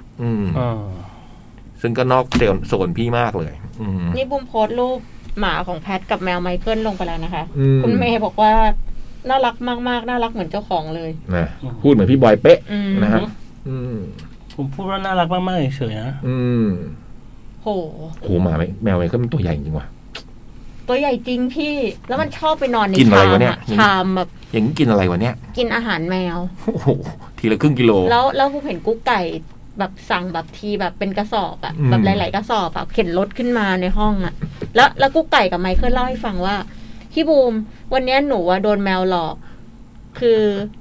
ซึ่งก็นอกโซนพี่มากเลยนี่บุ้มโพสต์รูปหมาของแพทกับแมวไมเคิลลงไปแล้วนะคะคุณเมย์บอกว่าน่ารักมากๆน่ารักเหมือนเจ้าของเลยนะพูดเหมือนพี่บอยเป๊ะนะฮะผมพูดว่าน่ารักมากๆเฉยๆนะโหหมาแมวไมเคิลมันตัวใหญ่จริงว่ะตัวใหญ่จริงพี่แล้วมันชอบไปนอนในชามแบบอย่างกินอะไรวะเนี่ยกินอาหารแมวโอ้โหทีละครึ่งกิโลแล้วผมเห็นกุ๊กไก่แบบสั่งแบบทีแบบเป็นกระสอบอะแบบหลายๆกระสอบแบบเข็นรถขึ้นมาในห้องอะแล้วกุ๊กไก่กับไมเคิลเล่าให้ฟังว่าพี่บูมวันนี้หนูโดนแมวหลอกคือ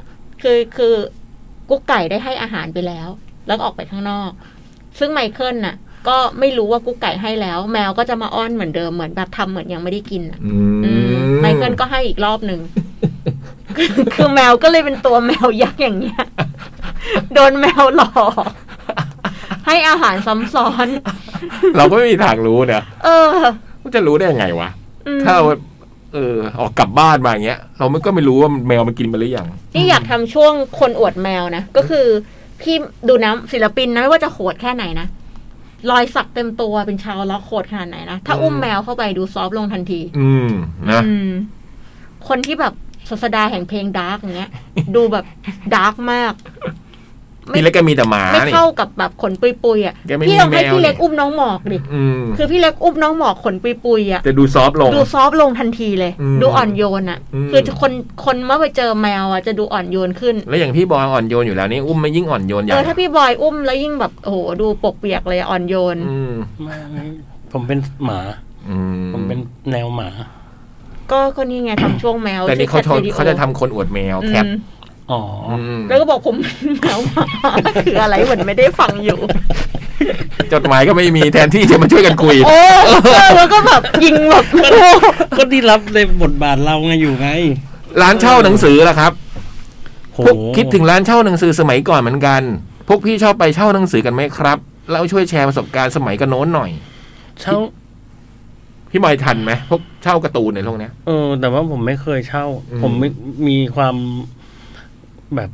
กุ๊กไก่ได้ให้อาหารไปแล้วแล้วก็ออกไปข้างนอกซึ่งไมเคิลน่ะก็ไม่รู้ว่ากุ๊กไก่ให้แล้วแมวก็จะมาอ้อนเหมือนเดิมเหมือนแบบทำเหมือนยังไม่ได้กินไมเคิลก็ให้อีกรอบนึง คือแมวก็เลยเป็นตัวแมวยักษ์อย่างเงี้ยโดนแมวหลอกให้อาหารซ้ำซ้อนเราก็ไม่มีทางรู้เนี่ยจะรู้ได้ยังไงวะถ้าเราออกกลับบ้านมาอย่างเงี้ยเราก็ไม่รู้ว่าแมวมันกินไปหรือยังนี่อยากทำช่วงคนอวดแมวนะก็คือพี่ดูนะศิลปินนะไม่ว่าจะโหดแค่ไหนนะรอยสักเต็มตัวเป็นชาวล็อกโหดขนาดไหนนะถ้าอุ้มแมวเข้าไปดูซอฟต์ลงทันทีนะคนที่แบบศาสดาแห่งเพลงดาร์กอย่างเงี้ยดูแบบดาร์กมากพี่เล็กก็มีแต่หมาไม่เข้ากับแบบขนปุยๆอ่ะพี่ลองให้พี่เล็กอุ้มน้องหมอกดิคือพี่เล็กอุ้มน้องหมอกขนปุยๆอ่ะจะดูซอฟต์ลงทันทีเลยดูอ่อนโยนอ่ะคือคนเมื่อไปเจอแมวอ่ะจะดูอ่อนโยนขึ้นแล้วอย่างพี่บอยอ่อนโยนอยู่แล้วนี่อุ้มไม่ยิ่งอ่อนโยนใหญ่ถ้าพี่บอยอุ้มแล้วยิ่งแบบโอ้โหดูปกเปียกเลยอ่อนโยนผมเป็นหมาผมเป็นแนวหมาก็นี่ไงทำช่วงแมวแต่นี่เขาจะทำคนอวดแมวแคปแล้วก็บอกผมแมวหมาคืออะไรเหมือนไม่ได้ฟังอยู่จดหมายก็ไม่มีแทนที่จะมาช่วยกันคุยแล้วก็แบบยิงแบบก็ได้รับในบทบาทเราไงอยู่ไงร้านเช่าหนังสือล่ะครับพวกคิดถึงร้านเช่าหนังสือสมัยก่อนเหมือนกันพวกพี่ชอบไปเช่าหนังสือกันไหมครับแล้วช่วยแชร์ประสบการณ์สมัยกันโน้นหน่อยเช่าพี่บอยทันไหมพวกเช่าการ์ตูนในพวกนี้แต่ว่าผมไม่เคยเช่าผมมีความแบบ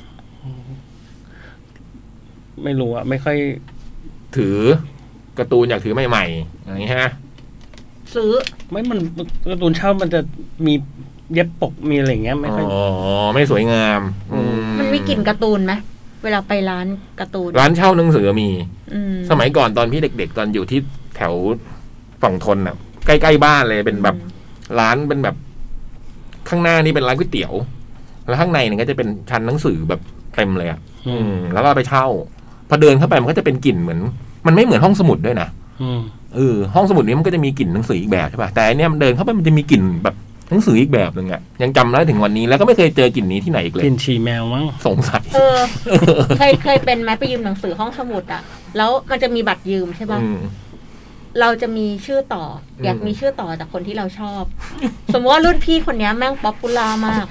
ไม่รู้อะไม่ค่อยถือการ์ตูนอยากถือใหม่ๆอย่างนี้ฮะซื้อไม่มันการ์ตูนเช่ามันจะมีเย็บปกมีอะไรเงี้ยไม่ค่อยไม่สวยงามมันมีกลิ่นการ์ตูนไหมเวลาไปร้านการ์ตูนร้านเช่าหนังสือมีสมัยก่อนตอนพี่เด็กๆตอนอยู่ที่แถวฝั่งทนน่ะใกล้ๆบ้านเลยเป็นแบบร้านเป็นแบบข้างหน้านี่เป็นร้านก๋วยเตี๋ยวแล้วข้างในเนี่ยก็จะเป็นชั้นหนังสือแบบเต็มเลยอ่ะแล้วก็ไปเช่าพอเดินเข้าไปมันก็จะเป็นกลิ่นเหมือนมันไม่เหมือนห้องสมุดด้วยนะห้องสมุดนี้มันก็จะมีกลิ่นหนังสืออีกแบบใช่ป่ะแต่อันเนี้ยมันเดินเข้าไปมันจะมีกลิ่นแบบหนังสืออีกแบบนึงอ่ะยังจำได้ถึงวันนี้แล้วก็ไม่เคยเจอกลิ่นนี้ที่ไหนอีกเลยกลิ่นฉี่แมวมั้งสงสัยเคยเป็นไหมไปยืมหนังสือห้องสมุดอ่ะแล้วมันจะมีบัตรยืมใช่ป่ะเราจะมีชื่อต่ออยากมีชื่อต่อจากคนที่เราชอบสมมติว่ารุ่นพี่คนนี้แม่งป๊อปปูล่ามาก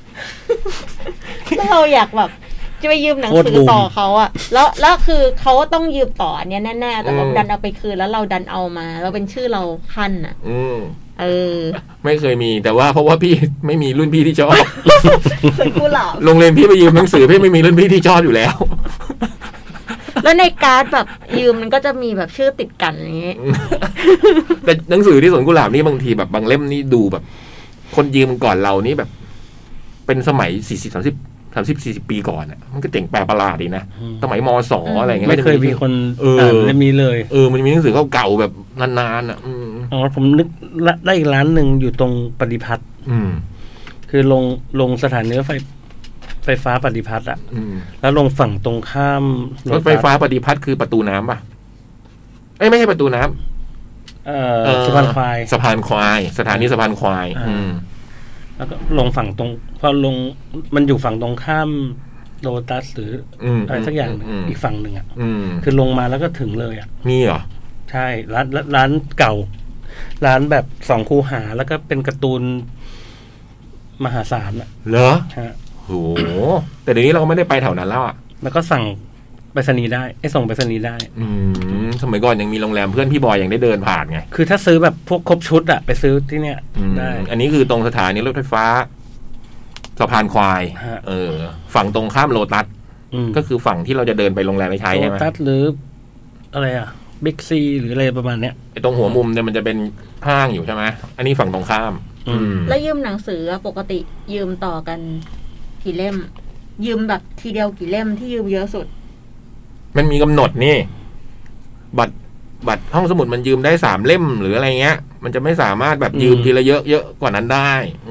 แล้วเราอยากแบบจะไปยืมหนังสือต่อเขาอะแล้วคือเขาต้องยืมต่อเนี้ยแน่ๆแต่ว่าดันเอาไปคืนแล้วเราดันเอามาเราเป็นชื่อเราขั้นอะไม่เคยมีแต่ว่าเพราะว่าพี่ไม่มีรุ่นพี่ที่ชอบสวนกุหลาบโรงเรียนพี่ไปยืมหนังสือพี่ไม่มีรุ่นพี่ที่ชอบอยู่แล้วแล้วในการ์ดแบบยืมมันก็จะมีแบบชื่อติดกันอย่างนี้แต่หนังสือที่สวนกุหลาบนี่บางทีแบบบางเล่มนี่ดูแบบคนยืมก่อนเรานี่แบบเป็นสมัย40 ปีก่อนอ่ะมันก็เจ๋งแปลกประหลาดดีนะสมัยม.2 อะไรเงี้ยไม่เคยมีคนอ่านเลยมีเลยมันมีหนังสือเก่าๆแบบนานๆอ่ะผมนึกได้อีกร้านหนึ่งอยู่ตรงปฏิพัฒน์คือลงสถานีรถไฟฟ้าปฏิพัฒน์อ่ะแล้วลงฝั่งตรงข้ามรถไฟฟ้าปฏิพัฒน์คือประตูน้ำป่ะไม่ใช่ประตูน้ำสะพานควายสถานีสะพานควายแล้วก็ลงฝั่งตรงพอลงมันอยู่ฝั่งตรงข้ามโลตัสหรืออะไรสักอย่างอีกฝั่งหนึ่งอ่ะคือลงมาแล้วก็ถึงเลยอ่ะมีเหรอใช่ร้านเก่าร้านแบบ2 คูหาแล้วก็เป็นการ์ตูนมหาศาลอ่ะเหรอฮะโหแต่เดี๋ยวนี้เราก็ไม่ได้ไปแถวนั้นแล้วอ่ะแล้วก็สั่งไปรษณีย์ได้ส่งไปรษณีย์ได้สมัยก่อนยังมีโรงแรมเพื่อนพี่บอยยังได้เดินผ่านไงคือถ้าซื้อแบบพวกครบชุดอะไปซื้อที่เนี้ยได้อันนี้คือตรงสถานีรถไฟฟ้าสะพานควายฝั่งตรงข้ามโลตัสก็คือฝั่งที่เราจะเดินไปโรงแรมไปใช้ใช่ไหมโลตัสหรืออะไรอะบิ๊กซีหรืออะไรประมาณเนี้ยตรงหัวมุมเนี่ยมันจะเป็นห้างอยู่ใช่ไหมอันนี้ฝั่งตรงข้ามแล้วยืมหนังสือปกติยืมต่อกันกี่เล่มยืมแบบทีเดียวกี่เล่มที่ยืมเยอะสุดมันมีกำหนดนี่บัตรห้องสมุดมันยืมได้3 เล่มหรืออะไรเงี้ยมันจะไม่สามารถแบบยืมทีละเยอะกว่านั้นได้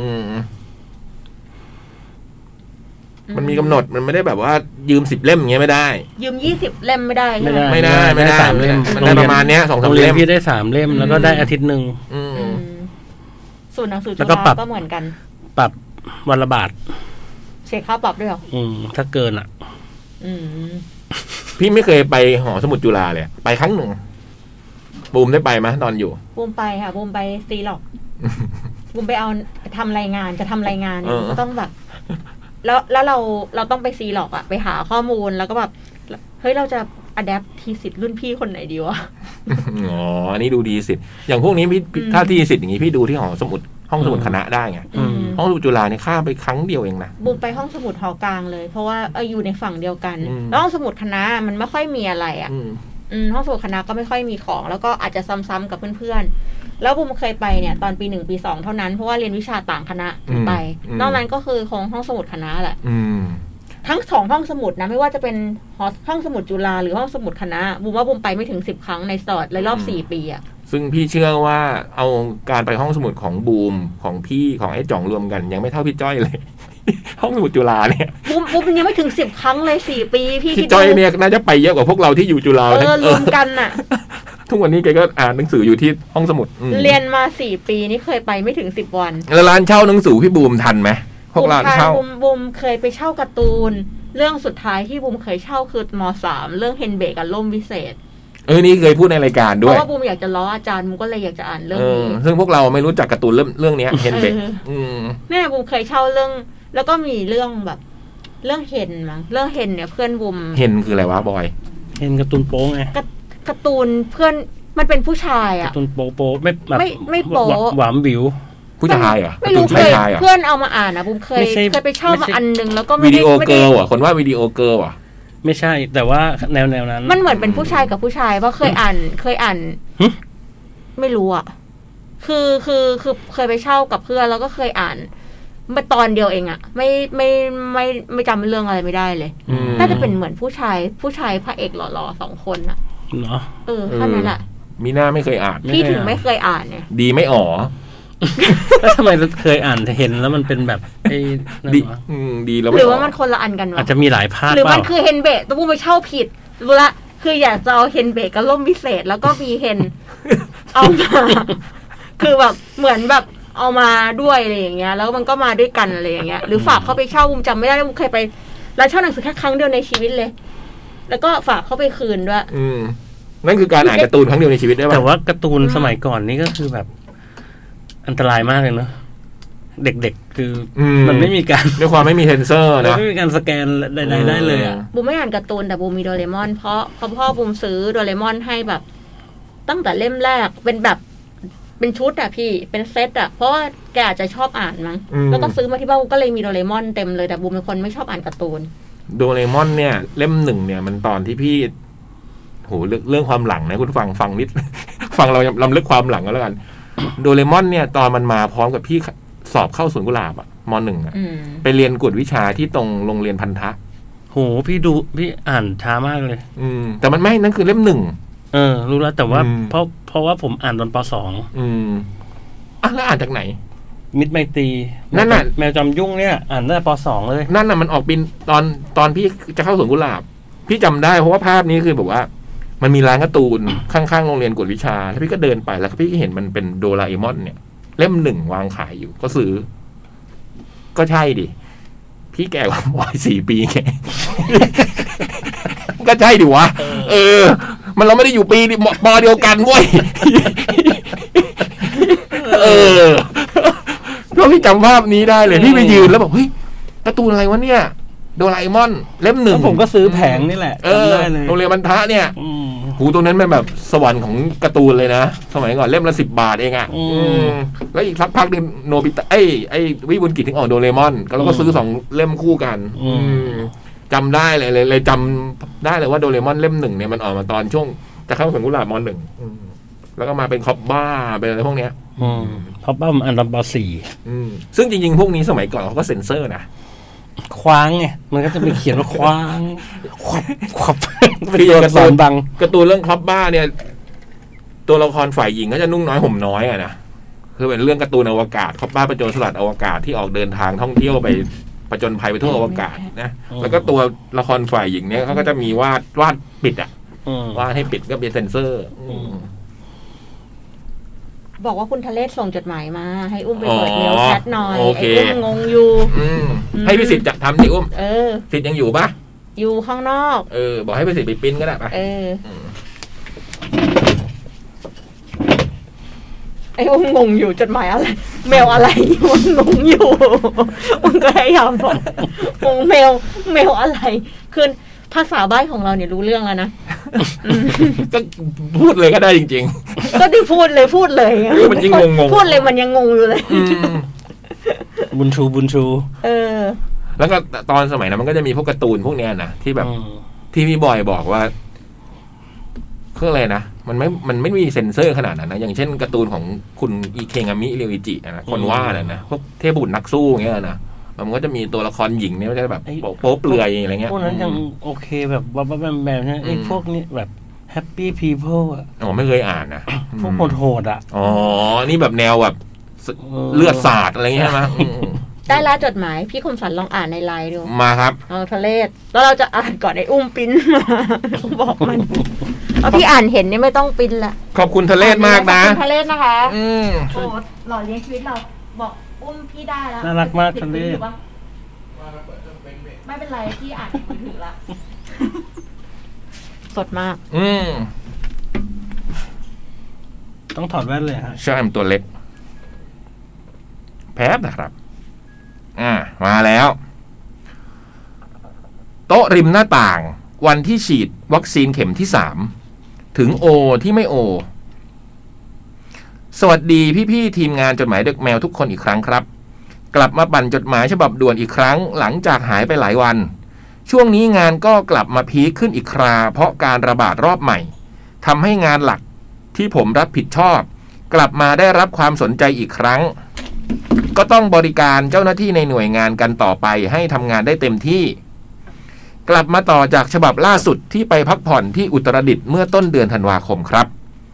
มันมีกำหนดมันไม่ได้แบบว่ายืม10 เล่มอย่างเงี้ยไม่ได้ยืม20 เล่มไม่ได้ไม่ได้3 เล่มมันได้ประมาณเนี้ย 2-3 เล่มพี่ได้3 เล่มแล้วก็ได้อาทิตย์นึงส่วนหนังสือจุฬาก็เหมือนกันปรับวันละบาทเช็คค่าปรับด้วยเหรอถ้าเกินอ่ะพี่ไม่เคยไปหอสมุดจุฬาเลยไปครั้งหนึ่งบูมได้ไปไหมตอนอยู่บูมไปค่ะบูมไปซีล็อกบูมไปเอาทำรายงานจะทำรายงานก็ต้องแบบแล้วเราต้องไปซีล็อกอะไปหาข้อมูลแล้วก็แบบเฮ้ยเราจะอะแดปทีสิทธิ์รุ่นพี่คนไหนดีวะอ๋ออันนี้ดูดีสิอย่างพวกนี้พี่ถ้าทีสิทธิ์อย่างนี้พี่ดูที่หอสมุดห้องสมุดคณะได้ไงห้องสมุดจุฬาเนี่ยข้ามไปครั้งเดียวเองนะบูมไปห้องสมุดหอกลางเลยเพราะว่าอยู่ในฝั่งเดียวกันแล้วห้องสมุดคณะมันไม่ค่อยมีอะไรอ่ะห้องสมุดคณะก็ไม่ค่อยมีของแล้วก็อาจจะซ้ำๆกับเพื่อนๆแล้วบูมเคยไปเนี่ยตอนปี 1 ปี 2เท่านั้นเพราะว่าเรียนวิชาต่างคณะไปนอกนั้นก็คือของห้องสมุดคณะแหละทั้ง2ห้องสมุดนะไม่ว่าจะเป็นห้องสมุดจุฬาหรือห้องสมุดคณะบูมว่าบูมไปไม่ถึง10 ครั้งในสอดในรอบ4 ปีอ่ะซึ่งพี่เชื่อว่าเอาการไปห้องสมุดของบูมของพี่ของไอ้จ่องรวมกันยังไม่เท่าพี่จ้อยเลย ห้องสมุดจุฬาเนี่ยบูมยังไม่ถึง10 ครั้งเลย4 ปีพี่จ้อยเนี่ยน่าจะไปเยอะกว่าพวกเราที่อยู่จุฬารวมกันน่ะทุกวันนี้แกก็อ่านหนังสืออยู่ที่ห้องสมุดเรียนมา4 ปีนี่เคยไปไม่ถึง10 วันแล้วร้านเช่าหนังสือพี่บูมทันไหมพวกร้านเช่าบูมเคยไปเช่าการ์ตูนเรื่องสุดท้ายที่บูมเคยเช่าคือม.3 เรื่องเฮนเบกกับล่มวิเศษนี่เคยพูดในรายการด้วยเพราะว่าบูมอยากจะล้ออาจารย์บูมก็เลยอยากจะอ่านเรื่องนี้ซึ่งพวกเราไม่รู้จักการ์ตูนเรื่องนี้เฮนเบกแม่บูมเคยเช่าเรื่องแล้วก็มีเรื่องแบบเรื่องเฮนมั้งเรื่องเฮนเนี่ยเพื่อนบูมเฮนคืออะไรวะบอยเฮนการ์ตูนโป๊ไงการ์ตูนเพื่อนมันเป็นผู้ชายอ่ะการ์ตูนโป๊ไม่โป๊หวามวิวผู้ชายเหรอไม่รู้เพื่อนเอามาอ่านนะบูมเคยไปเช่ามาอันนึงแล้วก็วิดีโอเกิร์ลอ่ะคนว่าวิดีโอเกิร์ลอ่ะไม่ใช่แต่ว่าแนวนั้นมันเหมือนเป็นผู้ชายกับผู้ชายเพราะเคยอ่านไม่รู้อ่ะคือเคยไปเช่ากับเพื่อนแล้วก็เคยอ่านมาตอนเดียวเองอ่ะไม่จำเรื่องอะไรไม่ได้เลยน่าจะเป็นเหมือนผู้ชายพระเอกหล่อๆ2 คนอ่ะเหรอแค่นั้นแหละมีหน้าไม่เคยอ่านพี่ถึงไม่เคยอ่านเนี่ยดีไม่อ๋อแล้วทำไมเคยอ่านเห็นแล้วมันเป็นแบบดีแล้วหรือว่ามันคนละอันกันวะอาจจะมีหลายภาคหรือมันคือเฮนเบะตัวผู้ไปเช่าผิดรู้ละคืออยากจะเอาเฮนเบะกับล่มพิเศษแล้วก็มีเฮนเอามาคือแบบเหมือนแบบเอามาด้วยอะไรอย่างเงี้ยแล้วมันก็มาด้วยกันอะไรอย่างเงี้ยหรือฝากเขาไปเช่าบุมจำไม่ได้แล้วบุมเคยไปร้านเช่าหนังสือแค่ครั้งเดียวในชีวิตเลยแล้วก็ฝากเขาไปคืนด้วยนั่นคือการอ่านการ์ตูนครั้งเดียวในชีวิตได้ป่ะแต่ว่าการ์ตูนสมัยก่อนนี่ก็คือแบบอันตรายมากเลยเนาะเด็กๆคือมันไม่มีการด้วยความไม่มีเซนเซอร์นะไม่มีการสแกนใดๆได้เลยอ่ะบูมไม่อ่านการ์ตูนแต่บูมมีโดเรมอนเพราะพ่อบูมซื้อโดเรมอนให้แบบตั้งแต่เล่มแรกเป็นแบบเป็นชุดอ่ะพี่เป็นเซตอ่ะเพราะว่าแกอาจจะชอบอ่านมั้งแล้วก็ซื้อมาที่บ้านบูมก็เลยมีโดเรมอนเต็มเลยแต่บูมเป็นคนไม่ชอบอ่านการ์ตูนโดเรมอนเนี่ยเล่ม1เนี่ยมันตอนที่พี่โหเรื่องความหลังนะคุณฟังนิดฟังเราลำลึกความหลังก็แล้วกันโดเรมอนเนี่ยตอนมันมาพร้อมกับพี่สอบเข้าสวนกุหลาบอะม.1 อะไปเรียนกวดวิชาที่ตรงโรงเรียนพันธะโหพี่อ่านช้ามากเลยแต่มันไม่นั่นคือเล่ม 1รู้แล้วแต่ว่าเพราะว่าผมอ่านตอนป.2 แล้วอ่านจากไหนมิตรไมตรีนั่นน่ะแมวจำยุ่งเนี่ยอ่านตั้งแต่ป.2 เลยนั่นน่ะมันออกเป็นตอนพี่จะเข้าสวนกุหลาบพี่จำได้เพราะว่าภาพนี้คือแบบว่ามันมีร้านการ์ตูนข้างๆโรงเรียนกวดวิชาแล้วพี่ก็เดินไปแล้วพี่ก็เห็นมันเป็นโดราเอมอนเนี่ยเล่ม1วางขายอยู่ก็ซื้อก็ใช่ดิพี่แก่กว่าบอย4 ปีไง ก็ใช่ดิวะมันเราไม่ได้อยู่ปีปอเดียวกันเว้ยเพราะพี่จำภาพนี้ได้เลยพี่ไปยืนแล้วบอกเฮ้ยการ์ตูนอะไรวะเนี่ยโดราเอมอนเล่ม 1 ผมก็ซื้อแผงนี่แหละจำได้เลยโรงเรียนบรรทะเนี่ยหูตรงนั้นเป็นแบบสวรรค์ของการ์ตูนเลยนะสมัยก่อนเล่มละ10 บาทเองอ่ะแล้วอีกสักพักนึงโนบิตะไอ้วิบุญกิจถึงออกโดเรมอนก็เราก็ซื้อ2 เล่มคู่กันจำได้เลยจำได้เลยว่าโดเรมอนเล่ม 1เนี่ยมันออกมาตอนช่วงจะเข้าถึงกุหลาบม.1แล้วก็มาเป็นคอปบ้าเป็นอะไรพวกเนี้ยคอปบ้าอันดับป .4ซึ่งจริงๆพวกนี้สมัยก่อนเขาก็เซ็นเซอร์นะคว้างไงมันก็จะไปเขียนว่าคว้างควับเป็นตัวการ์ตูนดังการ์ตูนเรื่องคอปบ้าเนี่ยตัวละครฝ่ายหญิงก็จะนุ่งน้อยห่มน้อยอะนะคือเป็นเรื่องการ์ตูนอวกาศคอปบ้าเป็นโจรสลัดอวกาศที่ออกเดินทางท่องเที่ยวไปผจญภัยไปทั่วอวกาศนะแล้วก็ตัวละครฝ่ายหญิงเนี่ยเขาก็จะมีวาดปิดอ่ะวาดให้ปิดก็เป็นเซ็นเซอร์บอกว่าคุณทะเลศส่งจดหมายมาให้อุ้มไปเปิดเมลแชทหน่อยไอ้อุ้มงงอยู่ให้พี่สิทธิ์จะทำสิอุ้มสิทธิ์ยังอยู่ปะอยู่ข้างนอกบอกให้พี่สิทธิ์ไปปิ้นก็ได้ปะไอ้อุ้มงงอยู่จดหมายอะไรเมลอะไรมันงงอยู่มันก็พยายามบอกงงเมลอะไรคือภาษาใบ้ของเราเนี่ยรู้เรื่องแล้วนะก็พูดเลยก็ได้จริงๆก็ที่พูดเลยมันยังงงพูดเลยมันยังงงอยู่เลยบุญชูแล้วก็ตอนสมัยนั้นมันก็จะมีพวกการ์ตูนพวกเนี้ยนะที่แบบที่พี่บอยบอกว่าคืออะไรนะมันไม่มีเซ็นเซอร์ขนาดนั้นนะอย่างเช่นการ์ตูนของคุณอิเคงามิเรียวอิจินะคนว่านะพวกเทพบุตรนักสู้อย่างเงี้ยนะมันก็จะมีตัวละครหญิงเนี่ยมันจะแบบโป๊เปลือยอะไรเงี้ยพวกนั้นยังโอเคแบบว่าแบบนี้ไอ้พวกนี้แบบแฮปปี้พีเพิลอ่ะไม่เคยอ่านนะพวกโหดอ่ะนี่แบบแนวแบบเลือดสาดอะไรเงี้ยใช่ไหมได้ละจดหมายพี่คมสันลองอ่านในไลน์ดูมาครับทะเลศแล้วเราจะอ่านก่อนไอ้อุ้มปิ้นมาบอกมันพี่อ่านเห็นนี่ไม่ต้องปิ้นละขอบคุณทะเลศมากนะขอบคุณทะเลศนะคะโอ้หล่อเลี้ยงชีวิตเราบอกอุ้มพี่ได้แล้วน่ารักมากทะเลศไม่เป็นไรพี่อ่านมือถือละสดมากต้องถอดแว่นเลยฮะใช่มันตัวเล็กแพบนะครับมาแล้วโต๊ะริมหน้าต่างวันที่ฉีดวัคซีนเข็มที่3ถึงโอที่ไม่โอสวัสดีพี่ๆทีมงานจดหมายเด็กแมวทุกคนอีกครั้งครับกลับมาปั่นจดหมายฉบับด่วนอีกครั้งหลังจากหายไปหลายวันช่วงนี้งานก็กลับมาพีคขึ้นอีกคราเพราะการระบาดรอบใหม่ทำให้งานหลักที่ผมรับผิดชอบกลับมาได้รับความสนใจอีกครั้งก็ต้องบริการเจ้าหน้าที่ในหน่วยงานกันต่อไปให้ทำงานได้เต็มที่กลับมาต่อจากฉบับล่าสุดที่ไปพักผ่อนที่อุตรดิตถ์เมื่อต้นเดือนธันวาคมครับ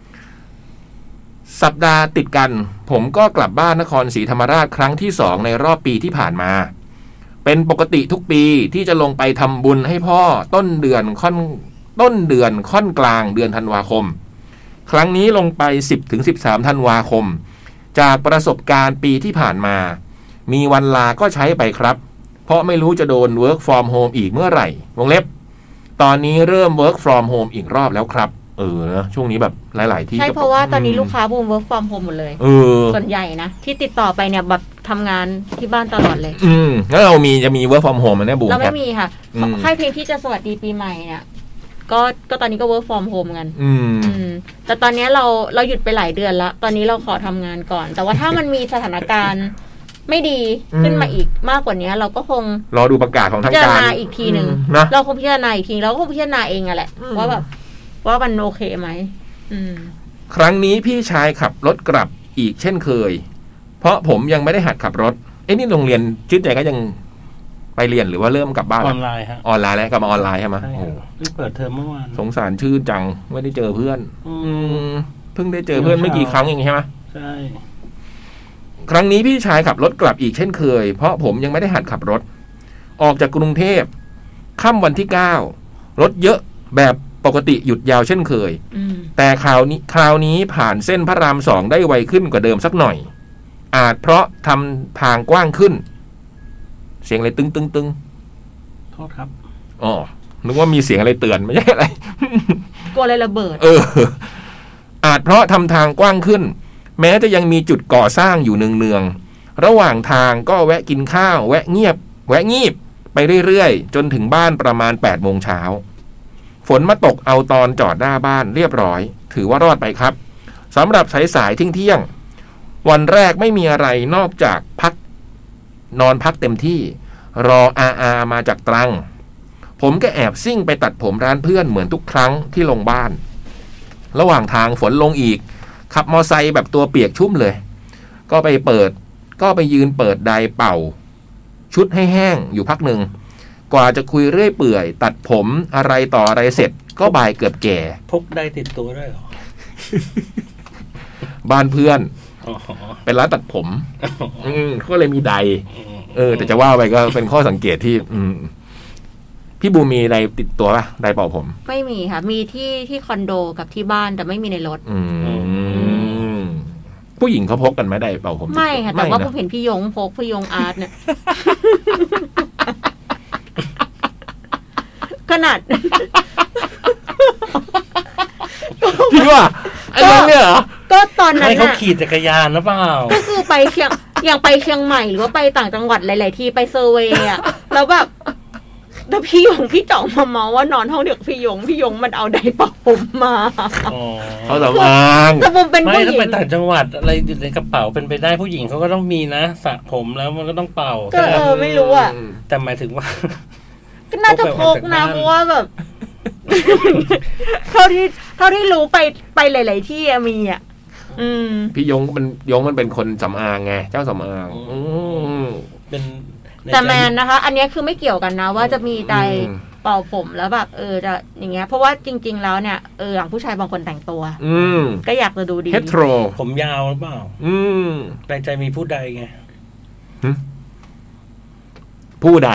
สัปดาห์ติดกันผมก็กลับบ้านนครศรีธรรมราชครั้งที่2ในรอบปีที่ผ่านมาเป็นปกติทุกปีที่จะลงไปทำบุญให้พ่อต้นเดือนค่อนกลางเดือนธันวาคมครั้งนี้ลงไป 10-13 ธันวาคมจากประสบการณ์ปีที่ผ่านมามีวันลาก็ใช้ไปครับเพราะไม่รู้จะโดน work from home อีกเมื่อไหร่วงเล็บตอนนี้เริ่ม work from home อีกรอบแล้วครับนะช่วงนี้แบบหลายๆที่ใช่เพราะว่าตอนนี้ลูกค้าบูม work from home หมดเลยส่วนใหญ่นะที่ติดต่อไปเนี่ยแบบทำงานที่บ้านตลอดเลยแล้วเราจะมี work from home มั้ยบูมเราไม่มีค่ะค่ายเพลงที่จะสวัสดีปีใหม่เนี่ยก็ตอนนี้ก็ work from home กันแต่ตอนนี้เราหยุดไปหลายเดือนแล้วตอนนี้เราขอทำงานก่อนแต่ว่าถ้ามันมีสถานการณ์ไม่ดีขึ้นมาอีกมากกว่านี้เราก็คงรอดูประกาศของทางการพิจารณาอีกทีนึงเราคงพิจารณาอีกทีเราก็คงพิจารณาเองอะแหละว่าแบบว่ามันโอเคไหมครั้งนี้พี่ชายขับรถกลับอีกเช่นเคยเพราะผมยังไม่ได้หัดขับรถนี่โรงเรียนชื่นใจก็ยังไปเรียนหรือว่าเริ่มกลับบ้านออนไลน์ฮะออนไลน์แล้วกลับมาออนไลน์ใช่ไหมโอ้เปิดเทอมเมื่อวานสงสารชื่นจังไม่ได้เจอเพื่อนเพิ่งได้เจอเพื่อนไม่กี่ครั้งเองใช่ไหมใช่ครั้งนี้พี่ชายขับรถกลับอีกเช่นเคยเพราะผมยังไม่ได้หัดขับรถออกจากกรุงเทพค่ำวันที่9รถเยอะแบบปกติหยุดยาวเช่นเคยแต่คราวนี้ผ่านเส้นพระราม2ได้ไวขึ้นกว่าเดิมสักหน่อยอาจเพราะทำทางกว้างขึ้นเสียงอะไรตึงโทษครับนึกว่ามีเสียงอะไรเตือนไม่ใช่อะไรกลัวอะไรระเบิดอาจเพราะทำทางกว้างขึ้นแม้จะยังมีจุดก่อสร้างอยู่เนืองๆระหว่างทางก็แวะกินข้าวแวะงีบไปเรื่อยๆจนถึงบ้านประมาณ8 โมงเช้าฝนมาตกเอาตอนจอดหน้าบ้านเรียบร้อยถือว่ารอดไปครับสำหรับสายๆเที่ยงๆวันแรกไม่มีอะไรนอกจากนอนพักเต็มที่รออามาจากตรังผมก็แอบซิ่งไปตัดผมร้านเพื่อนเหมือนทุกครั้งที่ลงบ้านระหว่างทางฝนลงอีกขับมอไซค์แบบตัวเปียกชุ่มเลยก็ไปยืนเปิดไดร์เป่าชุดให้แห้งอยู่พักหนึ่งกว่าจะคุยเรื่อยเปื่อยตัดผมอะไรต่ออะไรเสร็จก็บ่ายเกือบแก่พกไดร์ติดตัวด้วยเหรอบ้านเพื่อนเป็นร้านตัดผมก็เลยมีไดร์แต่จะว่าไปก็เป็นข้อสังเกตที่พี่บูมีไดร์ติดตัวป่ะไดร์เป่าผมไม่มีค่ะมีที่คอนโดกับที่บ้านแต่ไม่มีในรถผู้หญิงเขาพกกันไหมไดร์เป่าผมไม่ค่ะแต่ว่าผมเห็นพี่ยงพกพี่ยงอาร์ตเนี่ยขนาดพี่ว่าไอ้ยังเนี่ยเหรอก็ตอนนั้นให้เขาขี่จักรยานหรือเปล่าก็คือไปอย่างไปเชียงใหม่หรือว่าไปต่างจังหวัดหลายๆที่ไปเซอร์เวย์อะแล้วแบบแล้วพี่ยงพี่จ่องมาเมาว่านอนห้องเดียวพี่ยงมันเอาไดร์เป่าผมมาเขาสำอางแต่ผมเป็นผู้หญิงไม่ถ้าไปต่างจังหวัดอะไรอยู่ในกระเป๋าเป็นไปได้ผู้หญิงเขาก็ต้องมีนะสระผมแล้วมันก็ต้องเป่าก็ไม่รู้อะแต่หมายถึงว่าก็น่าจะพกนะเพราะว่าแบบเท่าที่รู้ไปหลายๆที่มีอ่ะพี่ยงมันเป็นคนสำอางไงเจ้าสำอางเป็นแต่แมนนะคะอันนี้คือไม่เกี่ยวกันนะว่าจะมีไดร์เป่าผมแล้วแบบจะอย่างเงี้ยเพราะว่าจริงๆแล้วเนี่ยอย่างผู้ชายบางคนแต่งตัวก็อยากจะดูดีเฮทโรผมยาวหรือเปล่าในใจมีผู้ใดไงผู้ใด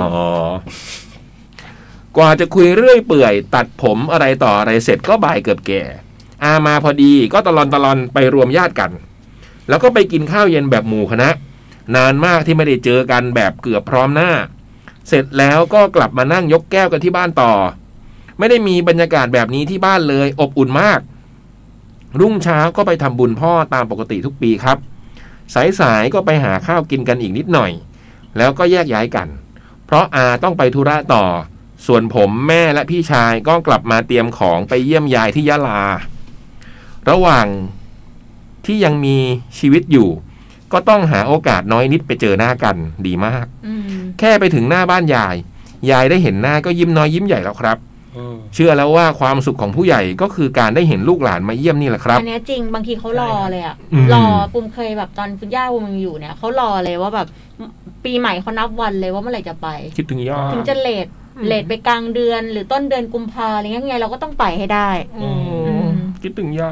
กว่าจะคุยเรื่อยเปื่อยตัดผมอะไรต่ออะไรเสร็จก็บ่ายเกือบแก่มาพอดีก็ตะลอนไปรวมญาติกันแล้วก็ไปกินข้าวเย็นแบบหมู่คณะนานมากที่ไม่ได้เจอกันแบบเกือบพร้อมหน้าเสร็จแล้วก็กลับมานั่งยกแก้วกันที่บ้านต่อไม่ได้มีบรรยากาศแบบนี้ที่บ้านเลยอบอุ่นมากรุ่งเช้าก็ไปทำบุญพ่อตามปกติทุกปีครับสายๆก็ไปหาข้าวกินกันอีกนิดหน่อยแล้วก็แยกย้ายกันเพราะต้องไปธุระต่อส่วนผมแม่และพี่ชายก็กลับมาเตรียมของไปเยี่ยมยายที่ยะลาระหว่างที่ยังมีชีวิตอยู่ก็ต้องหาโอกาสน้อยนิดไปเจอหน้ากันดีมากแค่ไปถึงหน้าบ้านยายได้เห็นหน้าก็ยิ้มน้อยยิ้มใหญ่แล้วครับเชื่อแล้วว่าความสุขของผู้ใหญ่ก็คือการได้เห็นลูกหลานมาเยี่ยมนี่แหละครับอันนี้จริงบางทีเขารอเลยอะรอปุ้มเคยแบบตอนคุณย่าปุ้มอยู่เนี่ยเขารอเลยว่าแบบปีใหม่เขานับวันเลยว่าเมื่อไหร่จะไปคิดถึงย่าถึงจะเลทไปกลางเดือนหรือต้นเดือนกุมภาอะไรเงี้ยไงเราก็ต้องไปให้ได้คิดถึงย่า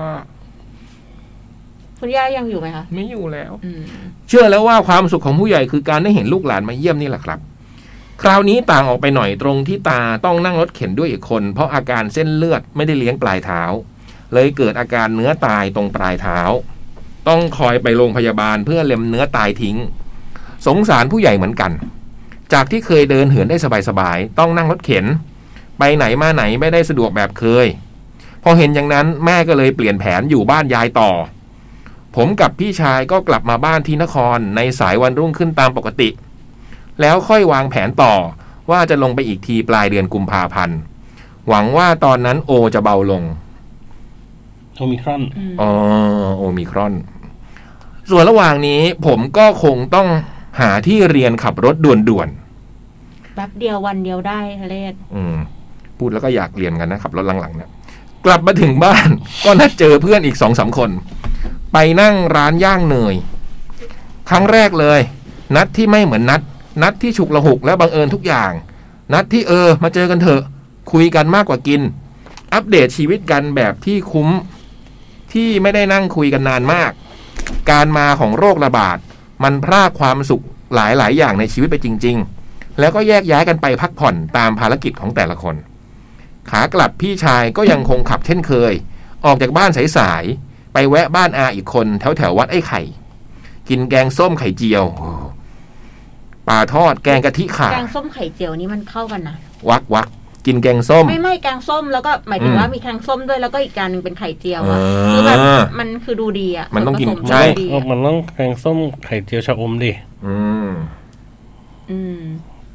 คุณย่ายังอยู่ไหมคะไม่อยู่แล้วเชื่อแล้วว่าความสุขของผู้ใหญ่คือการได้เห็นลูกหลานมาเยี่ยมนี่แหละครับคราวนี้ต่างออกไปหน่อยตรงที่ตาต้องนั่งรถเข็นด้วยอีกคนเพราะอาการเส้นเลือดไม่ได้เลี้ยงปลายเท้าเลยเกิดอาการเนื้อตายตรงปลายเท้าต้องคอยไปโรงพยาบาลเพื่อเล็มเนื้อตายทิ้งสงสารผู้ใหญ่เหมือนกันจากที่เคยเดินเหินได้สบายๆต้องนั่งรถเข็นไปไหนมาไหนไม่ได้สะดวกแบบเคยพอเห็นอย่างนั้นแม่ก็เลยเปลี่ยนแผนอยู่บ้านยายต่อผมกับพี่ชายก็กลับมาบ้านที่นครในสายวันรุ่งขึ้นตามปกติแล้วค่อยวางแผนต่อว่าจะลงไปอีกทีปลายเดือนกุมภาพันธ์หวังว่าตอนนั้นจะเบาลงโอมิครอนโอมิครอนส่วนระหว่างนี้ผมก็คงต้องหาที่เรียนขับรถด่วนๆแป๊บเดียววันเดียวได้ทะเลพูดแล้วก็อยากเรียนกันนะขับรถหลังๆเนี่ยกลับมาถึงบ้านก็นัดเจอเพื่อนอีก 2-3 คนไปนั่งร้านย่างเนยครั้งแรกเลยนัดที่ไม่เหมือนนัดที่ฉุกละหุกและบังเอิญทุกอย่างนัดที่มาเจอกันเถอะคุยกันมากกว่ากินอัปเดตชีวิตกันแบบที่คุ้มที่ไม่ได้นั่งคุยกันนานมากการมาของโรคระบาดมันพรากความสุขหลายอย่างในชีวิตไปจริงๆแล้วก็แยกย้ายกันไปพักผ่อนตามภารกิจของแต่ละคนขากลับพี่ชายก็ยังคงขับเช่นเคยออกจากบ้านสายๆไปแวะบ้านอาอีกคนแถววัดไอ้ไข่กินแกงส้มไข่เจียวปลาทอดแกงกะทิข่าแกงส้มไข่เจียวนี่มันเข้ากันนะวักกินแกงส้มไม่แกงส้มแล้วก็หมายถึงว่ามีแกงส้มด้วยแล้วก็อีกจานนึงเป็นไข่เจียวอ่ะคือแบบมันคือดูดีอ่ะมันต้องกินใช่มันต้องแกงส้มไข่เจียวชะอมดิแต่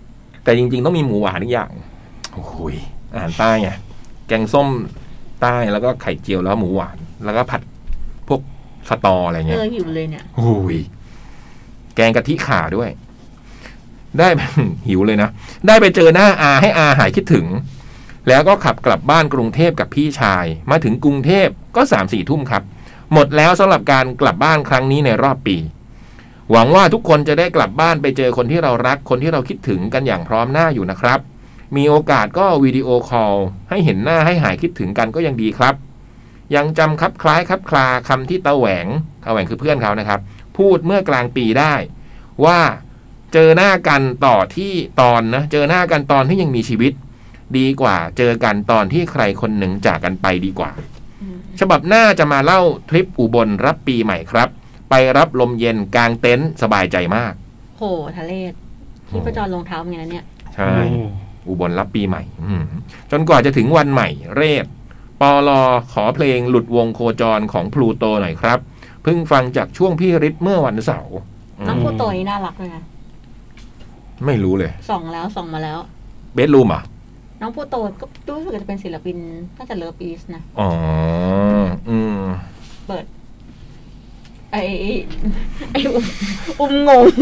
แต่จริงๆต้องมีหมูหวานอีกอย่างโอ้โหอาหารใต้ไงแกงส้มใต้แล้วก็ไข่เจียวแล้วหมูหวานแล้วก็ผัดพวกสตออะไรเงี้ยหิวเลยเนี่ยโอ้ยแกงกะทิข่าด้วยได้ หิวเลยนะได้ไปเจอหน้าอาให้อาหายคิดถึงแล้วก็ขับกลับบ้านกรุงเทพกับพี่ชายมาถึงกรุงเทพก็ 3-4 ทุ่มครับหมดแล้วสำหรับการกลับบ้านครั้งนี้ในรอบปีหวังว่าทุกคนจะได้กลับบ้านไปเจอคนที่เรารักคนที่เราคิดถึงกันอย่างพร้อมหน้าอยู่นะครับมีโอกาสก็วิดีโอคอลให้เห็นหน้าให้หายคิดถึงกันก็ยังดีครับยังจำคล้ายคลาคำที่ตาแหวงคือเพื่อนเขานะครับพูดเมื่อกลางปีได้ว่าเจอหน้ากันต่อที่ตอนนะเจอหน้ากันตอนที่ยังมีชีวิตดีกว่าเจอกันตอนที่ใครคนหนึ่งจากกันไปดีกว่าฉบับหน้าจะมาเล่าทริปอุบลรับปีใหม่ครับไปรับลมเย็นกลางเต็นท์สบายใจมากโหทะเลที่ประจรลงเท้าไงเนี่ยใช่อุบลรับปีใหม่จนกว่าจะถึงวันใหม่เรศปลขอเพลงหลุดวงโคจรของพลูโตหน่อยครับเพิ่งฟังจากช่วงพี่ฤทธิ์เมื่อวันเสาร์น้องพลูโตนี่น่ารักเลยนะไม่รู้เลยส่องมาแล้วเบสรูมอ่ะน้องพลูโตก็รู้สึกจะเป็นศิลปินน่าจะเลิฟอีสนะอ๋อเปิดไอ้งง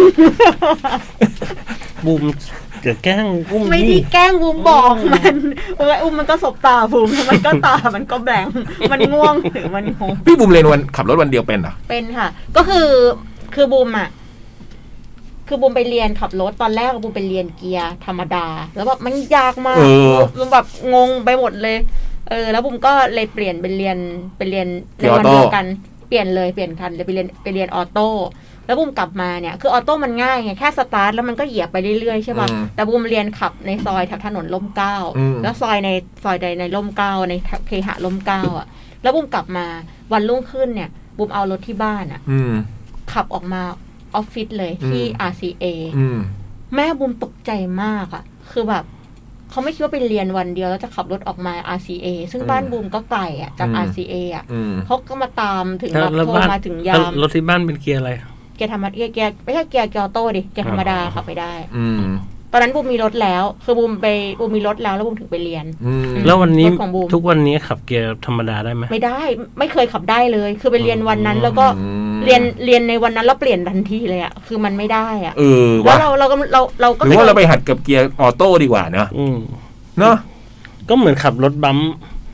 บูมจะแกล้งอุ้มไม่ได้แกล้งบูมบอกมันมันก็สบตาบูมมันก็ตามันก็แบงมันง่วงหรือมันงงพี่บูมเรียนวันขับรถวันเดียวเป็นเหรอเป็นค่ะก็คือบูมอ่ะคือบูมไปเรียนขับรถตอนแรกบูมไปเรียนเกียร์ธรรมดาแล้วแบบมันยากมากบูมแบบงงไปหมดเลยแล้วบูมก็เลยเปลี่ยนไปเรียนในวันเดียวกันเปลี่ยนคันเลยไปเรียนออโต้แล้วบูมกลับมาเนี่ยคือออโต้มันง่ายไงแค่สตาร์ทแล้วมันก็เหยียบไปเรื่อยๆใช่ป่ะแต่บูมเรียนขับในซอยแถวถนนร่มเกล้าแล้วซอยใดในร่มเกล้าในเคหะร่มเกล้าอ่ะแล้วบูมกลับมาวันรุ่งขึ้นเนี่ยบูมเอารถที่บ้านอ่ะขับออกมาออฟฟิศเลยที่ RCA แม่บูมตกใจมากอ่ะคือแบบเขาไม่คิดว่าไปเรียนวันเดียวแล้วจะขับรถออกมา RCA ซึ่งบ้านบูมก็ไกลอ่ะจาก RCA อ่ะเขาก็มาตามถึงแบบโทรมาถึงยามรถที่บ้านเป็นเกียร์อะไรเกียร์ธรรมดาเกียร์ไม่ใช่เกียร์ออโต้ดิเกียร์ธรรมดาขับไปได้ตอนนั้นบูมมีรถแล้วคือบูมมีรถแล้วบูมถึงไปเรียนแล้ววันนี้ทุกวันนี้ขับเกียร์ธรรมดาได้ไหมไม่ได้ไม่เคยขับได้เลยคือไปเรียนวันนั้นแล้วก็เรียนในวันนั้นแล้วเปลี่ยนทันทีเลยอ่ะคือมันไม่ได้อ่ะแล้วเราก็หรือว่าเราไปหัดกับเกียร์ออโต้ดีกว่าเนาะก็เหมือนขับรถบัม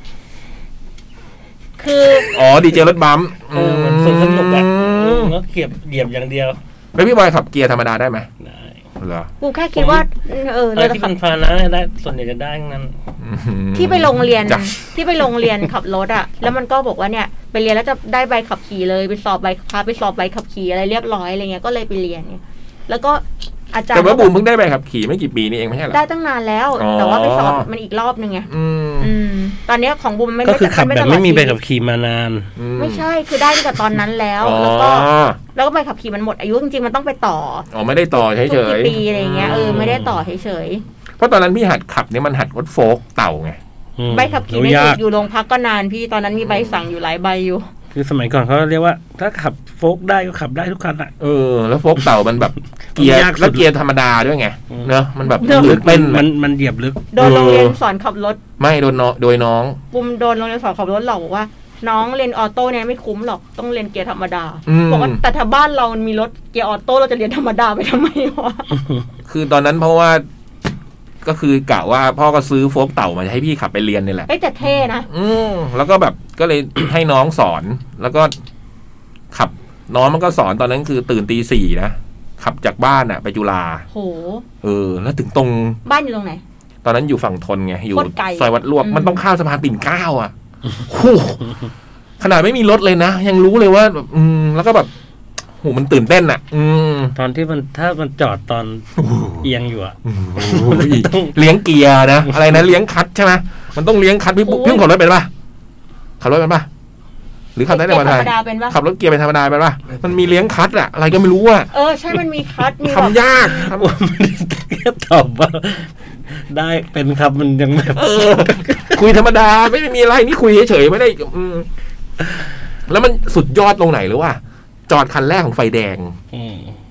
คือดีเจรถบัมมันสนุกอ่ะก็เหยียบอย่างเดียวแล้วพี่บอยขับเกียร์ธรรมดาได้ไหมได้เหรอกูแค่คิดว่าเราที่เป็นฟานะได้ส่วนใหญ่จะได้นั้นที่ไปโรงเรียนขับรถอ่ะแล้วมันก็บอกว่าเนี่ยไปเรียนแล้วจะได้ใบขับขี่เลยไปสอบใบขับขี่อะไรเรียบร้อยอะไรเงี้ยก็เลยไปเรียนเนี่ยแล้วก็อาจารย์แต่ว่าบูมเพิ่งได้ใบขับขี่ไม่กี่ปีนี่เองไม่ใช่หรอได้ตั้งนานแล้วแต่ว่าไปสอบมันอีกรอบนึงไงตอนนี้ของบูมไม่ก็คือขับแบบไม่มีใบขับขี่มานานไม่ใช่คือได้ตั้งแต่ตอนนั้นแล้วแล้วก็ใบขับขี่มันหมดอายุจริงๆมันต้องไปต่อไม่ได้ต่อเฉยๆทุกปีอะไรเงี้ยไม่ได้ต่อเฉยๆเพราะตอนนั้นพี่หัดขับเนี่ยมันหัดรถโฟล์กเต่าไงใบขับขี่ไม่อยู่โรงพักก็นานพี่ตอนนั้นมีใบสั่งอยู่หลายใบอยู่คือสมัยก่อนเขาเรียกว่าถ้าขับโฟล์กได้ก็ขับได้ทุกคันอ่ะแล้วโฟล์กเต่ามันแบบเกียร์แล้วเกียร์ธรรมดาด้วยไงเนอะมันแบบลึกเป็นมันเหยียบลึกโดนโรงเรียนสอนขับรถไม่โดนน้องปุ้มโดนโรงเรียนสอนขับรถหลอกบอกว่าน้องเรียนออโต้เนี่ยไม่คุ้มหรอกต้องเรียนเกียร์ธรรมดาบอกว่าแต่ถ้าบ้านเรามีรถเกียร์ออโต้เราจะเรียนธรรมดาไปทำไมวะคือตอนนั้นเพราะว่าก็คือกะว่าพ่อก็ซื้อโฟล์กเต่ามาให้พี่ขับไปเรียนนี่แหละแต่เท่นะแล้วก็แบบก็เลยให้น้องสอนแล้วก็ขับน้องมันก็สอนตอนนั้นคือตื่นตี 4นะขับจากบ้านไปจุฬาโหแล้วถึงตรงบ้านอยู่ตรงไหนตอนนั้นอยู่ฝั่งทนไงอยู่ซอยวัดลวกมันต้องข้ามสะพานปิ่นเกล้าอ่ะขนาดไม่มีรถเลยนะยังรู้เลยว่าแล้วก็แบบโหมันตื่นเต้นอ่ะตอนที่มันถ้ามันจอดตอนเอียงอยู่อ่ะเลี้ยงเกียร์นะอะไรนะเลี้ยงคัทใช่ไหมมันต้องเลี้ยงคัทพี่ขับรถเป็นป่ะขับรถเป็นป่ะหรือขับได้ในวันไทยขับรถเกียร์เป็นธรรมดาเป็นป่ะมันมีเลี้ยงคัทอะอะไรก็ไม่รู้อะใช่มันมีคัทมีทำยากแค่ตอบว่าได้เป็นครับมันยังแบบคุยธรรมดาไม่มีอะไรนี่คุยเฉยๆไม่ได้แล้วมันสุดยอดตรงไหนหรือว่าจอดคันแรกของไฟแดง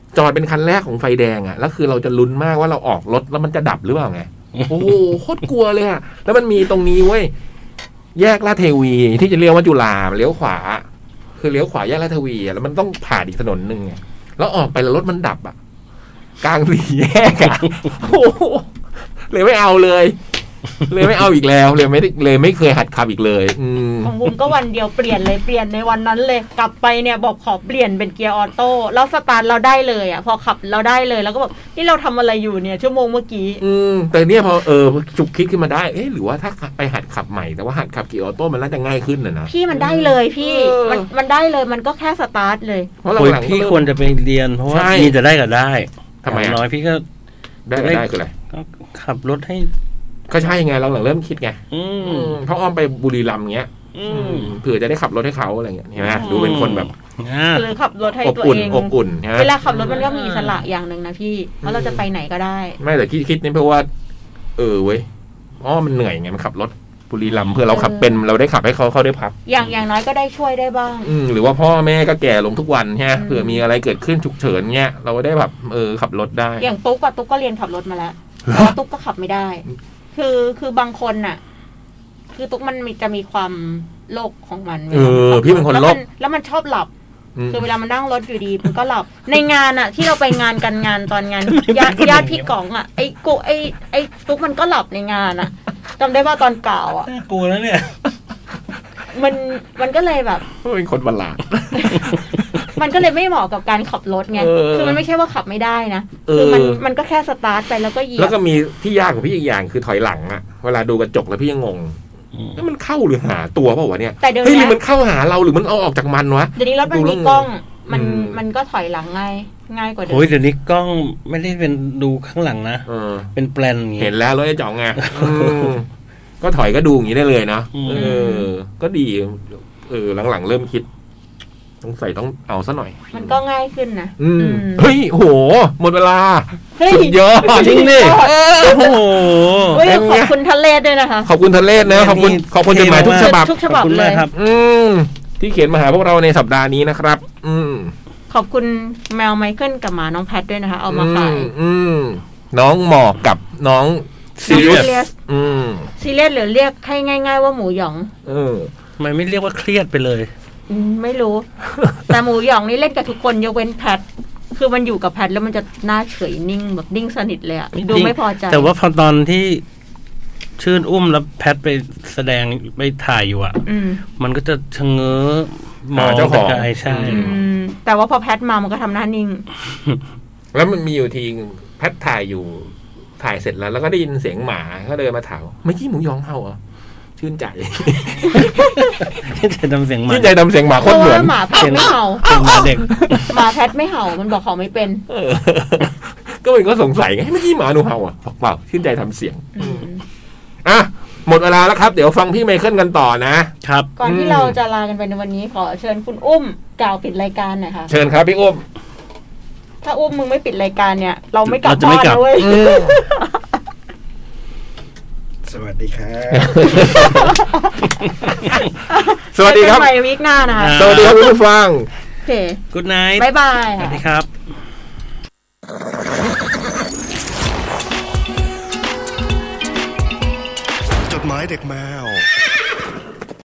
จอดเป็นคันแรกของไฟแดงอ่ะแล้วคือเราจะลุ้นมากว่าเราออกรถแล้วมันจะดับหรือเปล่าไงโอ้โหโคตรกลัวเลยอ่ะแล้วมันมีตรงนี้เว้ยแยกลาดเทวีที่จะเรียกว่าจุฬาเลี้ยวขวาคือเลี้ยวขวาแยกลาดเทวีอ่ะแล้วมันต้องผ่านอีกถนนนึงไงแล้วออกไปแล้วรถมันดับอ่ะกลางสี่แยกอ่ะโอ้โหเลยไม่เอาเลยไม่เอาอีกแล้วเลยไม่เคยหัดขับอีกเลยของบุมก็วันเดียวเปลี่ยนในวันนั้นเลยกลับไปเนี่ยบอกขอเปลี่ยนเป็นเกียร์ออโต้แล้วสตาร์ทเราได้เลยอ่ะพอขับเราได้เลยแล้วก็บอกนี่เราทำอะไรอยู่เนี่ยชั่วโมงเมื่อกี้แต่เนี่ยพอฉุกคิดขึ้นมาได้หรือว่าถ้าไปหัดขับใหม่แต่ว่าหัดขับเกียร์ออโต้มันน่าจะง่ายขึ้นนะพี่มันได้เลยพี่มันได้เลยมันก็แค่สตาร์ทเลยเพราะหลังๆพี่ควรจะไปเรียนเพราะว่ามีจะได้ก็ได้ทำไมน้อยพี่ก็ได้คืออะไรก็ขับรถให้ก็ใช่ไงเราหลังเริ่มคิดไงเพราะอ้อมไปบุรีรัมย์เงี้ยเผื่อจะได้ขับรถให้เขาอะไรเงี้ยเห็นไหมดูเป็นคนแบบหรือขับรถให้ตัวเองอบอุ่นเวลาขับรถมันก็มีอิสระอย่างหนึ่งนะพี่เพราะเราจะไปไหนก็ได้ไม่แต่คิดนี่เพราะว่าเว้ยมันเหนื่อยไงมันขับรถบุรีรัมย์เพื่อเราขับเป็นเราได้ขับให้เขาได้พักอย่างน้อยก็ได้ช่วยได้บ้างหรือว่าพ่อแม่ก็แก่ลงทุกวันใช่เผื่อมีอะไรเกิดขึ้นฉุกเฉินเงี้ยเราได้แบบขับรถได้อย่างตุ๊กก็เรียนขับรถมาแล้วแต่ตุ๊กก็ขับไม่ได้คือบางคนน่ะคือตุ๊กมันจะมีความโลกของมันพี่เป็นคนโลกแล้วมันชอบหลับคือเวลามันนั่งรถอยู่ดีมันก็หลับในงานอ่ะที่เราไปงานกันงานตอนงานญาติพี่ก๋องอ่ะไอ้ตุ๊กมันก็หลับในงานอ่ะจำได้ว่าตอนกล่าวอ่ะกลัวแล้วเนี่ยมันก็เลยแบบเป็นคนบัลลาดมันก็เลยไม่เหมาะกับการขับรถไงคือมันไม่ใช่ว่าขับไม่ได้นะคือมันก็แค่สตาร์ทไปแล้วก็เหยียบแล้วก็มีที่ยากของพี่อีกอย่างคือถอยหลังอ่ะเวลาดูกระจกแล้วพี่ยังงงแล้วมันเข้าหรือหาตัวเปล่าวะเนี่ยเฮ้ยมันเข้าหาเราหรือมันเอาออกจากมันวะเดี๋ยวนี้รถมันมีกล้องมันก็ถอยหลังง่ายกว่าเดิมโอ้ยเดี๋ยวนี้กล้องไม่ได้เป็นดูข้างหลังนะเป็นแปลนเห็นแล้วรถไอ้จ่องไงก็ถอยก็ดูอย่างนี้ได้เลยนะก็ดีหลังๆเริ่มคิดต้องเอาซะหน่อยมันก็ง่ายขึ้นนะเฮ้ยโหหมดเวลาสุดยอดจริงดิโอ้โหขอบคุณทะเลด้วยนะคะขอบคุณทะเลนะขอบคุณจดหมายทุกฉบับเลยครับที่เขียนมาหาพวกเราในสัปดาห์นี้นะครับขอบคุณแมวไมเคิลกับหมาน้องแพทด้วยนะคะเอามาขายน้องหมอกกับน้องซีเรียสซีเรียสหรือเรียกให้ง่ายๆว่าหมูหยองทำไมไม่เรียกว่าเครียดไปเลยไม่รู้แต่หมูหยองนี่เล่นกับทุกคนยกเว้นแพทคือมันอยู่กับแพทแล้วมันจะหน้าเฉยนิ่งแบบนิ่งสนิทเลยอะดูไม่พอใจแต่ว่าพอตอนที่ชื่นอุ้มแล้วแพทไปแสดงไปถ่ายอยู่อะมันก็จะชะเง้อมองเจ้าของใช่แต่ว่าพอแพทมามันก็ทำหน้านิ่งแล้วมันมีอยู่ทีแพทถ่ายอยู่ถ่ายเสร็จแล้วก็ได้ยินเสียงหมาก็เดินมาถามเมื่อกี้หมูหยองเห่าเหรอชื่นใจชื่นใจทำเสียงหมาชื่นใจทำเสียงหมาโคตรเหมือนหมาแพทไม่เห่าหมาเด็กหมาแพทไม่เห่ามันบอกเขาไม่เป็นก็มันก็สงสัยไงเมื่อกี้หมาหนูเห่าอ่ะบอกเปล่าชื่นใจทำเสียงอ่ะหมดเวลาแล้วครับเดี๋ยวฟังพี่ไมเคิลกันต่อนะครับก่อนที่เราจะลากันไปในวันนี้ขอเชิญคุณอุ้มกล่าวปิดรายการหน่อยค่ะเชิญครับพี่อุ้มถ้าอุ้มมึงไม่ปิดรายการเนี่ยเราไม่กลับบ้านนะเว้ยสวัสดีครับสวัสดีครับไปวีคหน้านะสวัสดีครับผู้ฟังโอเค Good night บ๊ายบายสวัสดีครับจดหมายเด็กแมว